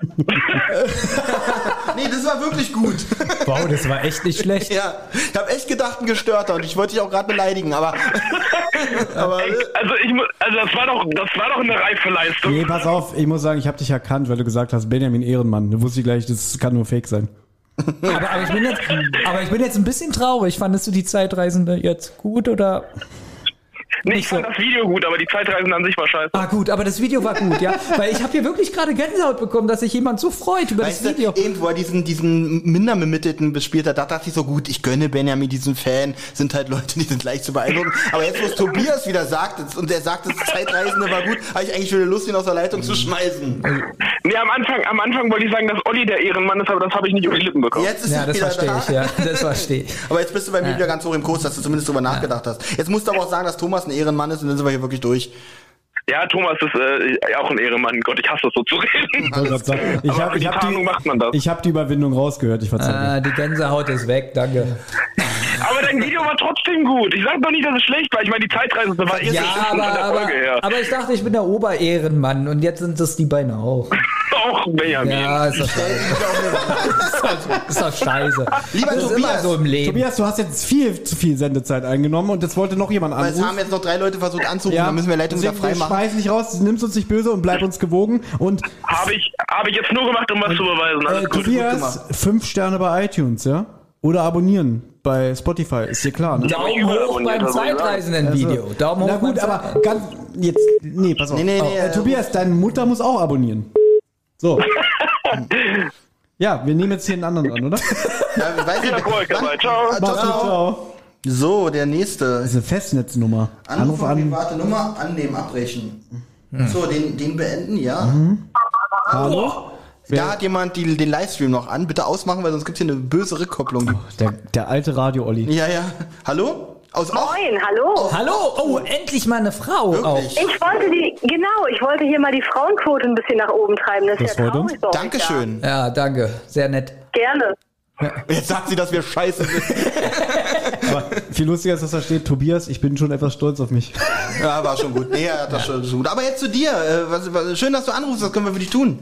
Nee, das war wirklich gut. Wow, das war echt nicht schlecht. Ja, ich habe echt gedacht, ein Gestörter und ich wollte dich auch gerade beleidigen, aber, aber Also ich mu- also das war doch das war doch eine reife Leistung. Nee, pass auf, ich muss sagen, ich habe dich erkannt, weil du gesagt hast, Benjamin Ehrenmann. Da wusste ich gleich, das kann nur Fake sein. Aber, aber, ich bin jetzt, aber ich bin jetzt ein bisschen traurig. Fandest du die Zeitreisende jetzt gut oder? Nee, ich fand das Video gut, aber die Zeitreisen an sich war scheiße. Ah gut, aber das Video war gut, ja. Weil ich habe hier wirklich gerade Gänsehaut bekommen, dass sich jemand so freut über weißt das Video. du, eben wo er diesen, diesen Minderbemittelten bespielt hat, da dachte ich so, gut, ich gönne Benjamin diesen Fan, sind halt Leute, die sind leicht zu beeindrucken. Aber jetzt, wo es Tobias wieder sagt, und er sagt, das Zeitreisende war gut, habe ich eigentlich wieder Lust, ihn aus der Leitung zu schmeißen. Nee, am Anfang, am Anfang wollte ich sagen, dass Olli der Ehrenmann ist, aber das habe ich nicht über die Lippen bekommen. Jetzt ist Ja, er das wieder verstehe da. ich, ja. Das verstehe ich. Aber jetzt bist du bei mir wieder ganz hoch im Kurs, dass du zumindest drüber nachgedacht hast. Jetzt musst du aber auch sagen, dass Thomas ein Ehrenmann ist und dann sind wir hier wirklich durch. Ja, Thomas ist äh, auch ein Ehrenmann. Gott, ich hasse das so zu reden. Ich wollte gerade sagen, Ich Aber habe für die hab Tarnung macht man das. die, ich hab die Überwindung rausgehört, ich verzeihe. Ah, die Gänsehaut ist weg, danke. Aber dein Video war trotzdem gut. Ich sag doch nicht, dass es schlecht war. Ich meine, die Zeitreise war eh Ja, schon aber, von der aber, Folge her. aber ich dachte, ich bin der Oberehrenmann und jetzt sind es die beiden auch. Auch Benjamin. Ja, ist doch scheiße. Ist doch scheiße. Lieber das ist Tobias, immer so im Leben. Tobias, du hast jetzt viel zu viel Sendezeit eingenommen und jetzt wollte noch jemand Weil es haben anrufen. jetzt noch drei Leute versucht anzurufen, dann müssen wir Leitung wieder deswegen, frei wir machen. schmeißen dich raus, nimmst uns nicht böse und bleib uns gewogen. Und Habe ich, hab ich jetzt nur gemacht, um was zu beweisen. Alles äh, gut. Tobias, gemacht. fünf Sterne bei iTunes, ja? Oder abonnieren bei Spotify, ist dir klar, ne? Ja, aber ich Daumen überall hoch abonniert, beim was soll ich sagen? Zeitreisenden-Video. Daumen hoch Na gut, beim aber ganz, jetzt, nee, pass auf. Nee, nee, nee, äh, äh, Tobias, deine Mutter muss auch abonnieren. So. Ja, wir nehmen jetzt hier einen anderen an, oder? Ja, weiß Viel ich, Erfolg wann- dabei. Ciao. Ah, Mach's gut, ciao. ciao. So, der nächste. Das ist eine Festnetznummer. Anruf Anruf an an. private Nummer, annehmen, abbrechen. So, den, den beenden, ja. Hallo? Da hat jemand die, den Livestream noch an. Bitte ausmachen, weil sonst gibt es hier eine böse Rückkopplung. Der, der alte Radio-Olli. Ja, ja. Hallo? Aus Och? Moin, hallo. Hallo, oh, endlich mal eine Frau auch. Wirklich? Ich wollte die, genau, ich wollte hier mal die Frauenquote ein bisschen nach oben treiben. Das ist Das ja freut uns. traurig bei euch Dankeschön. Ja, danke, sehr nett. da. Gerne. Jetzt sagt sie, dass wir scheiße sind. Aber viel lustiger ist, dass da steht, Tobias, ich bin schon etwas stolz auf mich. Ja, war schon gut. Nee, er hat das schon, schon gut. Aber jetzt zu dir. Äh, was, was, schön, dass du anrufst. Was können wir für dich tun?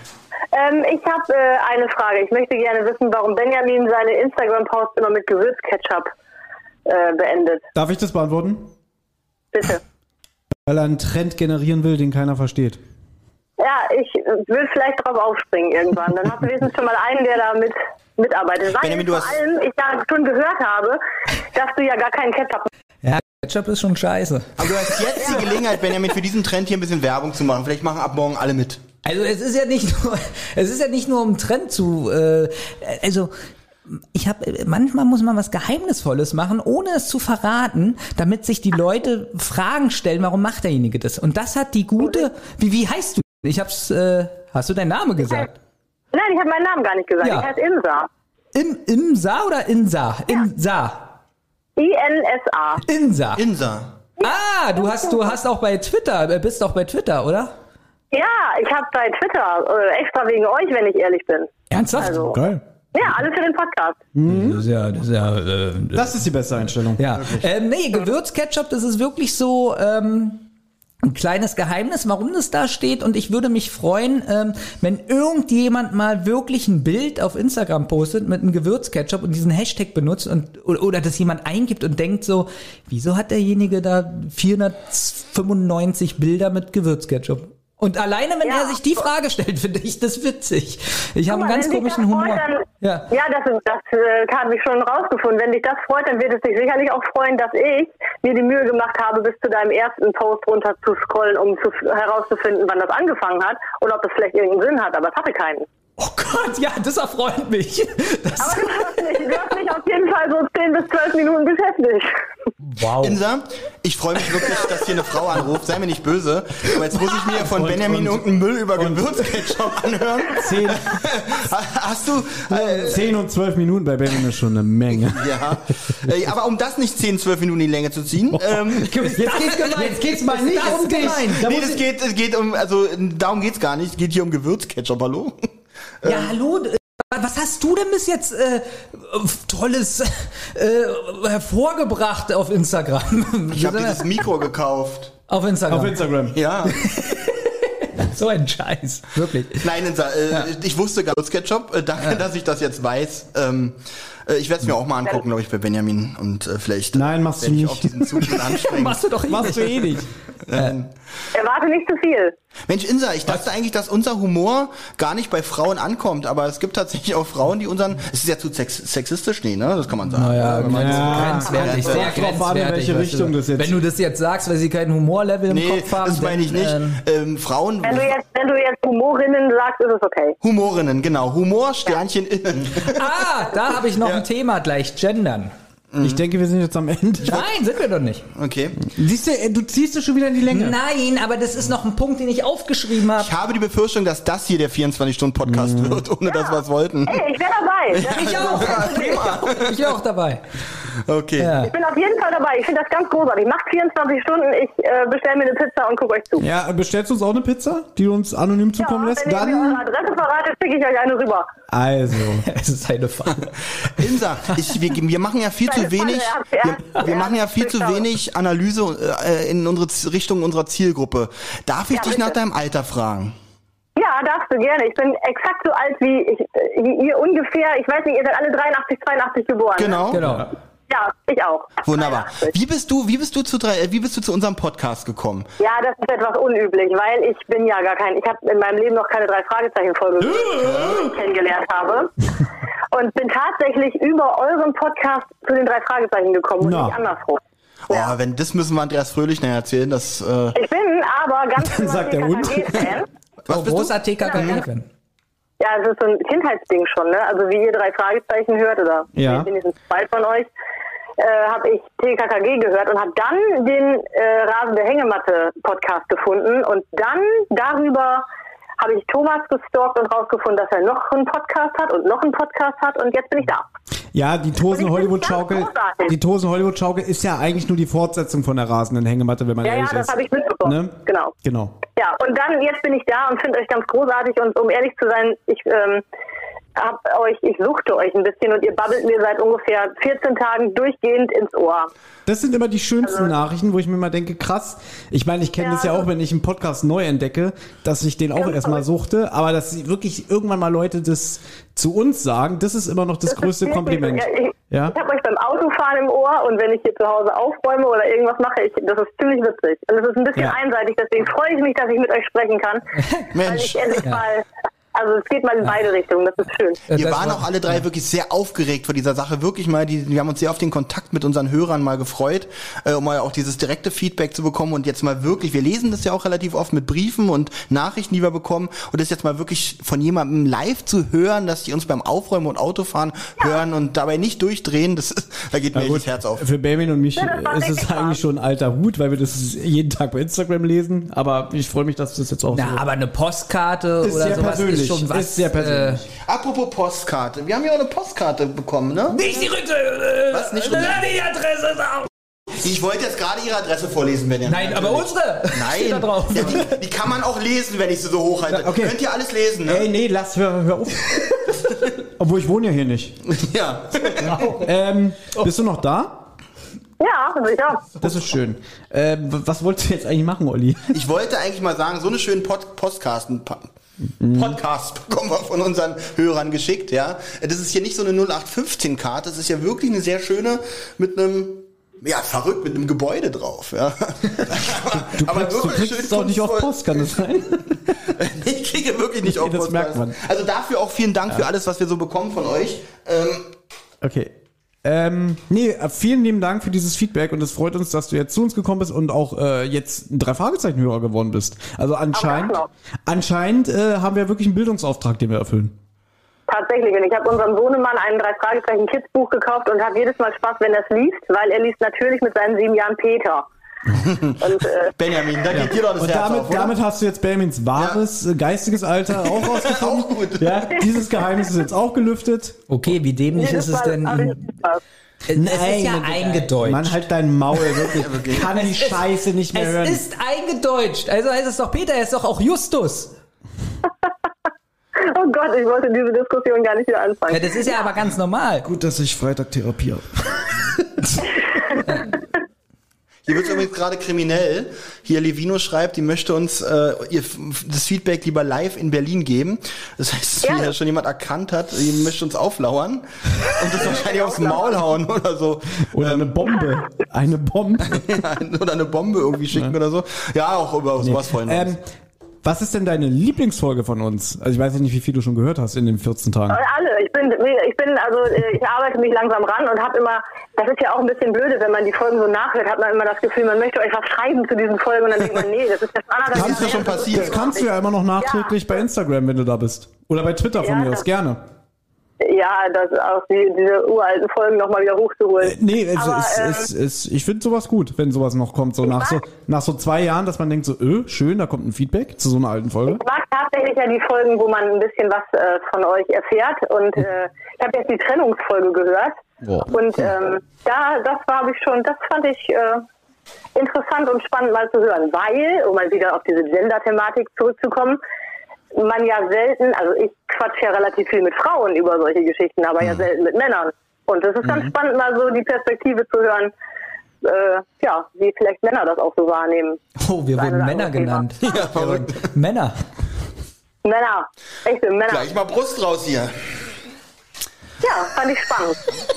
Ähm, ich habe äh, eine Frage. Ich möchte gerne wissen, warum Benjamin seine Instagram-Posts immer mit Gewürzketchup äh, beendet. Darf ich das beantworten? Bitte. Weil er einen Trend generieren will, den keiner versteht. Ja, ich will vielleicht drauf aufspringen irgendwann. Dann hast du wenigstens schon mal einen, der da mit mitarbeitet. Weil Benjamin, du vor hast- allem ich da schon gehört habe, dass du ja gar keinen Ketchup Ja, Ketchup ist schon scheiße. Aber du hast jetzt die Gelegenheit, Benjamin, für diesen Trend hier ein bisschen Werbung zu machen. Vielleicht machen ab morgen alle mit. Also es ist ja nicht nur, es ist ja nicht nur um Trend zu, äh, also ich habe manchmal muss man was Geheimnisvolles machen, ohne es zu verraten, damit sich die Leute Fragen stellen, warum macht derjenige das? Und das hat die gute, wie wie heißt du? Ich hab's, äh, hast du deinen Namen gesagt? Nein, ich habe meinen Namen gar nicht gesagt. Ja. Ich heiße Imsa. Im Imsa oder Insa? Insa. I N S A. Insa. Insa. Ah, du hast du hast auch bei Twitter, äh, bist auch bei Twitter, oder? Ja, ich habe bei Twitter, äh, extra wegen euch, wenn ich ehrlich bin. Ernsthaft? Also, Geil. ja, alles für den Podcast. Das ist ja, das ist ja, äh, Das ist die beste Einstellung. ja. Ähm, nee, Gewürzketchup, das ist wirklich so ähm, ein kleines Geheimnis, warum das da steht. Und ich würde mich freuen, ähm, wenn irgendjemand mal wirklich ein Bild auf Instagram postet mit einem Gewürzketchup und diesen Hashtag benutzt und oder, oder das jemand eingibt und denkt so, wieso hat derjenige da vierhundertfünfundneunzig Bilder mit Gewürzketchup? Und alleine, wenn Ja. er sich die Frage stellt, finde ich das witzig. Ich habe Guck einen mal, ganz wenn dich komischen das Humor. freut, dann- Ja. Ja, das, das äh, habe ich schon rausgefunden. Wenn dich das freut, dann wird es dich sicherlich auch freuen, dass ich mir die Mühe gemacht habe, bis zu deinem ersten Post runter zu scrollen, um zu, herauszufinden, wann das angefangen hat oder ob das vielleicht irgendeinen Sinn hat, aber es hatte keinen. Oh Gott, ja, das erfreut mich. Das, Aber du hast mich, du hast mich auf jeden Fall so zehn bis zwölf Minuten beschäftigt. wow. Insa, ich freue mich wirklich, dass hier eine Frau anruft. Sei mir nicht böse. Aber jetzt muss ich mir von Und- Benjamin und- irgendeinen Müll über Gewürzketchup anhören. Zehn, Hast du... Äh, zehn und zwölf Minuten bei Benjamin ist schon eine Menge. ja. Äh, aber um das nicht zehn, zwölf Minuten in die Länge zu ziehen... Ähm, Jetzt geht's gemein. Jetzt geht's mal nicht das um dich. gemein. Da nee, muss das ich- geht, es geht um... Also darum geht's gar nicht. Es geht hier um Gewürzketchup, hallo? Ja, hallo. äh, Was hast du denn bis jetzt äh, Tolles äh, hervorgebracht auf Instagram? Ich habe dieses Mikro gekauft. auf Instagram. Auf Instagram. Ja. So ein Scheiß. Wirklich. Nein, Insa, äh, ja. ich wusste gar nicht Ketchup. Äh, danke, ja. dass ich das jetzt weiß. Ähm, äh, ich werde es mir auch mal angucken, glaube ich, bei Benjamin. Und äh, vielleicht Nein, machst du nicht. auf diesen Zug anstrengen. Machst du doch eh Machst du eh nicht. Ähm, Erwarte nicht zu viel. Mensch, Insa, ich dachte eigentlich, dass unser Humor gar nicht bei Frauen ankommt, aber es gibt tatsächlich auch Frauen, die unseren, es ist ja zu sex sexistisch, nee, ne, das kann man sagen. Naja, wenn man ja, so- grenzwertig, Ja, sehr ja. drauf an, in grenzwertig. welche weißt du. Richtung das jetzt- Wenn du das jetzt sagst, weil sie kein Humorlevel im Nee, Kopf haben. das meine ich dann, nicht. ähm, Ähm, Frauen, Wenn du jetzt, wenn du jetzt Humorinnen sagst, ist es okay. Humorinnen, genau, Humor, Sternchen innen. Ah, da habe ich noch ein Thema gleich, Gendern. Ich denke, wir sind jetzt am Ende. Nein, sind wir doch nicht. Okay. Siehst du, äh, du ziehst es schon wieder in die Länge. Nein, aber das ist noch ein Punkt, den ich aufgeschrieben habe. Ich habe die Befürchtung, dass das hier der vierundzwanzig-Stunden-Podcast wird, ohne dass wir es wollten. Hey, ich wäre dabei. Ich auch. Ich bin auch dabei. Okay. Ja. Ich bin auf jeden Fall dabei. Ich finde das ganz großartig. Macht vierundzwanzig Stunden, ich äh, bestelle mir eine Pizza und gucke euch zu. Ja, bestellst du uns auch eine Pizza, die du uns anonym zukommen lässt? Wenn ihr mir Dann, eure Adresse verratet, schicke ich euch eine rüber. also. Es ist eine Frage. Insa, ich, wir, wir machen ja viel zu Keine wenig, Falle, wir, ernst, wir ernst, machen ja viel zu ernst. wenig Analyse äh, in unsere Z- Richtung unserer Zielgruppe. Darf ich Ja, dich bitte. nach deinem Alter fragen? Ja, darfst du gerne. Ich bin exakt so alt wie, ich, wie ihr ungefähr. Ich weiß nicht, ihr seid alle dreiundachtzig, zweiundachtzig geboren. Ne? Genau. Genau. Ja, ich auch. Wunderbar. dreiundachtzig. Wie bist du, wie bist du zu drei, äh, wie bist du zu unserem Podcast gekommen? Ja, das ist etwas unüblich, weil ich bin ja gar kein, ich habe in meinem Leben noch keine drei Fragezeichen-Folge kennengelernt habe und bin tatsächlich über euren Podcast zu den drei Fragezeichen gekommen und Na. nicht andersrum. Oh, Ja. wenn das müssen wir Andreas Fröhlich nachher erzählen, das äh, Ich bin aber ganz Dann sagt der Hund. Fan. was Oh, bist du? großer T K K-Fan. Ja, es ist so ein Kindheitsding schon, ne? Also wie ihr drei Fragezeichen hört oder Ja. wenigstens zwei von euch, äh, habe ich T K K G gehört und habe dann den äh, Rasende Hängematte-Podcast gefunden und dann darüber habe ich Thomas gestalkt und rausgefunden, dass er noch einen Podcast hat und noch einen Podcast hat und jetzt bin ich da. Ja, die Tosen Und ich Hollywood find's ganz Schaukel, großartig. die Tosen Hollywood Schaukel ist ja eigentlich nur die Fortsetzung von der rasenden Hängematte, wenn man Ja, ja, ehrlich das ist. habe ich mitbekommen. Ne? Genau. Genau. Ja, und dann, jetzt bin ich da und finde euch ganz großartig und um ehrlich zu sein, ich ähm, hab euch, ich suchte euch ein bisschen und ihr babbelt mir seit ungefähr vierzehn Tagen durchgehend ins Ohr. Das sind immer die schönsten Nachrichten, wo ich mir mal denke, krass. Ich meine, ich kenne Ja, das ja auch, das- wenn ich einen Podcast neu entdecke, dass ich den auch Ganz erstmal verrückt. suchte, aber dass wirklich irgendwann mal Leute das zu uns sagen, das ist immer noch das, Das ist größte wirklich Kompliment. so. Ja, ich Ja? ich habe euch beim Autofahren im Ohr und wenn ich hier zu Hause aufräume oder irgendwas mache, ich, das ist ziemlich witzig. Und es ist ein bisschen Ja. einseitig, deswegen freue ich mich, dass ich mit euch sprechen kann. Weil Mensch. ich endlich mal, also es geht mal in beide Richtungen, das ist schön. Wir Das waren war- auch alle drei wirklich sehr aufgeregt vor dieser Sache. Wirklich mal, die, wir haben uns sehr auf den Kontakt mit unseren Hörern mal gefreut, äh, um mal auch dieses direkte Feedback zu bekommen. Und jetzt mal wirklich, wir lesen das ja auch relativ oft mit Briefen und Nachrichten, die wir bekommen. Und das jetzt mal wirklich von jemandem live zu hören, dass die uns beim Aufräumen und Autofahren hören und dabei nicht durchdrehen, das ist, da geht mir Na echt gut, das Herz auf. für Benjamin und mich Ja, das war ist es richtig eigentlich krass. schon ein alter Hut, weil wir das jeden Tag bei Instagram lesen, aber ich freue mich, dass du das jetzt auch Na, so... aber eine Postkarte Ist oder sehr sowas persönlich, ist schon was. ist sehr persönlich. Apropos Postkarte. Wir haben ja auch eine Postkarte bekommen, ne? Nicht die Rückseite. Äh, Was, nicht äh, schon? die Adresse ist auch. Ich wollte jetzt gerade Ihre Adresse vorlesen, wenn ihr Nein, aber unsere. Steht da Nein, drauf. ja, die, die kann man auch lesen, wenn ich sie so hochhalte. Okay. Könnt ihr alles lesen, ne? Ey, nee, lass, hör, hör auf. Obwohl, ich wohne ja hier nicht. Ja. Ähm, bist du noch da? Ja, sicher. Das ist schön. Ähm, w- was wolltest du jetzt eigentlich machen, Olli? Ich wollte eigentlich mal sagen, so eine schönen Pod Postcasten, Pa- Podcast bekommen wir von unseren Hörern geschickt, ja. Das ist hier nicht so eine null acht fünfzehn Karte, das ist ja wirklich eine sehr schöne mit einem, ja, verrückt, mit einem Gebäude drauf, ja. Du, Aber kriegst, du wirklich kriegst schön es auch nicht auf kunstvoll. Post, kann das sein? Ich kriege wirklich nicht Nee, auf das Post. merkt man. Also dafür auch vielen Dank für alles, was wir so bekommen von euch. Ähm, Okay. Ähm, nee, äh, vielen lieben Dank für dieses Feedback und es freut uns, dass du jetzt zu uns gekommen bist und auch äh, jetzt ein Drei-Fragezeichen-Hörer geworden bist. Also anscheinend, Aber anscheinend äh, haben wir wirklich einen Bildungsauftrag, den wir erfüllen. Tatsächlich. Und ich habe unserem Sohnemann ein Drei-Fragezeichen-Kids-Buch gekauft und hat jedes Mal Spaß, wenn er es liest, weil er liest natürlich mit seinen sieben Jahren Peter. Und äh, Benjamin, da geht dir doch das Und Herz damit, auf, oder? damit hast du jetzt Benjamins wahres äh, geistiges Alter auch rausgefunden. Auch gut. Ja, dieses Geheimnis ist jetzt auch gelüftet. Okay, wie dämlich jedes ist es Mal denn? habe ich ihn- Spaß. Es ist ja eingedeutscht. Mann, halt dein Maul, wirklich. Kann die Scheiße nicht mehr Es hören. ist eingedeutscht. Also heißt es doch Peter, er ist doch auch Justus. Oh Gott, ich wollte diese Diskussion gar nicht wieder anfangen. Ja, das ist ja aber ganz normal. Gut, dass ich Freitag Therapie habe. Hier wird es übrigens gerade kriminell. Hier Levino schreibt, die möchte uns äh, ihr das Feedback lieber live in Berlin geben. Das heißt, Ja. wie ja schon jemand erkannt hat, die möchte uns auflauern und das wahrscheinlich aufs Maul hauen oder so. Oder eine Bombe. Eine Bombe. Oder eine Bombe irgendwie schicken oder so. Ja, auch über sowas freuen wir uns. Ähm, was ist denn deine Lieblingsfolge von uns? Also ich weiß ja nicht, wie viel du schon gehört hast in den vierzehn Tagen. Alle. Ich bin, ich bin, also äh, ich arbeite mich langsam ran und habe immer, das ist ja auch ein bisschen blöde, wenn man die Folgen so nachhört, hat man immer das Gefühl, man möchte euch was schreiben zu diesen Folgen und dann denkt man, nee, das ist das anderthalb Kannst du Jahre schon her, passieren. Das kannst du ja immer noch nachträglich bei Instagram, wenn du da bist. Oder bei Twitter von Ja, mir aus, das- gerne. Ja, das auch die, diese uralten Folgen nochmal wieder hochzuholen. Äh, nee, es, Aber, es, ähm, es, es, ich finde sowas gut, wenn sowas noch kommt. So nach, so nach so zwei Jahren, dass man denkt so, öh, schön, da kommt ein Feedback zu so einer alten Folge. Ich mag tatsächlich ja die Folgen, wo man ein bisschen was äh, von euch erfährt. Und äh, ich habe jetzt die Trennungsfolge gehört. Boah. Und ähm, da, das war habe ich schon, das fand ich äh, interessant und spannend mal zu hören, weil, um mal wieder auf diese Gender-Thematik zurückzukommen, man ja selten, also ich quatsche ja relativ viel mit Frauen über solche Geschichten, aber ja selten mit Männern. Und es ist ganz spannend, mal so die Perspektive zu hören, äh, ja, wie vielleicht Männer das auch so wahrnehmen. Oh, wir Das wurden eine oder Männer andere Thema. genannt. Ja, verrückt. Männer. Männer, echte Männer. Gleich mal Brust raus hier. Ja, fand ich spannend.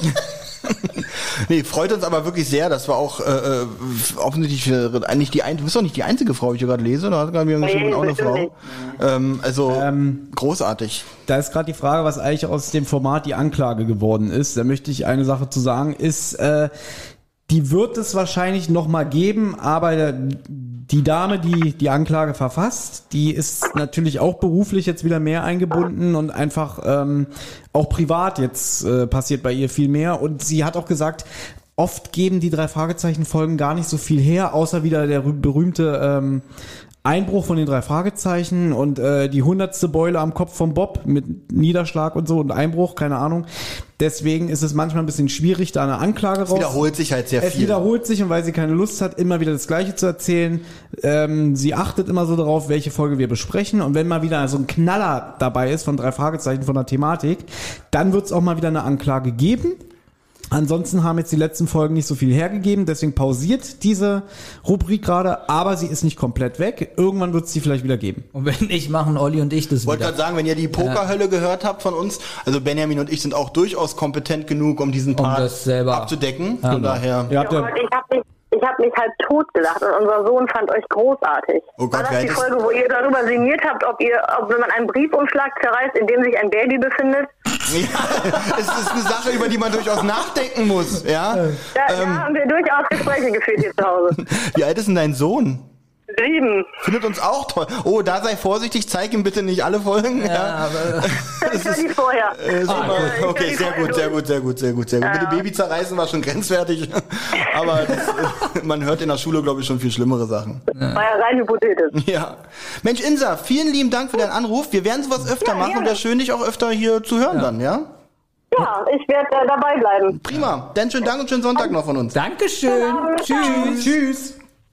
Nee, freut uns aber wirklich sehr, dass wir auch äh, äh, offensichtlich äh, eigentlich die ein, du bist doch nicht die einzige Frau, die ich hier gerade lese, da hat gerade mir geschrieben, Nee, auch eine bestimmt Frau. nicht. Ähm, also Ähm, großartig. Da ist gerade die Frage, was eigentlich aus dem Format die Anklage geworden ist. Da möchte ich eine Sache zu sagen, ist, äh, die wird es wahrscheinlich noch mal geben, aber die Dame, die die Anklage verfasst, die ist natürlich auch beruflich jetzt wieder mehr eingebunden und einfach ähm, auch privat jetzt äh, passiert bei ihr viel mehr. Und sie hat auch gesagt, oft geben die drei Fragezeichen-Folgen gar nicht so viel her, außer wieder der berühmte ähm, Einbruch von den drei Fragezeichen und äh, die hundertste Beule am Kopf vom Bob mit Niederschlag und so und Einbruch, keine Ahnung. Deswegen ist es manchmal ein bisschen schwierig, da eine Anklage raus. Es wiederholt sich halt sehr Es viel. wiederholt sich und weil sie keine Lust hat, immer wieder das Gleiche zu erzählen, ähm, sie achtet immer so darauf, welche Folge wir besprechen und wenn mal wieder so ein Knaller dabei ist von drei Fragezeichen von der Thematik, dann wird es auch mal wieder eine Anklage geben. Ansonsten haben jetzt die letzten Folgen nicht so viel hergegeben, deswegen pausiert diese Rubrik gerade, aber sie ist nicht komplett weg. Irgendwann wird es die vielleicht wieder geben. Und wenn nicht, machen Olli und ich das Ich wollte wieder. gerade sagen, wenn ihr die Pokerhölle gehört habt von uns, also Benjamin und ich sind auch durchaus kompetent genug, um diesen Part das selber- abzudecken. Von daher. Ihr habt Ja, ja, und ich habe mich, ich hab mich halt totgelacht und unser Sohn fand euch großartig. Oh Gott, War das wer die hätte es- Folge, wo ihr darüber sinniert habt, ob ihr, ob wenn man einen Briefumschlag zerreißt, in dem sich ein Baby befindet? Ja, es ist eine Sache, über die man durchaus nachdenken muss. Ja? Da, da haben wir durchaus Gespräche geführt hier zu Hause. Wie alt ist denn dein Sohn? Sieben. Findet uns auch toll. Oh, da sei vorsichtig, zeig ihm bitte nicht alle Folgen. Ja, aber Ich höre die vorher. Äh, super. Ah, ich höre Okay, die sehr vorher gut, sehr durch. gut, sehr gut, sehr gut, sehr gut. Mit dem Baby zerreißen war schon grenzwertig. Aber das, äh, man hört in der Schule, glaube ich, schon viel schlimmere Sachen. War ja rein hypothetisch. Ja. Mensch, Insa, vielen lieben Dank für deinen Anruf. Wir werden sowas öfter Ja, machen und gerne. wäre schön, dich auch öfter hier zu hören dann, ja? Ja, ich werde äh, dabei bleiben. Prima. Dann schönen Dank und schönen Sonntag noch von uns. Dankeschön. Tschüss. Tschüss.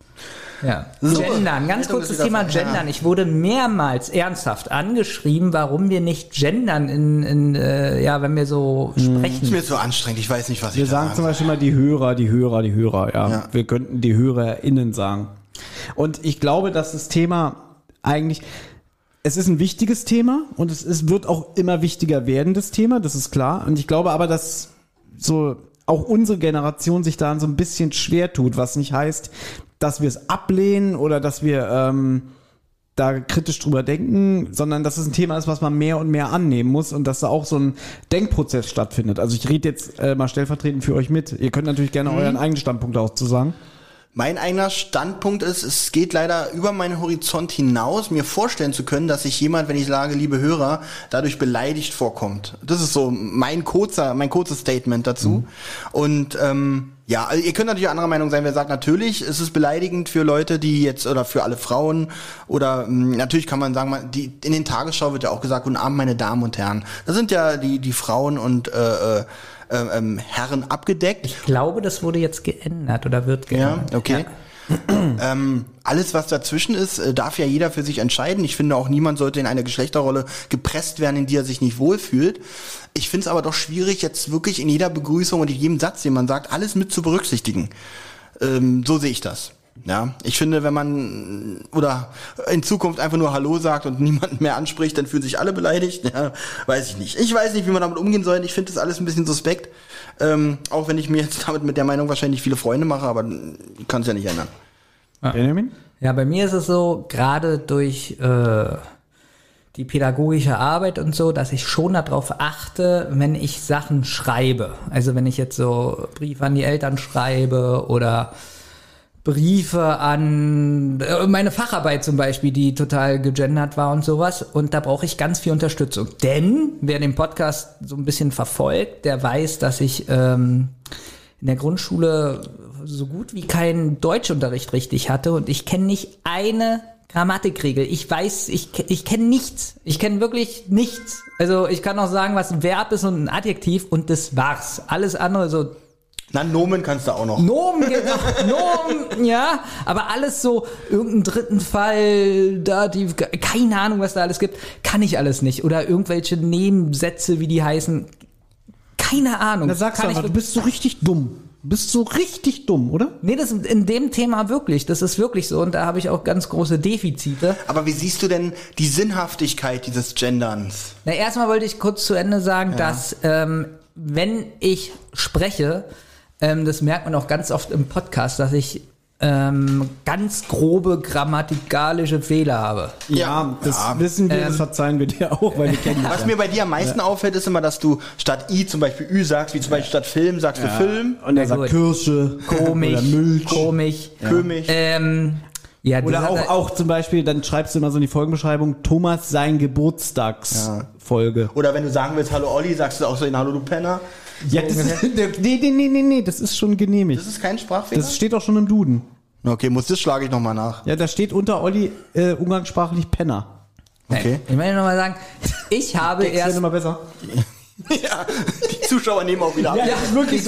Ja. So. Gendern, ganz Bildung kurzes ist wieder Thema so- ja. Gendern. Ich wurde mehrmals ernsthaft angeschrieben, warum wir nicht gendern in, in äh, ja, wenn wir so Ist sprechen. mir zu anstrengend. Ich weiß nicht, was wir ich da sagen zum Beispiel mal die Hörer, die Hörer, die Hörer, ja. Ja. Wir könnten die HörerInnen sagen. Und ich glaube, dass das Thema eigentlich, es ist ein wichtiges Thema und es ist, wird auch immer wichtiger werden, das Thema, das ist klar. Und ich glaube aber, dass so auch unsere Generation sich da so ein bisschen schwer tut, was nicht heißt, dass wir es ablehnen oder dass wir ähm, da kritisch drüber denken, sondern dass es ein Thema ist, was man mehr und mehr annehmen muss und dass da auch so ein Denkprozess stattfindet. Also ich rede jetzt äh, mal stellvertretend für euch mit. Ihr könnt natürlich gerne euren eigenen Standpunkt auch zu sagen. Mein eigener Standpunkt ist, es geht leider über meinen Horizont hinaus, mir vorstellen zu können, dass sich jemand, wenn ich sage, liebe Hörer, dadurch beleidigt vorkommt. Das ist so mein kurzer, mein kurzes Statement dazu. Mhm. Und ähm, ja, also ihr könnt natürlich anderer Meinung sein, wer sagt, natürlich ist es beleidigend für Leute, die jetzt, oder für alle Frauen, oder mh, natürlich kann man sagen, man, die, in den Tagesschau wird ja auch gesagt, guten Abend, meine Damen und Herren. Das sind ja die, die Frauen und äh, äh, Ähm, Herren abgedeckt. Ich glaube, das wurde jetzt geändert oder wird geändert. Ja, okay. Ja. ähm, alles, was dazwischen ist, äh, darf ja jeder für sich entscheiden. Ich finde auch, niemand sollte in eine Geschlechterrolle gepresst werden, in die er sich nicht wohlfühlt. Ich finde es aber doch schwierig, jetzt wirklich in jeder Begrüßung und in jedem Satz, den man sagt, alles mit zu berücksichtigen. Ähm, so sehe ich das. Ja, ich finde, wenn man oder in Zukunft einfach nur Hallo sagt und niemanden mehr anspricht, dann fühlen sich alle beleidigt. Ja, weiß ich nicht. Ich weiß nicht, wie man damit umgehen soll. Ich finde das alles ein bisschen suspekt. Ähm, auch wenn ich mir jetzt damit mit der Meinung wahrscheinlich viele Freunde mache, aber kann es ja nicht ändern. Benjamin? Ja, bei mir ist es so, gerade durch äh, die pädagogische Arbeit und so, dass ich schon darauf achte, wenn ich Sachen schreibe. Also wenn ich jetzt so Briefe an die Eltern schreibe oder Briefe an äh, meine Facharbeit zum Beispiel, die total gegendert war und sowas. Und da brauche ich ganz viel Unterstützung. Denn wer den Podcast so ein bisschen verfolgt, der weiß, dass ich ähm, in der Grundschule so gut wie keinen Deutschunterricht richtig hatte. Und ich kenne nicht eine Grammatikregel. Ich weiß, ich, ich kenne nichts. Ich kenne wirklich nichts. Also ich kann auch sagen, was ein Verb ist und ein Adjektiv und das war's. Alles andere so... Na, Nomen kannst du auch noch. Nomen, genau, Nomen, ja, aber alles so, irgendeinen dritten Fall, da die, keine Ahnung, was da alles gibt, kann ich alles nicht. Oder irgendwelche Nebensätze, wie die heißen, keine Ahnung. Na sagst du kann einfach, ich, du bist so richtig dumm. Du bist so richtig dumm, oder? Nee, das ist in dem Thema wirklich, das ist wirklich so und da habe ich auch ganz große Defizite. Aber wie siehst du denn die Sinnhaftigkeit dieses Genderns? Na, erstmal wollte ich kurz zu Ende sagen, Ja. dass ähm, wenn ich spreche, Ähm, das merkt man auch ganz oft im Podcast, dass ich ähm, ganz grobe grammatikalische Fehler habe. Ja, das Ja. wissen wir, das Ähm, verzeihen wir dir auch, weil wir kennen dich. Was mir bei dir am meisten auffällt, ist immer, dass du statt I zum Beispiel Ü sagst, wie zum Beispiel statt Film sagst du Film. Und er Ja, sagt gut. Kirsche Komisch, oder Milch. komisch. König. Ähm, ja, das Oder hat- auch, auch zum Beispiel, dann schreibst du immer so in die Folgenbeschreibung, Thomas sein Geburtstagsfolge. Oder wenn du sagen willst, Hallo Olli, sagst du auch so in Hallo du Penner. Ja, das ist, nee, nee, nee, nee, nee, das ist schon genehmigt. Das ist kein Sprachfehler? Das steht auch schon im Duden. Okay, muss das schlage ich nochmal nach. Ja, da steht unter Olli äh, umgangssprachlich Penner. Okay. Ich möchte nochmal sagen, ich habe Geht's dir erst... immer besser? Ja, die Zuschauer nehmen auch wieder ab. Ja, wirklich so.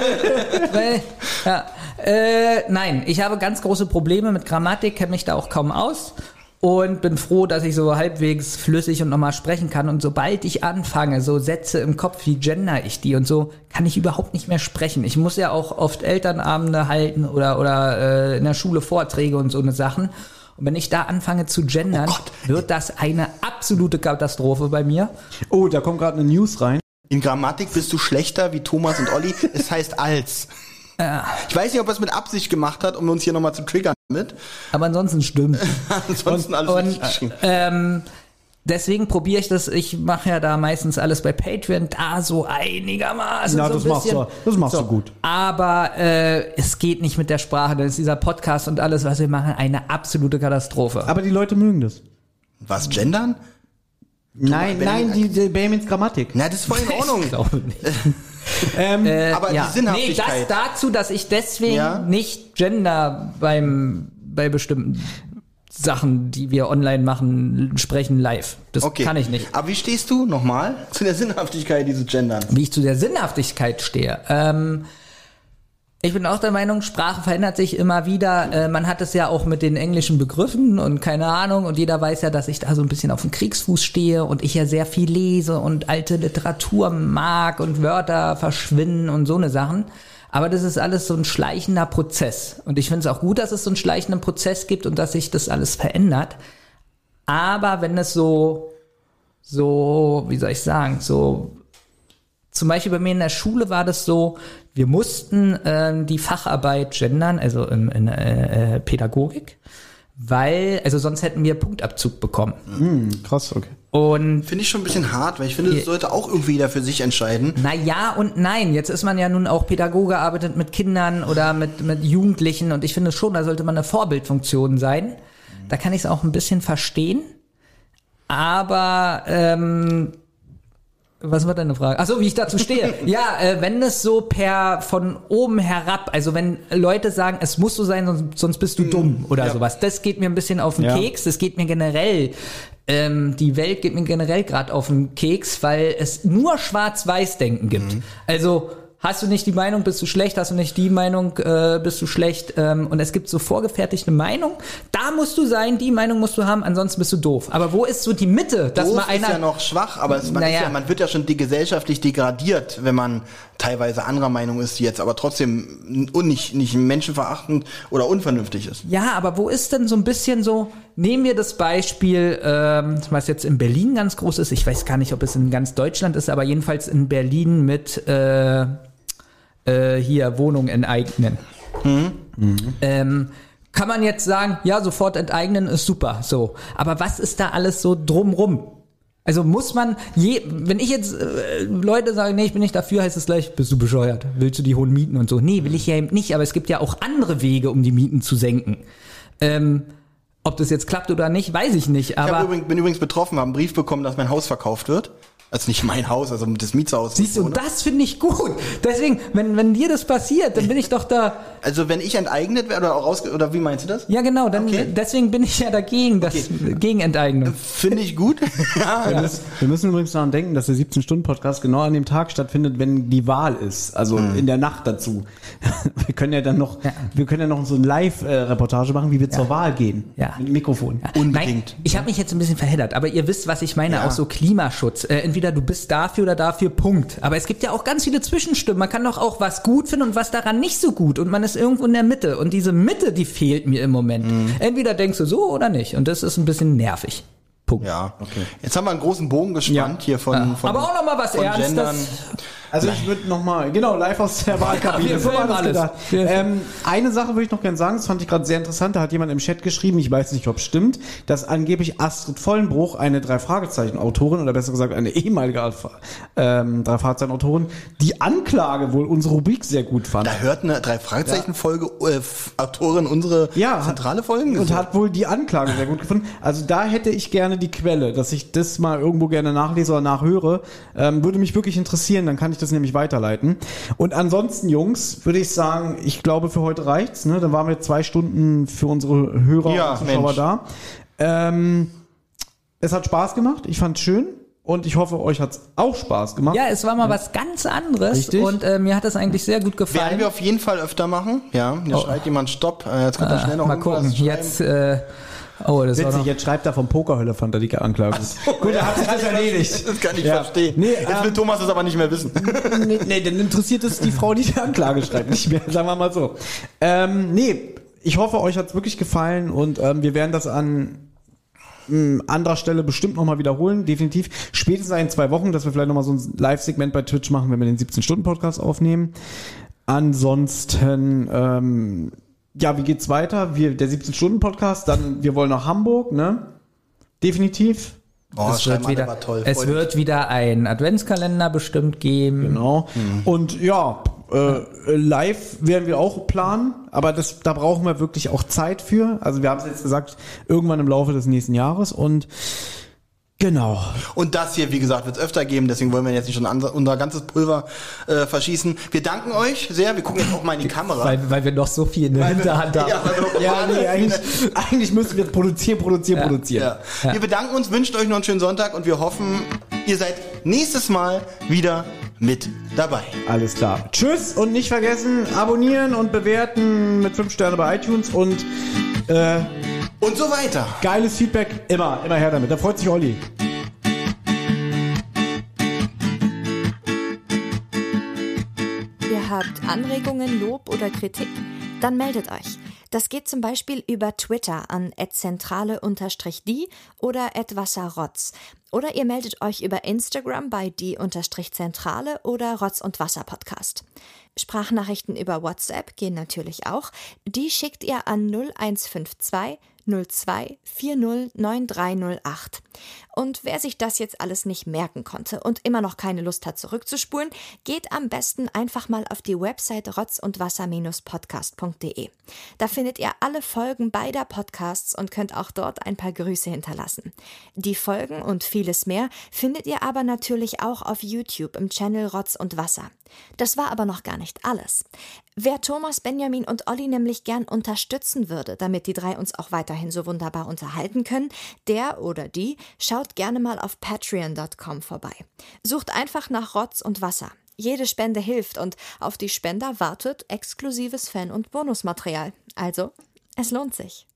Weil, ja, äh, nein, ich habe ganz große Probleme mit Grammatik, kenne mich da auch kaum aus und bin froh, dass ich so halbwegs flüssig und nochmal sprechen kann. Und sobald ich anfange, so Sätze im Kopf, wie gender ich die und so, kann ich überhaupt nicht mehr sprechen. Ich muss ja auch oft Elternabende halten oder, oder äh, in der Schule Vorträge und so eine Sachen. Und wenn ich da anfange zu gendern, Oh Gott. wird das eine absolute Katastrophe bei mir. Oh, da kommt gerade eine News rein. In Grammatik bist du schlechter wie Thomas und Olli. Es heißt als. Ich weiß nicht, ob er es mit Absicht gemacht hat, um uns hier nochmal zu triggern mit. Aber ansonsten stimmt. Ansonsten alles Und richtig geschrieben. ähm, deswegen probiere ich das, ich mache ja da meistens alles bei Patreon, da so einigermaßen Ja, so das ein machst bisschen. du, das machst du gut. Aber äh, es geht nicht mit der Sprache, dann ist dieser Podcast und alles, was wir machen, eine absolute Katastrophe. Aber die Leute mögen das. Was, gendern? Nein, Ben- nein, die, die Benjamins Grammatik. Na, das ist voll in Ordnung. Ich glaube nicht. Ähm, Äh, Aber ja. die Sinnhaftigkeit. Nee, das dazu, dass ich deswegen Ja. nicht gender beim bei bestimmten Sachen, die wir online machen, sprechen live. Das Okay. kann ich nicht. Aber wie stehst du nochmal zu der Sinnhaftigkeit dieses Gendern? Wie ich zu der Sinnhaftigkeit stehe. Ähm, ich bin auch der Meinung, Sprache verändert sich immer wieder. Äh, man hat es ja auch mit den englischen Begriffen und keine Ahnung. Und jeder weiß ja, dass ich da so ein bisschen auf dem Kriegsfuß stehe und ich ja sehr viel lese und alte Literatur mag und Wörter verschwinden und so eine Sachen. Aber das ist alles so ein schleichender Prozess. Und ich finde es auch gut, dass es so einen schleichenden Prozess gibt und dass sich das alles verändert. Aber wenn es so, so, wie soll ich sagen, so, zum Beispiel bei mir in der Schule war das so, wir mussten ähm, die Facharbeit gendern, also in, in äh, Pädagogik, weil, also sonst hätten wir Punktabzug bekommen. Hm, krass, okay. Und Finde ich schon ein bisschen hart, weil ich finde, das sollte auch irgendwie jeder für sich entscheiden. na ja und nein. Jetzt ist man ja nun auch Pädagoge, arbeitet mit Kindern oder mit, mit Jugendlichen und ich finde schon, da sollte man eine Vorbildfunktion sein. Da kann ich es auch ein bisschen verstehen. Aber, ähm, was war deine Frage? Ach so, wie ich dazu stehe. Ja, äh, wenn es so per von oben herab, also wenn Leute sagen, es muss so sein, sonst, sonst bist du dumm oder ja. sowas. Das geht mir ein bisschen auf den Ja. Keks. Das geht mir generell, ähm, die Welt geht mir generell gerade auf den Keks, weil es nur Schwarz-Weiß-Denken gibt. Also hast du nicht die Meinung, bist du schlecht, hast du nicht die Meinung, äh, bist du schlecht. Ähm, und es gibt so vorgefertigte Meinung, da musst du sein, die Meinung musst du haben, ansonsten bist du doof. Aber wo ist so die Mitte? Dass Doof mal einer, ist ja noch schwach, aber es, man, Naja. ist ja, man wird ja schon die gesellschaftlich degradiert, wenn man teilweise anderer Meinung ist, die jetzt aber trotzdem un- nicht, nicht menschenverachtend oder unvernünftig ist. Ja, aber wo ist denn so ein bisschen so, nehmen wir das Beispiel, ähm, was jetzt in Berlin ganz groß ist, ich weiß gar nicht, ob es in ganz Deutschland ist, aber jedenfalls in Berlin mit äh, äh, hier Wohnung enteignen. Mhm. Ähm, kann man jetzt sagen, ja, sofort enteignen ist super, so. Aber was ist da alles so drumrum? Also muss man, je, wenn ich jetzt äh, Leute sagen, nee, ich bin nicht dafür, heißt es gleich, bist du bescheuert? Willst du die hohen Mieten und so? Nee, will ich ja eben nicht, aber es gibt ja auch andere Wege, um die Mieten zu senken. Ähm, ob das jetzt klappt oder nicht, weiß ich nicht, Ich hab aber übrigens, bin übrigens betroffen, habe einen Brief bekommen, dass mein Haus verkauft wird. Also nicht mein Haus, also das Mietshaus. siehst du, wo ich wohne. das finde ich gut. Deswegen, wenn, wenn dir das passiert, dann bin ich doch da, Also wenn ich enteignet werde oder auch raus, oder wie meinst du das? ja genau, dann Okay. deswegen bin ich ja dagegen, das, gegen Enteignung. Finde ich gut. ja, Wir ja. müssen, wir müssen übrigens daran denken, dass der siebzehn-Stunden-Podcast genau an dem Tag stattfindet, wenn die Wahl ist. Also in der Nacht dazu. Wir können ja dann noch, Ja. wir können ja noch so eine Live-Reportage machen, wie wir zur Wahl gehen. Ja. Mit dem Mikrofon. Unbedingt. Nein, ich habe mich jetzt ein bisschen verheddert, aber ihr wisst, was ich meine, Ja. auch so Klimaschutz. Äh, entweder du bist dafür oder dafür, Punkt. Aber es gibt ja auch ganz viele Zwischenstimmen. Man kann doch auch was gut finden und was daran nicht so gut. Und man ist irgendwo in der Mitte. Und diese Mitte, die fehlt mir im Moment. Mhm. Entweder denkst du so oder nicht. Und das ist ein bisschen nervig. Punkt. Ja, okay. Jetzt haben wir einen großen Bogen gespannt hier von, Ja. von Aber auch noch mal was von Ernstes. Gendern. Also ich würde nochmal, genau, live aus der Wahlkabine. wir So war filmen das alles. gedacht. Wir- Ähm, eine Sache würde ich noch gerne sagen, das fand ich gerade sehr interessant, da hat jemand im Chat geschrieben, ich weiß nicht, ob es stimmt, dass angeblich Astrid Vollenbruch, eine Drei-Fragezeichen-Autorin, oder besser gesagt eine ehemalige Alpha- ähm, Drei-Fragezeichen-Autorin, die Anklage wohl unsere Rubrik sehr gut fand. Da hört eine Drei-Fragezeichen-Folge äh, F- Autorin unsere Ja, hat- zentrale Folgen Und gesucht. hat wohl die Anklage sehr gut gefunden. Also da hätte ich gerne die Quelle, dass ich das mal irgendwo gerne nachlese oder nachhöre. Ähm, würde mich wirklich interessieren, dann kann ich das nämlich weiterleiten. Und ansonsten, Jungs, würde ich sagen, ich glaube, für heute reicht's. Ne? Dann waren wir zwei Stunden für unsere Hörer Ja, und Zuschauer Mensch. da. Ähm, es hat Spaß gemacht. Ich fand's schön. Und ich hoffe, euch hat's auch Spaß gemacht. Ja, es war mal was ganz anderes. Richtig. Und äh, mir hat das eigentlich sehr gut gefallen. Werden wir auf jeden Fall öfter machen. Ja, hier schreit jemand Stopp. Äh, jetzt könnt ihr schnell noch Oh. Mal irgendwas gucken. schreiben. Jetzt, äh, oh, das war Witzig, noch, jetzt schreibt er vom Pokerhölle, fand er die Anklage. Gut, er hat sich das erledigt. Das kann ich Ja. verstehen. Nee, Jetzt ähm, will Thomas das aber nicht mehr wissen. Nee, nee, dann interessiert es die Frau, die die Anklage schreibt, nicht mehr, sagen wir mal so. Ähm, nee, ich hoffe, euch hat's wirklich gefallen und ähm, wir werden das an mh, anderer Stelle bestimmt nochmal wiederholen, definitiv. Spätestens in zwei Wochen, dass wir vielleicht nochmal so ein Live-Segment bei Twitch machen, wenn wir den siebzehn-Stunden-Podcast aufnehmen. Ansonsten, ähm, ja, wie geht's weiter? Wir, der siebzehn-Stunden-Podcast, dann, wir wollen nach Hamburg, ne? Definitiv. Oh, es schreiben wird alle, wieder, war toll. es Freut mich. wird wieder ein Adventskalender bestimmt geben. Genau. Und ja, äh, live werden wir auch planen, aber das, da brauchen wir wirklich auch Zeit für. Also wir haben es jetzt gesagt, irgendwann im Laufe des nächsten Jahres und genau. Und das hier, wie gesagt, wird es öfter geben, deswegen wollen wir jetzt nicht schon unser, unser ganzes Pulver äh, verschießen. Wir danken euch sehr, wir gucken jetzt auch mal in die Kamera. Weil, weil wir noch so viel in der Hinterhand haben. Ja, weil wir noch Ja, gerade- nee, eigentlich, eigentlich müssen wir produzieren, produzieren, produzieren. Ja. Ja. Wir bedanken uns, wünschen euch noch einen schönen Sonntag und wir hoffen, ihr seid nächstes Mal wieder mit dabei. Alles klar. Tschüss und nicht vergessen, abonnieren und bewerten mit fünf Sterne bei iTunes und äh, Und so weiter. geiles Feedback, immer, immer her damit. Da freut sich Olli. Ihr habt Anregungen, Lob oder Kritik? Dann meldet euch. Das geht zum Beispiel über Twitter an at zentrale unterstrich die oder at wasserrotz. Oder ihr meldet euch über Instagram bei die unterstrich zentrale oder Rotz und Wasser Podcast. Sprachnachrichten über WhatsApp gehen natürlich auch. Die schickt ihr an null eins fünf zwei null zwei vier null neun drei null acht. Und wer sich das jetzt alles nicht merken konnte und immer noch keine Lust hat zurückzuspulen, geht am besten einfach mal auf die Website rotz und wasser podcast punkt de. Da findet ihr alle Folgen beider Podcasts und könnt auch dort ein paar Grüße hinterlassen. Die Folgen und vieles mehr findet ihr aber natürlich auch auf YouTube im Channel Rotz und Wasser. Das war aber noch gar nicht alles. Wer Thomas, Benjamin und Olli nämlich gern unterstützen würde, damit die drei uns auch weiterhin so wunderbar unterhalten können, der oder die schaut gerne mal auf patreon punkt com vorbei. Sucht einfach nach Rotz und Wasser. Jede Spende hilft und auf die Spender wartet exklusives Fan- und Bonusmaterial. Also, es lohnt sich.